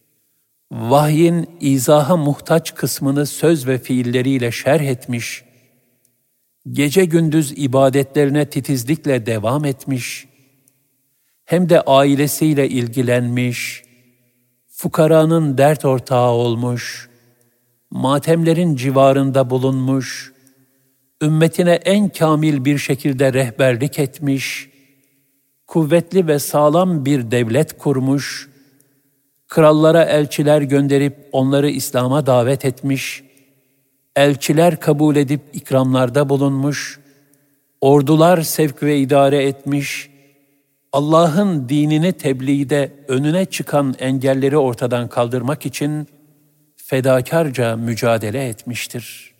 vahyin izaha muhtaç kısmını söz ve fiilleriyle şerh etmiş, gece gündüz ibadetlerine titizlikle devam etmiş, hem de ailesiyle ilgilenmiş, fukaranın dert ortağı olmuş, matemlerin civarında bulunmuş, ümmetine en kamil bir şekilde rehberlik etmiş, kuvvetli ve sağlam bir devlet kurmuş, krallara elçiler gönderip onları İslam'a davet etmiş, elçiler kabul edip ikramlarda bulunmuş, ordular sevk ve idare etmiş, Allah'ın dinini tebliğde önüne çıkan engelleri ortadan kaldırmak için fedakarca mücadele etmiştir.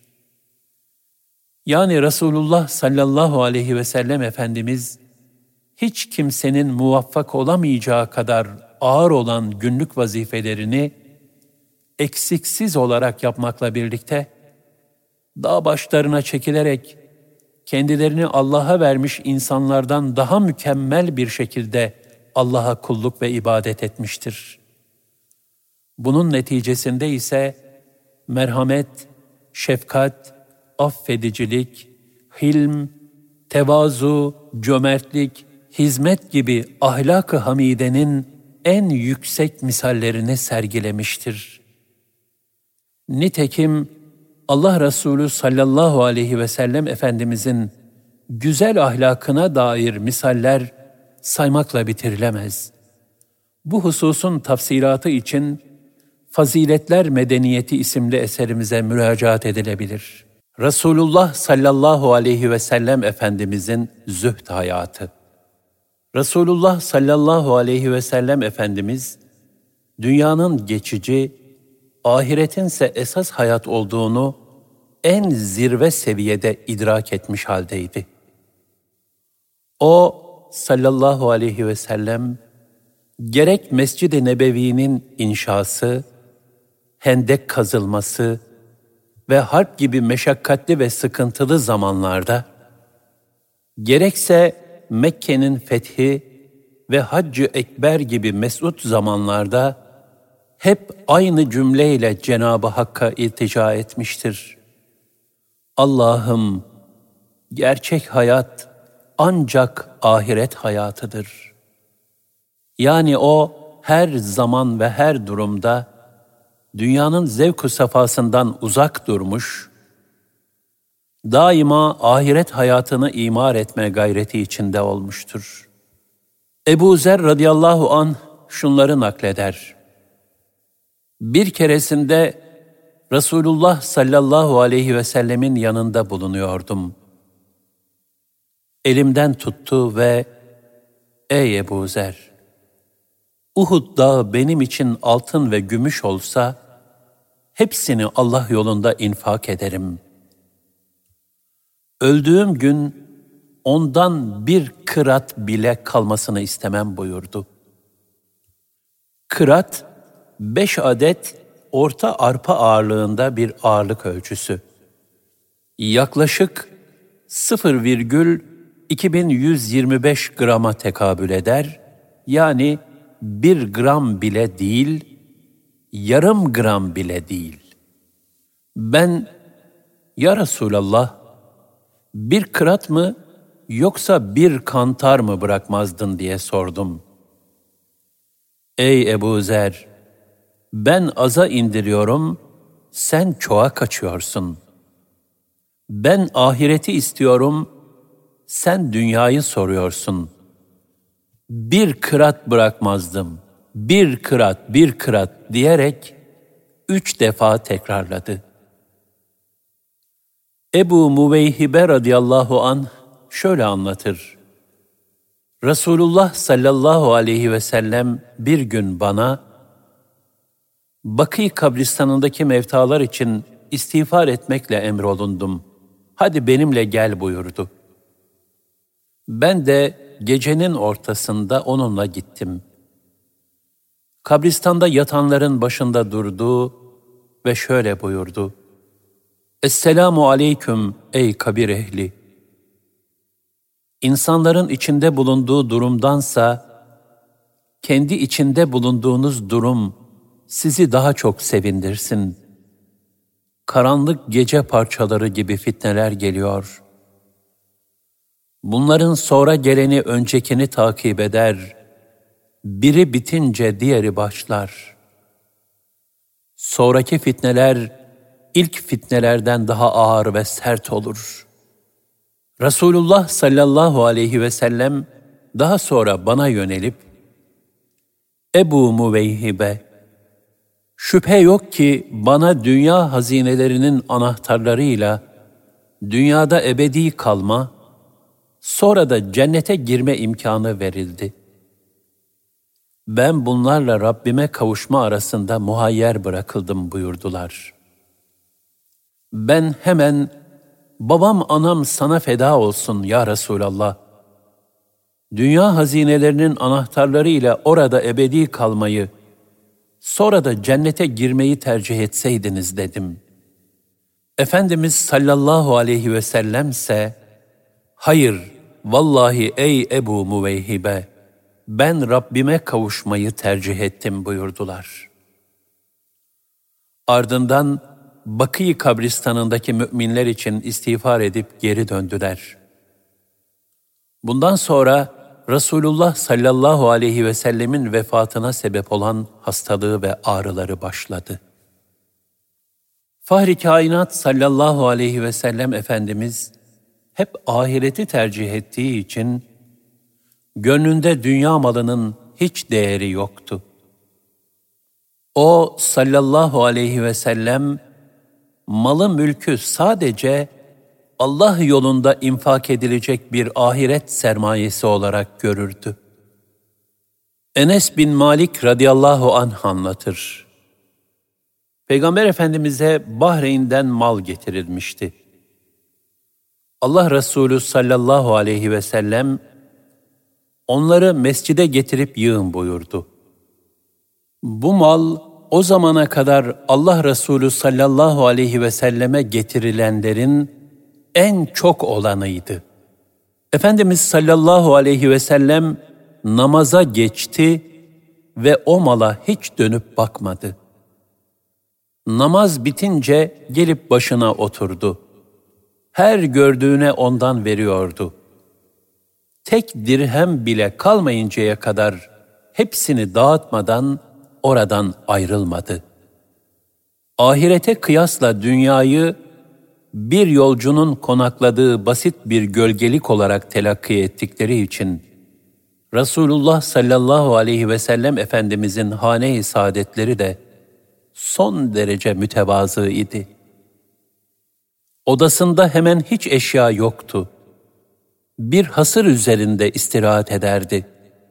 Yani Resulullah sallallahu aleyhi ve sellem Efendimiz, hiç kimsenin muvaffak olamayacağı kadar ağır olan günlük vazifelerini eksiksiz olarak yapmakla birlikte, dağ başlarına çekilerek kendilerini Allah'a vermiş insanlardan daha mükemmel bir şekilde Allah'a kulluk ve ibadet etmiştir. Bunun neticesinde ise merhamet, şefkat, affedicilik, hilm, tevazu, cömertlik, hizmet gibi ahlak-ı hamidenin en yüksek misallerini sergilemiştir. Nitekim Allah Resulü sallallahu aleyhi ve sellem Efendimizin güzel ahlakına dair misaller saymakla bitirilemez. Bu hususun tafsilatı için Faziletler Medeniyeti isimli eserimize müracaat edilebilir. Resulullah sallallahu aleyhi ve sellem Efendimizin zühd hayatı. Resulullah sallallahu aleyhi ve sellem Efendimiz, dünyanın geçici, ahiretin ise esas hayat olduğunu en zirve seviyede idrak etmiş haldeydi. O sallallahu aleyhi ve sellem, gerek Mescid-i Nebevi'nin inşası, hendek kazılması ve harp gibi meşakkatli ve sıkıntılı zamanlarda, gerekse Mekke'nin fethi ve Hac-ı Ekber gibi mesut zamanlarda hep aynı cümleyle Cenab-ı Hakk'a iltica etmiştir. Allah'ım, gerçek hayat ancak ahiret hayatıdır. Yani o her zaman ve her durumda dünyanın zevk-ü safasından uzak durmuş, daima ahiret hayatını imar etme gayreti içinde olmuştur. Ebu Zer radıyallahu anh şunları nakleder. Bir keresinde Resulullah sallallahu aleyhi ve sellemin yanında bulunuyordum. Elimden tuttu ve "Ey Ebu Zer, Uhud dağı benim için altın ve gümüş olsa, hepsini Allah yolunda infak ederim. Öldüğüm gün ondan bir kırat bile kalmasını istemem" buyurdu. Kırat, 5 adet orta arpa ağırlığında bir ağırlık ölçüsü. Yaklaşık 0,2125 grama tekabül eder, yani 1 gram bile değil, yarım gram bile değil. Ben, "Ya Resulallah, bir kırat mı yoksa bir kantar mı bırakmazdın?" diye sordum. "Ey Ebu Zer, ben aza indiriyorum, sen çoğa kaçıyorsun. Ben ahireti istiyorum, sen dünyayı soruyorsun. Bir kırat bırakmazdım, bir kırat, bir kırat" diyerek 3 defa tekrarladı. Ebu Muveyhibe radıyallahu anh şöyle anlatır. Resulullah sallallahu aleyhi ve sellem bir gün bana, "Bakî kabristanındaki mevtalar için istiğfar etmekle emrolundum. Hadi benimle gel" buyurdu. Ben de gecenin ortasında onunla gittim. Kabristanda yatanların başında durdu ve şöyle buyurdu. "Esselamu aleyküm ey kabir ehli. İnsanların içinde bulunduğu durumdansa, kendi içinde bulunduğunuz durum sizi daha çok sevindirsin. Karanlık gece parçaları gibi fitneler geliyor. Bunların sonra geleni öncekini takip eder. Biri bitince diğeri başlar. Sonraki fitneler ilk fitnelerden daha ağır ve sert olur." Resulullah sallallahu aleyhi ve sellem daha sonra bana yönelip, "Ebu Muveyhibe, şüphe yok ki bana dünya hazinelerinin anahtarlarıyla dünyada ebedi kalma, sonra da cennete girme imkanı verildi. Ben bunlarla Rabbime kavuşma arasında muhayyer bırakıldım" buyurdular. Ben hemen, "Babam anam sana feda olsun ya Resulallah. Dünya hazinelerinin anahtarlarıyla orada ebedi kalmayı, sonra da cennete girmeyi tercih etseydiniz" dedim. Efendimiz sallallahu aleyhi ve sellem ise, "Hayır, vallahi ey Ebu Muveyhibe, ben Rabbime kavuşmayı tercih ettim" buyurdular. Ardından Bakî kabristanındaki müminler için istiğfar edip geri döndüler. Bundan sonra Resulullah sallallahu aleyhi ve sellemin vefatına sebep olan hastalığı ve ağrıları başladı. Fahri kainat sallallahu aleyhi ve sellem Efendimiz hep ahireti tercih ettiği için gönlünde dünya malının hiç değeri yoktu. O sallallahu aleyhi ve sellem malı mülkü sadece Allah yolunda infak edilecek bir ahiret sermayesi olarak görürdü. Enes bin Malik radıyallahu anh anlatır. Peygamber Efendimiz'e Bahreyn'den mal getirilmişti. Allah Resulü sallallahu aleyhi ve sellem onları mescide getirip yığın buyurdu. Bu mal o zamana kadar Allah Resulü sallallahu aleyhi ve selleme getirilenlerin en çok olanıydı. Efendimiz sallallahu aleyhi ve sellem namaza geçti ve o mala hiç dönüp bakmadı. Namaz bitince gelip başına oturdu. Her gördüğüne ondan veriyordu. tek dirhem bile kalmayıncaya kadar hepsini dağıtmadan oradan ayrılmadı. Ahirete kıyasla dünyayı bir yolcunun konakladığı basit bir gölgelik olarak telakki ettikleri için Resulullah sallallahu aleyhi ve sellem Efendimizin hane-i saadetleri de son derece mütevazı idi. Odasında hemen hiç eşya yoktu. Bir hasır üzerinde istirahat ederdi.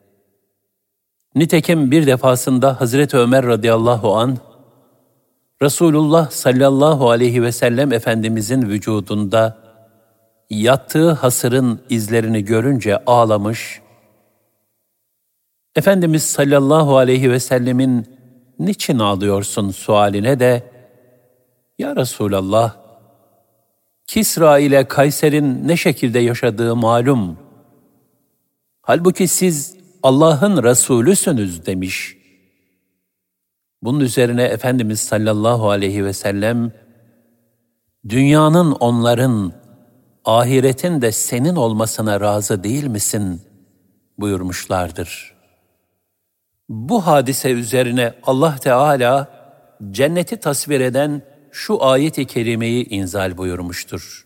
Nitekim bir defasında Hazreti Ömer radıyallahu anh, Resulullah sallallahu aleyhi ve sellem Efendimizin vücudunda yattığı hasırın izlerini görünce ağlamış, Efendimiz sallallahu aleyhi ve sellemin "Niçin ağlıyorsun?" sualine de, "Ya Resulallah, Kisra ile Kayser'in ne şekilde yaşadığı malum. Halbuki siz Allah'ın Resulüsünüz" demiş. Bunun üzerine Efendimiz sallallahu aleyhi ve sellem, "Dünyanın onların, ahiretin de senin olmasına razı değil misin?" buyurmuşlardır. Bu hadise üzerine Allah Teala cenneti tasvir eden şu ayet-i kerimeyi inzal buyurmuştur.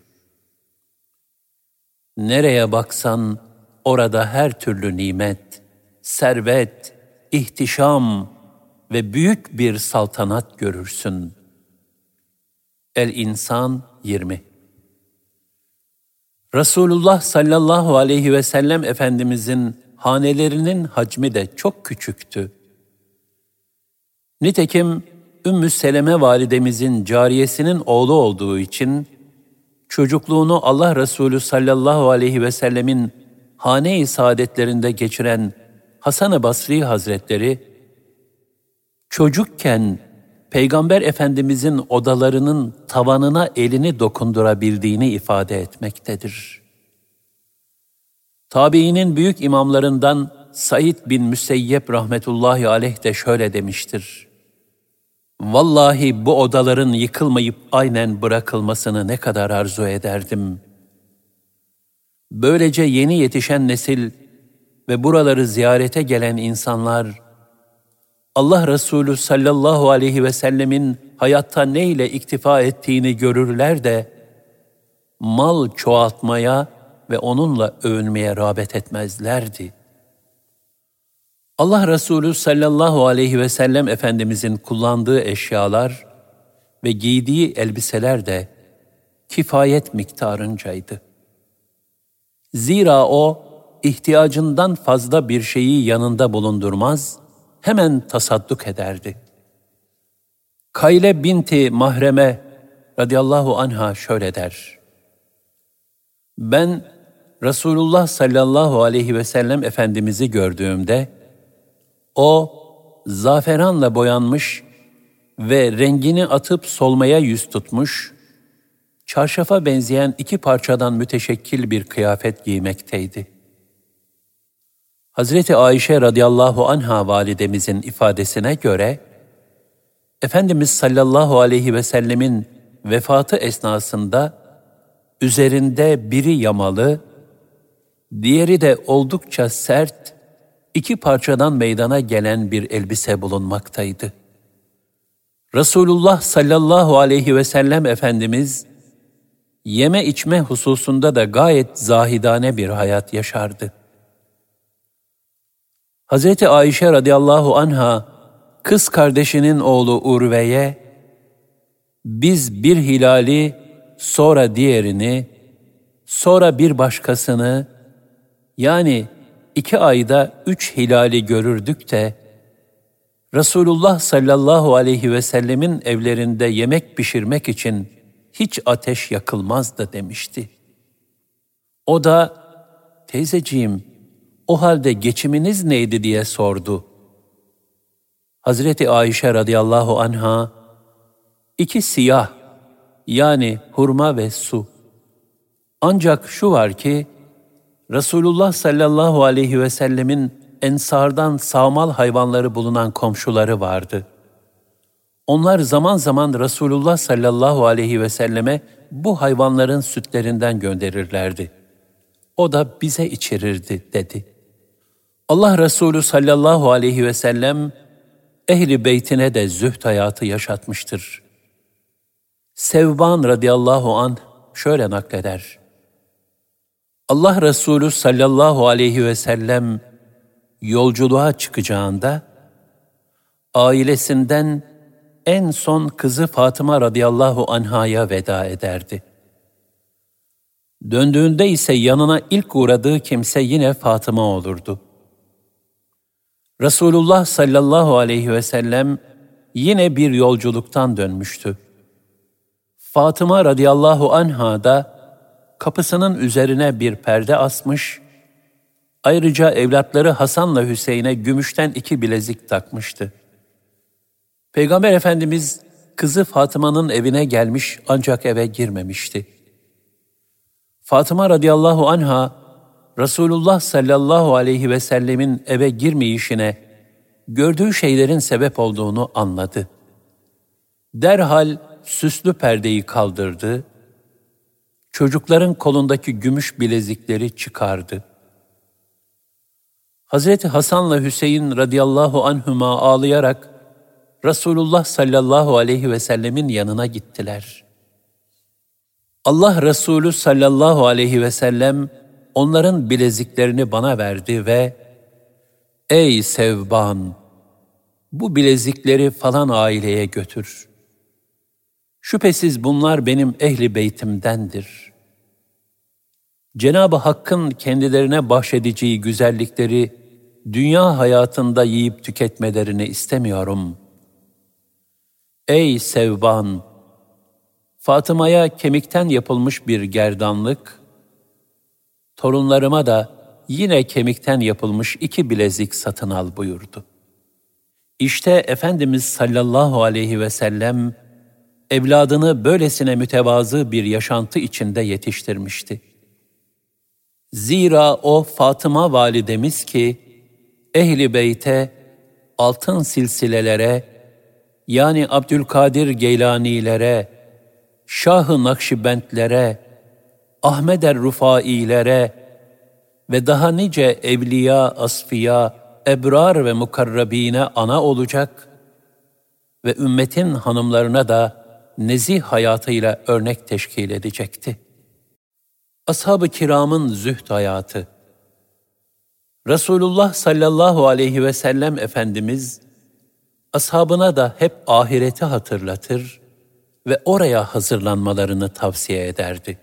"Nereye baksan orada her türlü nimet, servet, ihtişam ve büyük bir saltanat görürsün." El-İnsan 20. Resulullah sallallahu aleyhi ve sellem Efendimizin hanelerinin hacmi de çok küçüktü. Nitekim Ümmü Seleme validemizin cariyesinin oğlu olduğu için çocukluğunu Allah Resulü sallallahu aleyhi ve sellemin hane-i saadetlerinde geçiren Hasan-ı Basri Hazretleri, çocukken Peygamber Efendimizin odalarının tavanına elini dokundurabildiğini ifade etmektedir. Tabiinin büyük imamlarından Said bin Müseyyep rahmetullahi aleyh de şöyle demiştir: "Vallahi bu odaların yıkılmayıp aynen bırakılmasını ne kadar arzu ederdim. Böylece yeni yetişen nesil ve buraları ziyarete gelen insanlar, Allah Resulü sallallahu aleyhi ve sellemin hayatta ne ile iktifa ettiğini görürler de, mal çoğaltmaya ve onunla övünmeye rağbet etmezlerdi." Allah Resulü sallallahu aleyhi ve sellem Efendimizin kullandığı eşyalar ve giydiği elbiseler de kifayet miktarıncaydı. Zira o, ihtiyacından fazla bir şeyi yanında bulundurmaz, hemen tasadduk ederdi. Kayle binti Mahreme radıyallahu anha şöyle der: "Ben Resulullah sallallahu aleyhi ve sellem Efendimiz'i gördüğümde, o zaferanla boyanmış ve rengini atıp solmaya yüz tutmuş, çarşafa benzeyen 2 parçadan müteşekkil bir kıyafet giymekteydi." Hazreti Ayşe radıyallahu anha validemizin ifadesine göre, Efendimiz sallallahu aleyhi ve sellemin vefatı esnasında üzerinde biri yamalı, diğeri de oldukça sert, 2 parçadan meydana gelen bir elbise bulunmaktaydı. Resulullah sallallahu aleyhi ve sellem Efendimiz, yeme içme hususunda da gayet zahidane bir hayat yaşardı. Hazreti Ayşe radıyallahu anha, kız kardeşinin oğlu Urve'ye, "Biz bir hilali, sonra diğerini, sonra bir başkasını, yani 2 ayda 3 hilali görürdük de, Resulullah sallallahu aleyhi ve sellemin evlerinde yemek pişirmek için hiç ateş yakılmazdı" demişti. O da, "Teyzeciğim, o halde geçiminiz neydi?" diye sordu. Hazreti Ayşe radıyallahu anha, 2 siyah, yani hurma ve su. Ancak şu var ki, Resulullah sallallahu aleyhi ve sellemin ensardan sağmal hayvanları bulunan komşuları vardı. Onlar zaman zaman Resulullah sallallahu aleyhi ve selleme bu hayvanların sütlerinden gönderirlerdi. o da bize içirirdi dedi. Allah Resulü sallallahu aleyhi ve sellem ehli beytine de zühd hayatı yaşatmıştır. Sevban radıyallahu anh şöyle nakleder. Allah Resulü sallallahu aleyhi ve sellem yolculuğa çıkacağında ailesinden en son kızı Fatıma radıyallahu anhaya veda ederdi. Döndüğünde ise yanına ilk uğradığı kimse yine Fatıma olurdu. Resulullah sallallahu aleyhi ve sellem yine bir yolculuktan dönmüştü. Fatıma radıyallahu anha da kapısının üzerine bir perde asmış, ayrıca evlatları Hasan'la Hüseyin'e gümüşten 2 bilezik takmıştı. Peygamber Efendimiz kızı Fatıma'nın evine gelmiş ancak eve girmemişti. Fatıma radıyallahu anha, Resulullah sallallahu aleyhi ve sellemin eve girmeyişine gördüğü şeylerin sebep olduğunu anladı. Derhal süslü perdeyi kaldırdı, çocukların kolundaki gümüş bilezikleri çıkardı. Hazreti Hasan'la Hüseyin radıyallahu anhuma ağlayarak Resulullah sallallahu aleyhi ve sellemin yanına gittiler. Allah Resulü sallallahu aleyhi ve sellem onların bileziklerini bana verdi ve "Ey Sevban, bu bilezikleri falan aileye götür. Şüphesiz bunlar benim ehli beytimdendir. Cenab-ı Hakk'ın kendilerine bahşedeceği güzellikleri dünya hayatında yiyip tüketmelerini istemiyorum. Ey Sevban, Fatıma'ya kemikten yapılmış bir gerdanlık, torunlarıma da yine kemikten yapılmış 2 bilezik satın al" buyurdu. İşte Efendimiz sallallahu aleyhi ve sellem evladını böylesine mütevazı bir yaşantı içinde yetiştirmişti. Zira o Fatıma validemiz ki ehli beyte, altın silsilelere, yani Abdülkadir Geylanilere, Şah-ı Nakşibendlere, Ahmed Rufai'lere ve daha nice evliya, asfiya, ebrar ve mukarrabine ana olacak ve ümmetin hanımlarına da nezih hayatıyla örnek teşkil edecekti. Ashab-ı kiramın zühd hayatı. Resulullah sallallahu aleyhi ve sellem Efendimiz, ashabına da hep ahireti hatırlatır ve oraya hazırlanmalarını tavsiye ederdi.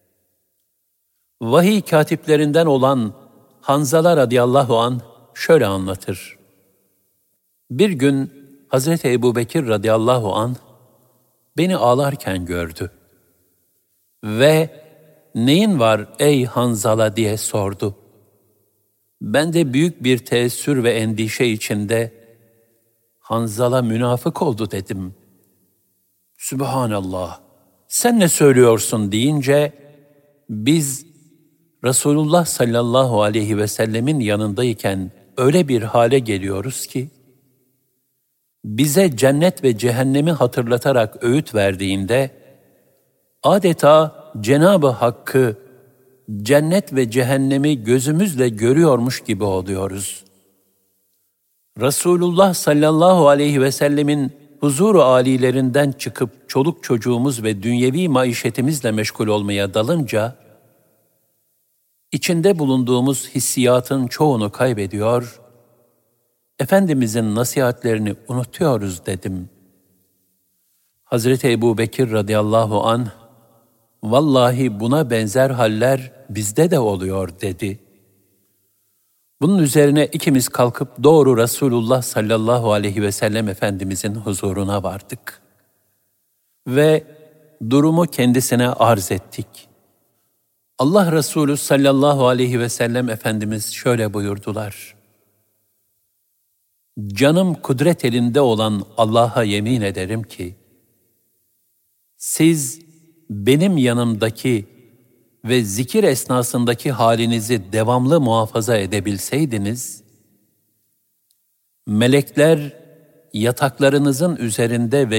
Vahiy katiplerinden olan Hanzala radıyallahu anh şöyle anlatır. Bir gün Hazreti Ebubekir radıyallahu anh beni ağlarken gördü ve "Neyin var ey Hanzala?" diye sordu. Ben de büyük bir teessür ve endişe içinde "Hanzala münafık oldu" dedim. "Sübhanallah, sen ne söylüyorsun?" deyince biz Resulullah sallallahu aleyhi ve sellemin yanındayken öyle bir hale geliyoruz ki, bize cennet ve cehennemi hatırlatarak öğüt verdiğinde, adeta Cenab-ı Hakk'ı, cennet ve cehennemi gözümüzle görüyormuş gibi oluyoruz. Resulullah sallallahu aleyhi ve sellemin huzur-u âlilerinden çıkıp çoluk çocuğumuz ve dünyevi maişetimizle meşgul olmaya dalınca, içinde bulunduğumuz hissiyatın çoğunu kaybediyor, Efendimizin nasihatlerini unutuyoruz dedim. Hazreti Ebubekir radıyallahu anh, "Vallahi buna benzer haller bizde de oluyor" dedi. Bunun üzerine ikimiz kalkıp doğru Resulullah sallallahu aleyhi ve sellem Efendimizin huzuruna vardık. Ve durumu kendisine arz ettik. Allah Resulü sallallahu aleyhi ve sellem Efendimiz şöyle buyurdular. "Canım kudret elinde olan Allah'a yemin ederim ki, siz benim yanımdaki ve zikir esnasındaki halinizi devamlı muhafaza edebilseydiniz, melekler yataklarınızın üzerinde ve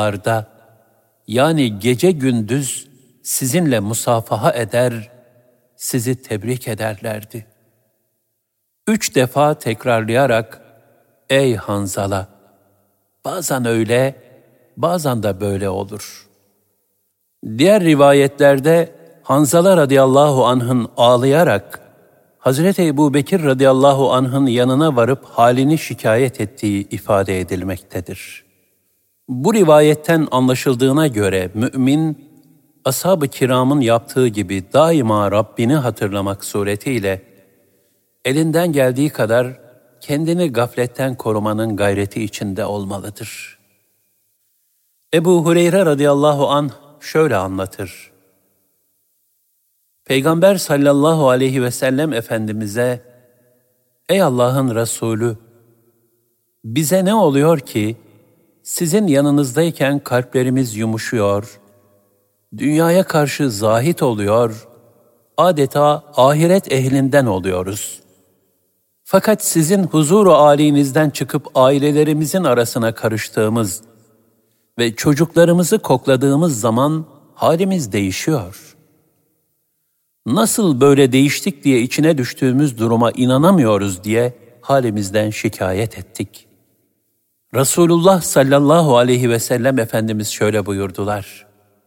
yollarda, yani gece gündüz sizinle musafaha eder, sizi tebrik ederlerdi. 3 defa tekrarlayarak, ey Hanzala, bazen öyle, bazen de böyle olur. Diğer rivayetlerde Hanzala radıyallahu anh'ın ağlayarak Hazreti Ebubekir radıyallahu anh'ın yanına varıp halini şikayet ettiği ifade edilmektedir. Bu rivayetten anlaşıldığına göre mümin, ashab-ı kiramın yaptığı gibi daima Rabbini hatırlamak suretiyle elinden geldiği kadar kendini gafletten korumanın gayreti içinde olmalıdır. Ebu Hureyre radıyallahu anh şöyle anlatır. Peygamber sallallahu aleyhi ve sellem Efendimiz'e, ey Allah'ın Resulü, bize ne oluyor ki sizin yanınızdayken kalplerimiz yumuşuyor, dünyaya karşı zahit oluyor, adeta ahiret ehlinden oluyoruz. Fakat sizin huzur-u âlinizden çıkıp ailelerimizin arasına karıştığımız ve çocuklarımızı kokladığımız zaman halimiz değişiyor. Nasıl böyle değiştik diye içine düştüğümüz duruma inanamıyoruz diye halimizden şikayet ettik. Resulullah sallallahu aleyhi ve sellem Efendimiz şöyle buyurdular.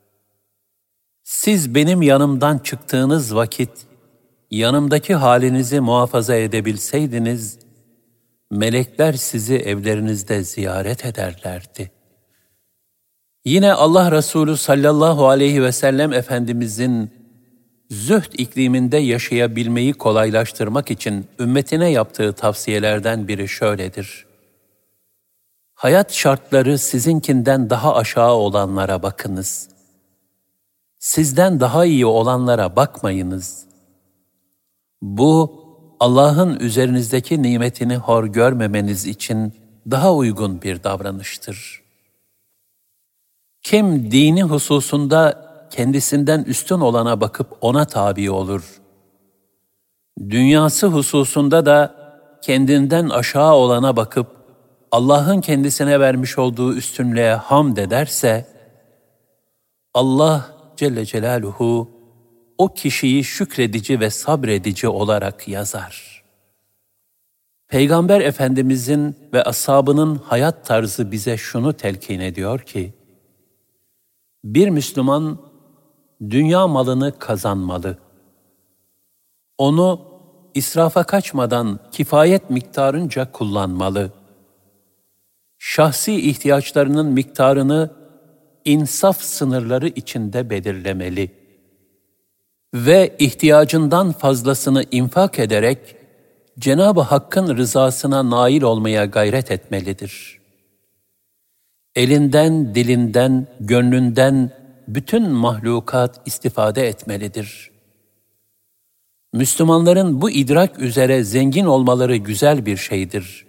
Siz benim yanımdan çıktığınız vakit yanımdaki halinizi muhafaza edebilseydiniz, melekler sizi evlerinizde ziyaret ederlerdi. Yine Allah Resulü sallallahu aleyhi ve sellem Efendimizin zühd ikliminde yaşayabilmeyi kolaylaştırmak için ümmetine yaptığı tavsiyelerden biri şöyledir. Hayat şartları sizinkinden daha aşağı olanlara bakınız. Sizden daha iyi olanlara bakmayınız. Bu, Allah'ın üzerinizdeki nimetini hor görmemeniz için daha uygun bir davranıştır. Kim dini hususunda kendisinden üstün olana bakıp ona tabi olur, dünyası hususunda da kendinden aşağı olana bakıp Allah'ın kendisine vermiş olduğu üstünlüğe hamd ederse, Allah Celle Celaluhu o kişiyi şükredici ve sabredici olarak yazar. Peygamber Efendimizin ve ashabının hayat tarzı bize şunu telkin ediyor ki, bir Müslüman dünya malını kazanmalı. Onu israfa kaçmadan kifayet miktarınca kullanmalı. Şahsi ihtiyaçlarının miktarını insaf sınırları içinde belirlemeli. Ve ihtiyacından fazlasını infak ederek Cenab-ı Hakk'ın rızasına nail olmaya gayret etmelidir. Elinden, dilinden, gönlünden bütün mahlukat istifade etmelidir. Müslümanların bu idrak üzere zengin olmaları güzel bir şeydir.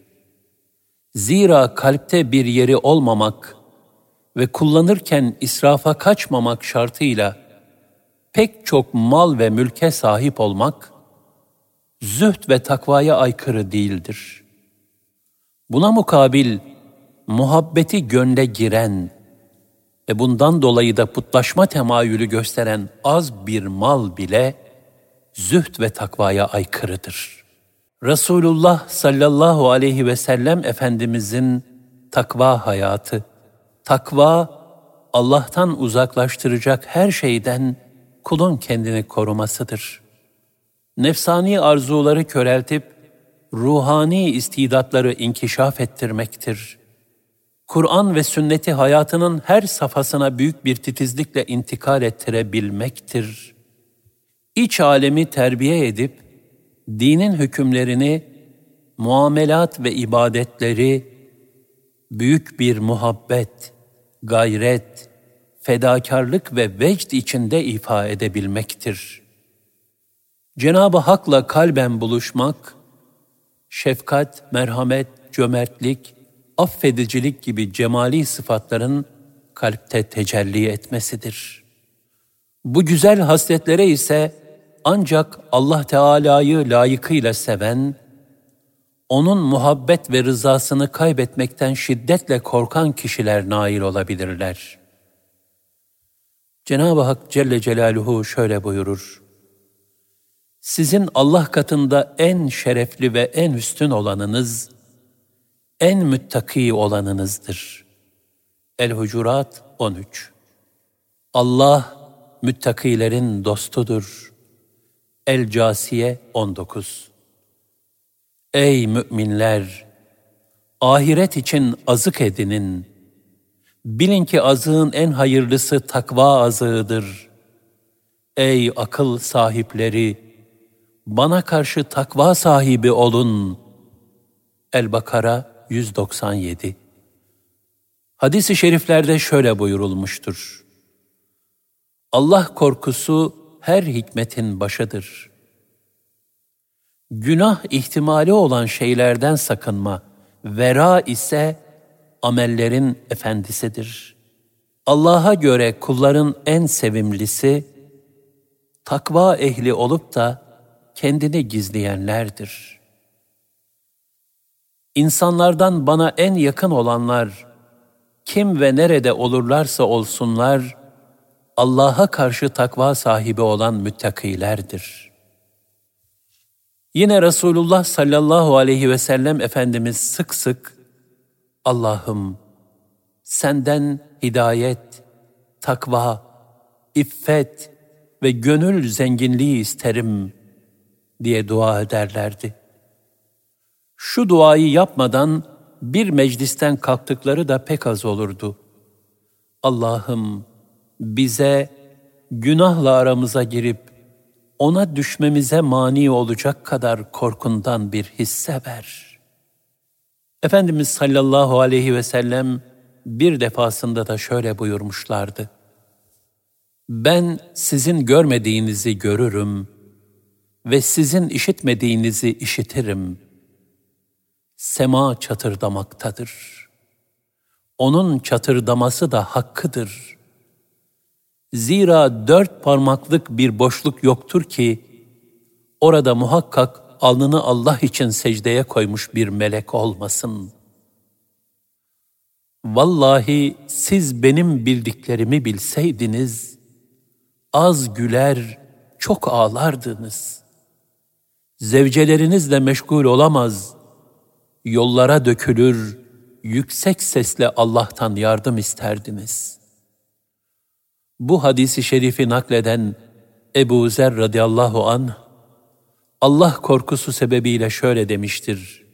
Zira kalpte bir yeri olmamak ve kullanırken israfa kaçmamak şartıyla pek çok mal ve mülke sahip olmak, zühd ve takvaya aykırı değildir. Buna mukabil, muhabbeti gönle giren ve bundan dolayı da putlaşma temayülü gösteren az bir mal bile zühd ve takvaya aykırıdır. Resulullah sallallahu aleyhi ve sellem Efendimizin takva hayatı, takva Allah'tan uzaklaştıracak her şeyden kulun kendini korumasıdır. Nefsani arzuları köreltip ruhani istidatları inkişaf ettirmektir. Kur'an ve sünneti hayatının her safhasına büyük bir titizlikle intikal ettirebilmektir. İç alemi terbiye edip, dinin hükümlerini, muamelat ve ibadetleri büyük bir muhabbet, gayret, fedakarlık ve vecd içinde ifa edebilmektir. Cenab-ı Hak'la kalben buluşmak, şefkat, merhamet, cömertlik, affedicilik gibi cemali sıfatların kalpte tecelli etmesidir. Bu güzel hasletlere ise ancak Allah Teala'yı layıkıyla seven, onun muhabbet ve rızasını kaybetmekten şiddetle korkan kişiler nail olabilirler. Cenab-ı Hak Celle Celaluhu şöyle buyurur: Sizin Allah katında en şerefli ve en üstün olanınız, en müttaki olanınızdır. El-Hucurat 13. Allah müttakilerin dostudur. El-Câsiye 19. Ey müminler! Ahiret için azık edinin. Bilin ki azığın en hayırlısı takva azığıdır. Ey akıl sahipleri! Bana karşı takva sahibi olun. El-Bakara 197. Hadis-i şeriflerde şöyle buyurulmuştur. Allah korkusu her hikmetin başıdır. Günah ihtimali olan şeylerden sakınma, vera ise amellerin efendisidir. Allah'a göre kulların en sevimlisi, takva ehli olup da kendini gizleyenlerdir. İnsanlardan bana en yakın olanlar, kim ve nerede olurlarsa olsunlar, Allah'a karşı takva sahibi olan müttakilerdir. Yine Resulullah sallallahu aleyhi ve sellem Efendimiz sık sık, Allah'ım senden hidayet, takva, iffet ve gönül zenginliği isterim diye dua ederlerdi. Şu duayı yapmadan bir meclisten kalktıkları da pek az olurdu. Allah'ım bize günahla aramıza girip ona düşmemize mani olacak kadar korkundan bir hisse ver. Efendimiz sallallahu aleyhi ve sellem bir defasında da şöyle buyurmuşlardı. Ben sizin görmediğinizi görürüm ve sizin işitmediğinizi işitirim. Sema çatırdamaktadır. Onun çatırdaması da hakkıdır. Zira 4 parmaklık bir boşluk yoktur ki, orada muhakkak alnını Allah için secdeye koymuş bir melek olmasın. Vallahi siz benim bildiklerimi bilseydiniz, az güler, çok ağlardınız. Zevcelerinizle meşgul olamaz, yollara dökülür, yüksek sesle Allah'tan yardım isterdiniz. Bu hadisi şerifi nakleden Ebu Zer radıyallahu anh, Allah korkusu sebebiyle şöyle demiştir.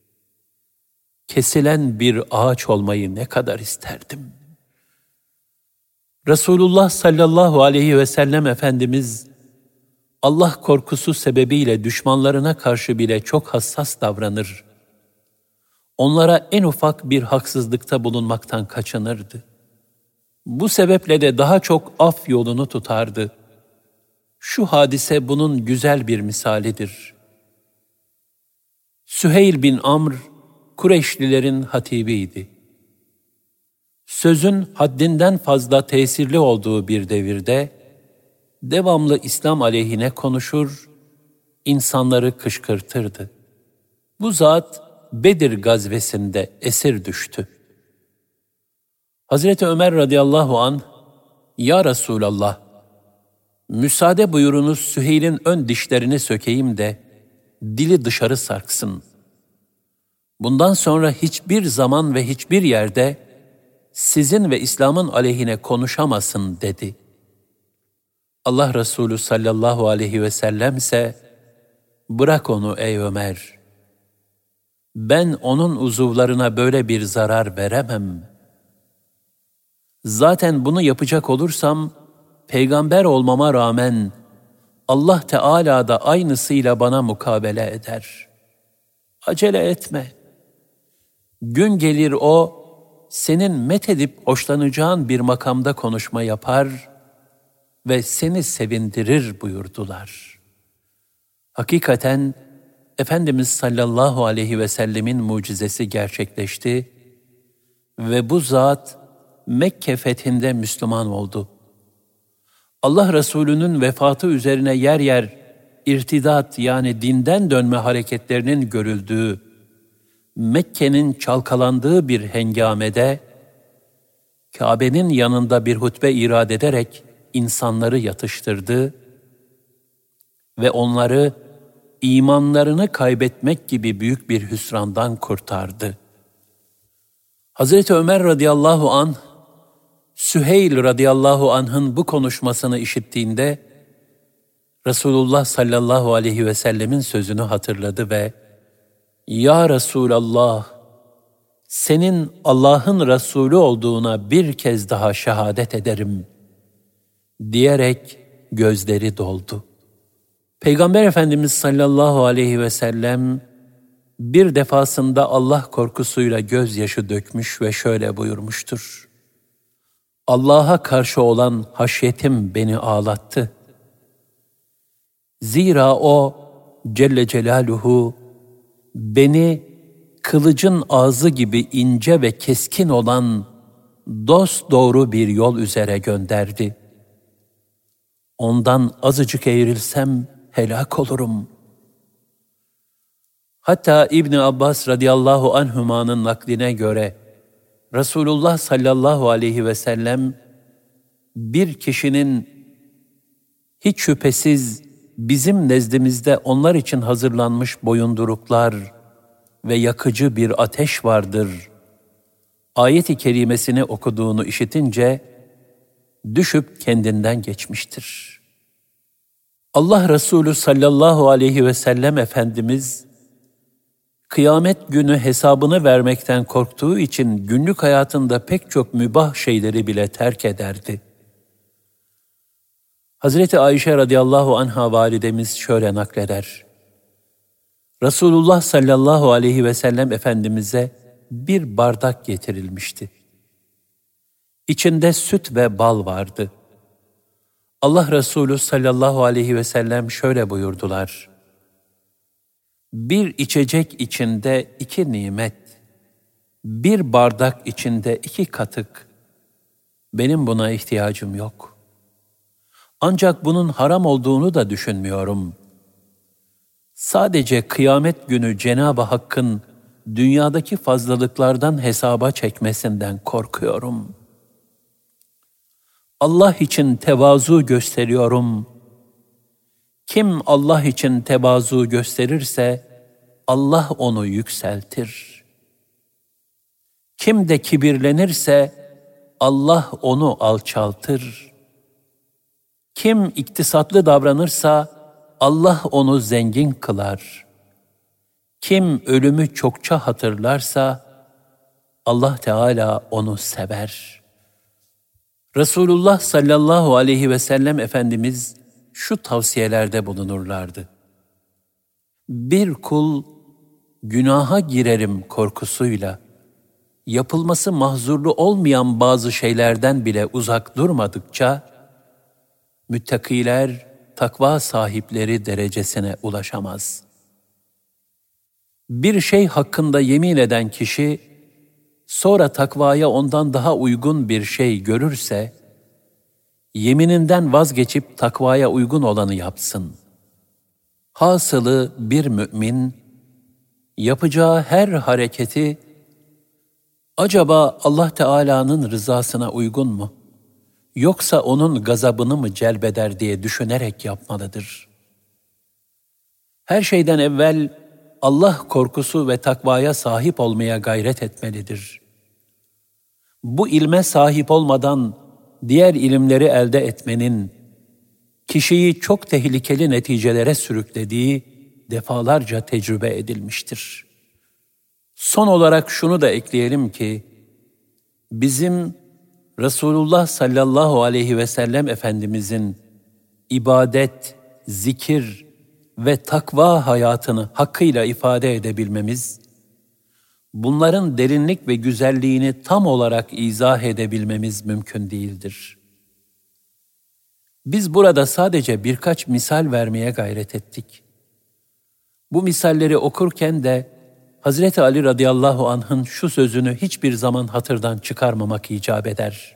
Kesilen bir ağaç olmayı ne kadar isterdim. Resulullah sallallahu aleyhi ve sellem Efendimiz, Allah korkusu sebebiyle düşmanlarına karşı bile çok hassas davranır. Onlara en ufak bir haksızlıkta bulunmaktan kaçınırdı. Bu sebeple de daha çok af yolunu tutardı. Şu hadise bunun güzel bir misalidir. Süheyl bin Amr, Kureyşlilerin hatibiydi. Sözün haddinden fazla tesirli olduğu bir devirde, devamlı İslam aleyhine konuşur, insanları kışkırtırdı. Bu zat Bedir gazvesinde esir düştü. Hazreti Ömer radıyallahu anh, "Ya Resulallah, müsaade buyurunuz Süheyl'in ön dişlerini sökeyim de dili dışarı sarksın. Bundan sonra hiçbir zaman ve hiçbir yerde sizin ve İslam'ın aleyhine konuşamasın" dedi. Allah Resulü sallallahu aleyhi ve sellem ise, "Bırak onu ey Ömer. Ben onun uzuvlarına böyle bir zarar veremem. Zaten bunu yapacak olursam, peygamber olmama rağmen Allah Teala da aynısıyla bana mukabele eder. Acele etme. Gün gelir o, senin methedip hoşlanacağın bir makamda konuşma yapar ve seni sevindirir" buyurdular. Hakikaten Efendimiz sallallahu aleyhi ve sellemin mucizesi gerçekleşti ve bu zat Mekke fethinde Müslüman oldu. Allah Resulü'nün vefatı üzerine yer yer irtidat yani dinden dönme hareketlerinin görüldüğü, Mekke'nin çalkalandığı bir hengamede, Kabe'nin yanında bir hutbe irad ederek insanları yatıştırdı ve onları imanlarını kaybetmek gibi büyük bir hüsrandan kurtardı. Hazreti Ömer radıyallahu anh, Süheyl radıyallahu anh'ın bu konuşmasını işittiğinde, Resulullah sallallahu aleyhi ve sellemin sözünü hatırladı ve "Ya Resulallah, senin Allah'ın Resulü olduğuna bir kez daha şehadet ederim" diyerek gözleri doldu. Peygamber Efendimiz sallallahu aleyhi ve sellem bir defasında Allah korkusuyla gözyaşı dökmüş ve şöyle buyurmuştur: "Allah'a karşı olan haşyetim beni ağlattı. Zira O Celle Celaluhu beni kılıcın ağzı gibi ince ve keskin olan dosdoğru bir yol üzere gönderdi. Ondan azıcık eğrilsem helak olurum." Hatta İbni Abbas radıyallahu anhüma'nın nakline göre Resulullah sallallahu aleyhi ve sellem bir kişinin hiç şüphesiz bizim nezdimizde onlar için hazırlanmış boyunduruklar ve yakıcı bir ateş vardır ayet-i kerimesini okuduğunu işitince düşüp kendinden geçmiştir. Allah Resulü sallallahu aleyhi ve sellem Efendimiz, kıyamet günü hesabını vermekten korktuğu için günlük hayatında pek çok mübah şeyleri bile terk ederdi. Hazreti Ayşe radıyallahu anha validemiz şöyle nakleder: Resulullah sallallahu aleyhi ve sellem Efendimiz'e bir bardak getirilmişti. İçinde süt ve bal vardı. Allah Resulü sallallahu aleyhi ve sellem şöyle buyurdular: "Bir içecek içinde 2 nimet, bir bardak içinde 2 katık. Benim buna ihtiyacım yok. Ancak bunun haram olduğunu da düşünmüyorum. Sadece kıyamet günü Cenab-ı Hakk'ın dünyadaki fazlalıklardan hesaba çekmesinden korkuyorum. Allah için tevazu gösteriyorum. Kim Allah için tevazu gösterirse Allah onu yükseltir. Kim de kibirlenirse Allah onu alçaltır. Kim iktisatlı davranırsa Allah onu zengin kılar. Kim ölümü çokça hatırlarsa Allah Teala onu sever." Resulullah sallallahu aleyhi ve sellem Efendimiz şu tavsiyelerde bulunurlardı: "Bir kul günaha girerim korkusuyla, yapılması mahzurlu olmayan bazı şeylerden bile uzak durmadıkça, müttakiler, takva sahipleri derecesine ulaşamaz. Bir şey hakkında yemin eden kişi, sonra takvaya ondan daha uygun bir şey görürse, yemininden vazgeçip takvaya uygun olanı yapsın. Hasılı bir mümin, yapacağı her hareketi, acaba Allah Teala'nın rızasına uygun mu, yoksa onun gazabını mı celbeder diye düşünerek yapmalıdır. Her şeyden evvel Allah korkusu ve takvaya sahip olmaya gayret etmelidir. Bu ilme sahip olmadan diğer ilimleri elde etmenin kişiyi çok tehlikeli neticelere sürüklediği defalarca tecrübe edilmiştir. Son olarak şunu da ekleyelim ki, bizim Resulullah sallallahu aleyhi ve sellem Efendimizin ibadet, zikir ve takva hayatını hakkıyla ifade edebilmemiz, bunların derinlik ve güzelliğini tam olarak izah edebilmemiz mümkün değildir. Biz burada sadece birkaç misal vermeye gayret ettik. Bu misalleri okurken de Hazreti Ali radıyallahu anh'ın şu sözünü hiçbir zaman hatırdan çıkarmamak icap eder: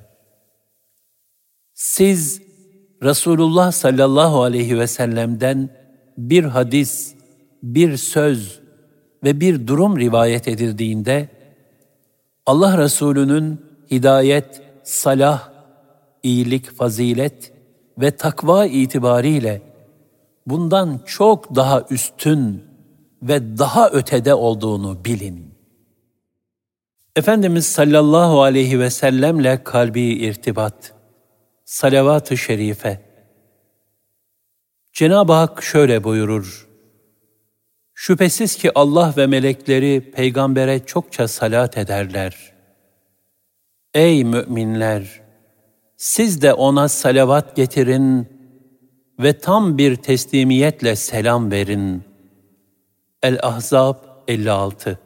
"Siz Resulullah sallallahu aleyhi ve sellem'den bir hadis, bir söz ve bir durum rivayet edildiğinde, Allah Resulü'nün hidayet, salah, iyilik, fazilet ve takva itibariyle bundan çok daha üstün ve daha ötede olduğunu bilin. Efendimiz sallallahu aleyhi ve sellemle kalbi irtibat, salavat-ı şerife. Cenab-ı Hak şöyle buyurur: şüphesiz ki Allah ve melekleri peygambere çokça salat ederler. Ey müminler! Siz de ona salavat getirin ve tam bir teslimiyetle selam verin. El-Ahzab 56.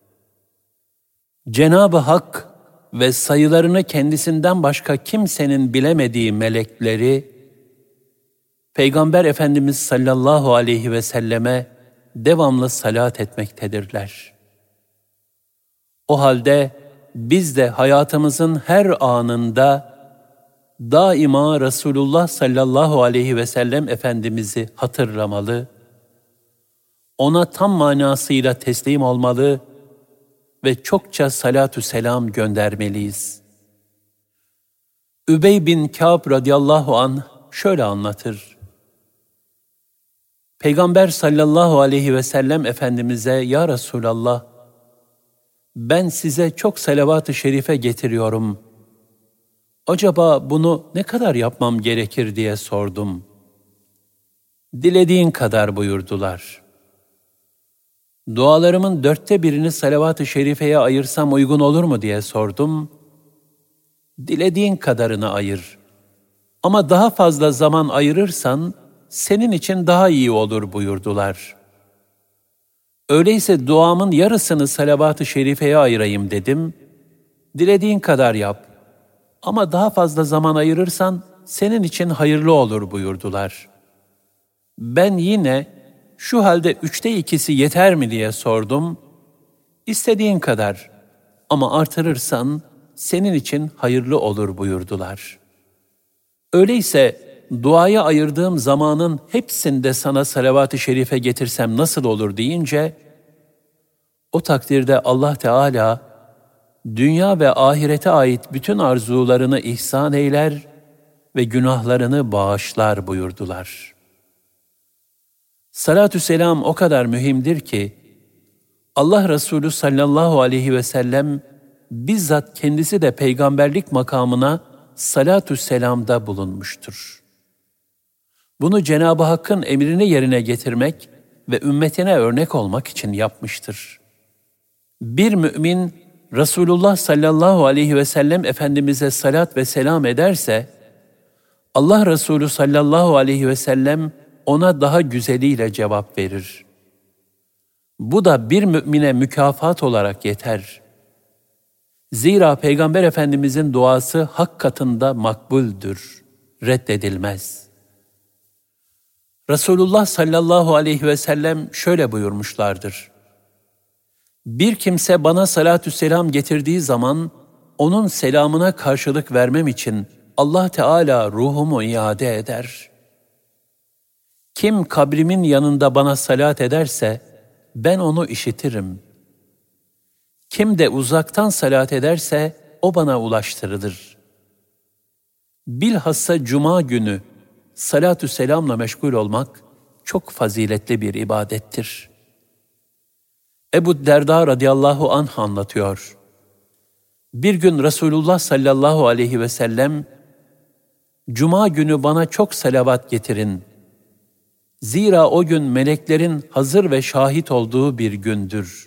Cenab-ı Hak ve sayılarını kendisinden başka kimsenin bilemediği melekleri, Peygamber Efendimiz sallallahu aleyhi ve selleme devamlı salat etmektedirler. O halde biz de hayatımızın her anında daima Resulullah sallallahu aleyhi ve sellem Efendimiz'i hatırlamalı, ona tam manasıyla teslim olmalı ve çokça salatü selam göndermeliyiz. Übey bin Kâb radıyallahu anh şöyle anlatır: Peygamber sallallahu aleyhi ve sellem Efendimiz'e, ya Resulallah, ben size çok salavat-ı şerife getiriyorum. Acaba bunu ne kadar yapmam gerekir diye sordum. Dilediğin kadar buyurdular. Dualarımın 1/4'ini salavat-ı şerifeye ayırsam uygun olur mu diye sordum. Dilediğin kadarını ayır. Ama daha fazla zaman ayırırsan senin için daha iyi olur buyurdular. Öyleyse duamın yarısını salavat-ı şerifeye ayırayım dedim. Dilediğin kadar yap. Ama daha fazla zaman ayırırsan senin için hayırlı olur buyurdular. Ben yine şu halde 2/3 yeter mi diye sordum. İstediğin kadar ama artırırsan senin için hayırlı olur buyurdular. Öyleyse duaya ayırdığım zamanın hepsinde sana salavat-ı şerife getirsem nasıl olur deyince, o takdirde Allah Teala dünya ve ahirete ait bütün arzularını ihsan eyler ve günahlarını bağışlar buyurdular. Salatü selam o kadar mühimdir ki, Allah Resulü sallallahu aleyhi ve sellem bizzat kendisi de peygamberlik makamına salatü selamda bulunmuştur. Bunu Cenab-ı Hakk'ın emrini yerine getirmek ve ümmetine örnek olmak için yapmıştır. Bir mümin, Resulullah sallallahu aleyhi ve sellem Efendimiz'e salat ve selam ederse, Allah Resulü sallallahu aleyhi ve sellem ona daha güzeliyle cevap verir. Bu da bir mümine mükafat olarak yeter. Zira Peygamber Efendimiz'in duası hak katında makbuldür, reddedilmez. Resulullah sallallahu aleyhi ve sellem şöyle buyurmuşlardır: bir kimse bana salatü selam getirdiği zaman, onun selamına karşılık vermem için Allah Teala ruhumu iade eder. Kim kabrimin yanında bana salat ederse, ben onu işitirim. Kim de uzaktan salat ederse, o bana ulaştırılır. Bilhassa cuma günü salatü selamla meşgul olmak çok faziletli bir ibadettir. Ebu Derda radıyallahu anh anlatıyor. Bir gün Resulullah sallallahu aleyhi ve sellem, cuma günü bana çok salavat getirin. Zira o gün meleklerin hazır ve şahit olduğu bir gündür.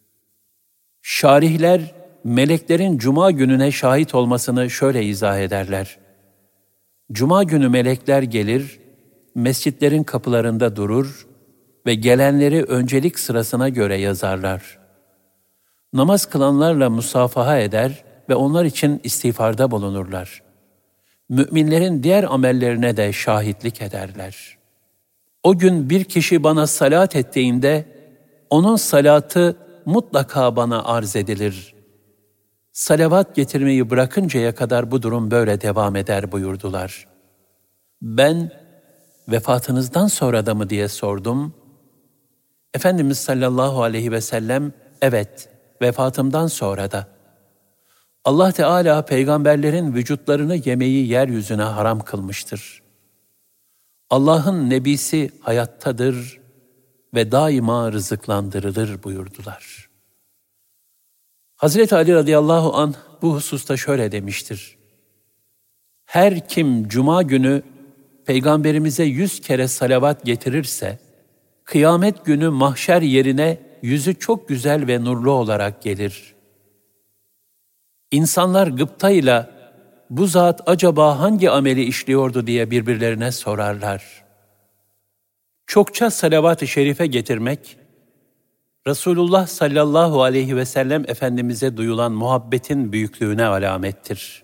Şarihler, meleklerin cuma gününe şahit olmasını şöyle izah ederler. Cuma günü melekler gelir, mescitlerin kapılarında durur ve gelenleri öncelik sırasına göre yazarlar. Namaz kılanlarla musafaha eder ve onlar için istiğfarda bulunurlar. Müminlerin diğer amellerine de şahitlik ederler. O gün bir kişi bana salat ettiğinde, onun salatı mutlaka bana arz edilir. Salavat getirmeyi bırakıncaya kadar bu durum böyle devam eder buyurdular. Ben, vefatınızdan sonra da mı diye sordum. Efendimiz sallallahu aleyhi ve sellem, evet, vefatımdan sonra da. Allah Teala peygamberlerin vücutlarını yemeyi yeryüzüne haram kılmıştır. Allah'ın nebisi hayattadır ve daima rızıklandırılır buyurdular. Hazreti Ali radıyallahu anh bu hususta şöyle demiştir. Her kim cuma günü Peygamberimize 100 kere salavat getirirse, kıyamet günü mahşer yerine yüzü çok güzel ve nurlu olarak gelir. İnsanlar gıptayla bu zat acaba hangi ameli işliyordu diye birbirlerine sorarlar. Çokça salavat-ı şerife getirmek, Resulullah sallallahu aleyhi ve sellem Efendimiz'e duyulan muhabbetin büyüklüğüne alamettir.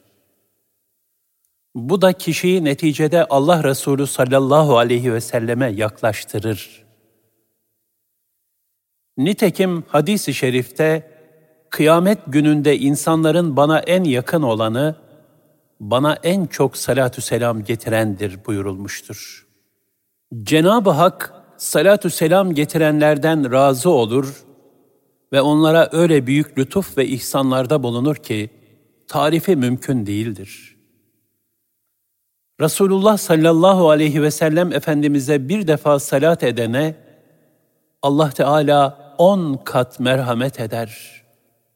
Bu da kişiyi neticede Allah Resulü sallallahu aleyhi ve selleme yaklaştırır. Nitekim hadis-i şerifte, kıyamet gününde insanların bana en yakın olanı, bana en çok salatü selam getirendir buyurulmuştur. Cenab-ı Hak, salatü selam getirenlerden razı olur ve onlara öyle büyük lütuf ve ihsanlarda bulunur ki, tarifi mümkün değildir. Resulullah sallallahu aleyhi ve sellem Efendimiz'e bir defa salat edene, Allah Teala 10 kat merhamet eder.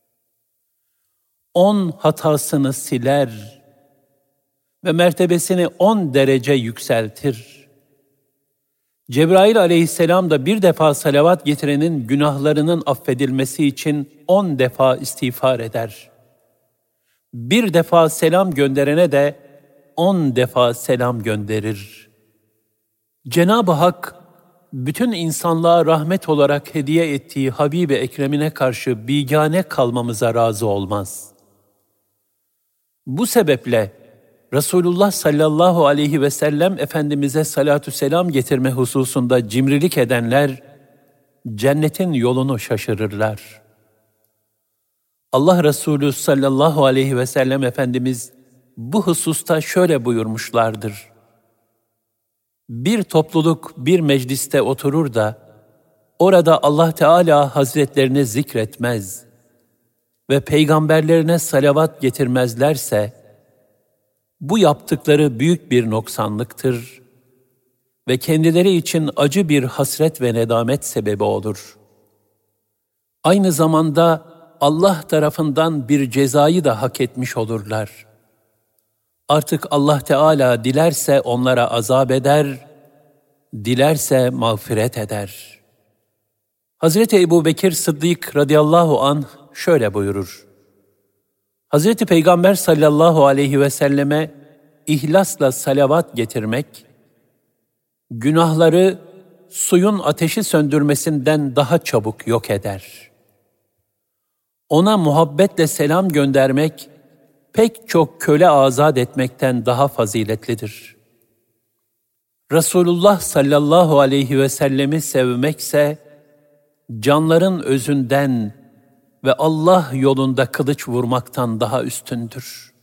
10 hatasını siler ve mertebesini 10 derece yükseltir. Cebrail aleyhisselam da bir defa salavat getirenin günahlarının affedilmesi için 10 defa istiğfar eder. Bir defa selam gönderene de 10 defa selam gönderir. Cenab-ı Hak, bütün insanlığa rahmet olarak hediye ettiği Habib-i Ekrem'ine karşı bigane kalmamıza razı olmaz. Bu sebeple Resulullah sallallahu aleyhi ve sellem Efendimiz'e salatü selam getirme hususunda cimrilik edenler, cennetin yolunu şaşırırlar. Allah Resulü sallallahu aleyhi ve sellem Efendimiz bu hususta şöyle buyurmuşlardır. Bir topluluk bir mecliste oturur da, orada Allah Teala Hazretlerini zikretmez ve peygamberlerine salavat getirmezlerse, bu yaptıkları büyük bir noksanlıktır ve kendileri için acı bir hasret ve nedamet sebebi olur. Aynı zamanda Allah tarafından bir cezayı da hak etmiş olurlar. Artık Allah Teala dilerse onlara azap eder, dilerse mağfiret eder. Hazreti Ebubekir Sıddık radıyallahu anh şöyle buyurur. Hazreti Peygamber sallallahu aleyhi ve selleme ihlasla salavat getirmek, günahları suyun ateşi söndürmesinden daha çabuk yok eder. Ona muhabbetle selam göndermek, pek çok köle azat etmekten daha faziletlidir. Resulullah sallallahu aleyhi ve sellemi sevmekse, canların özünden ve Allah yolunda kılıç vurmaktan daha üstündür.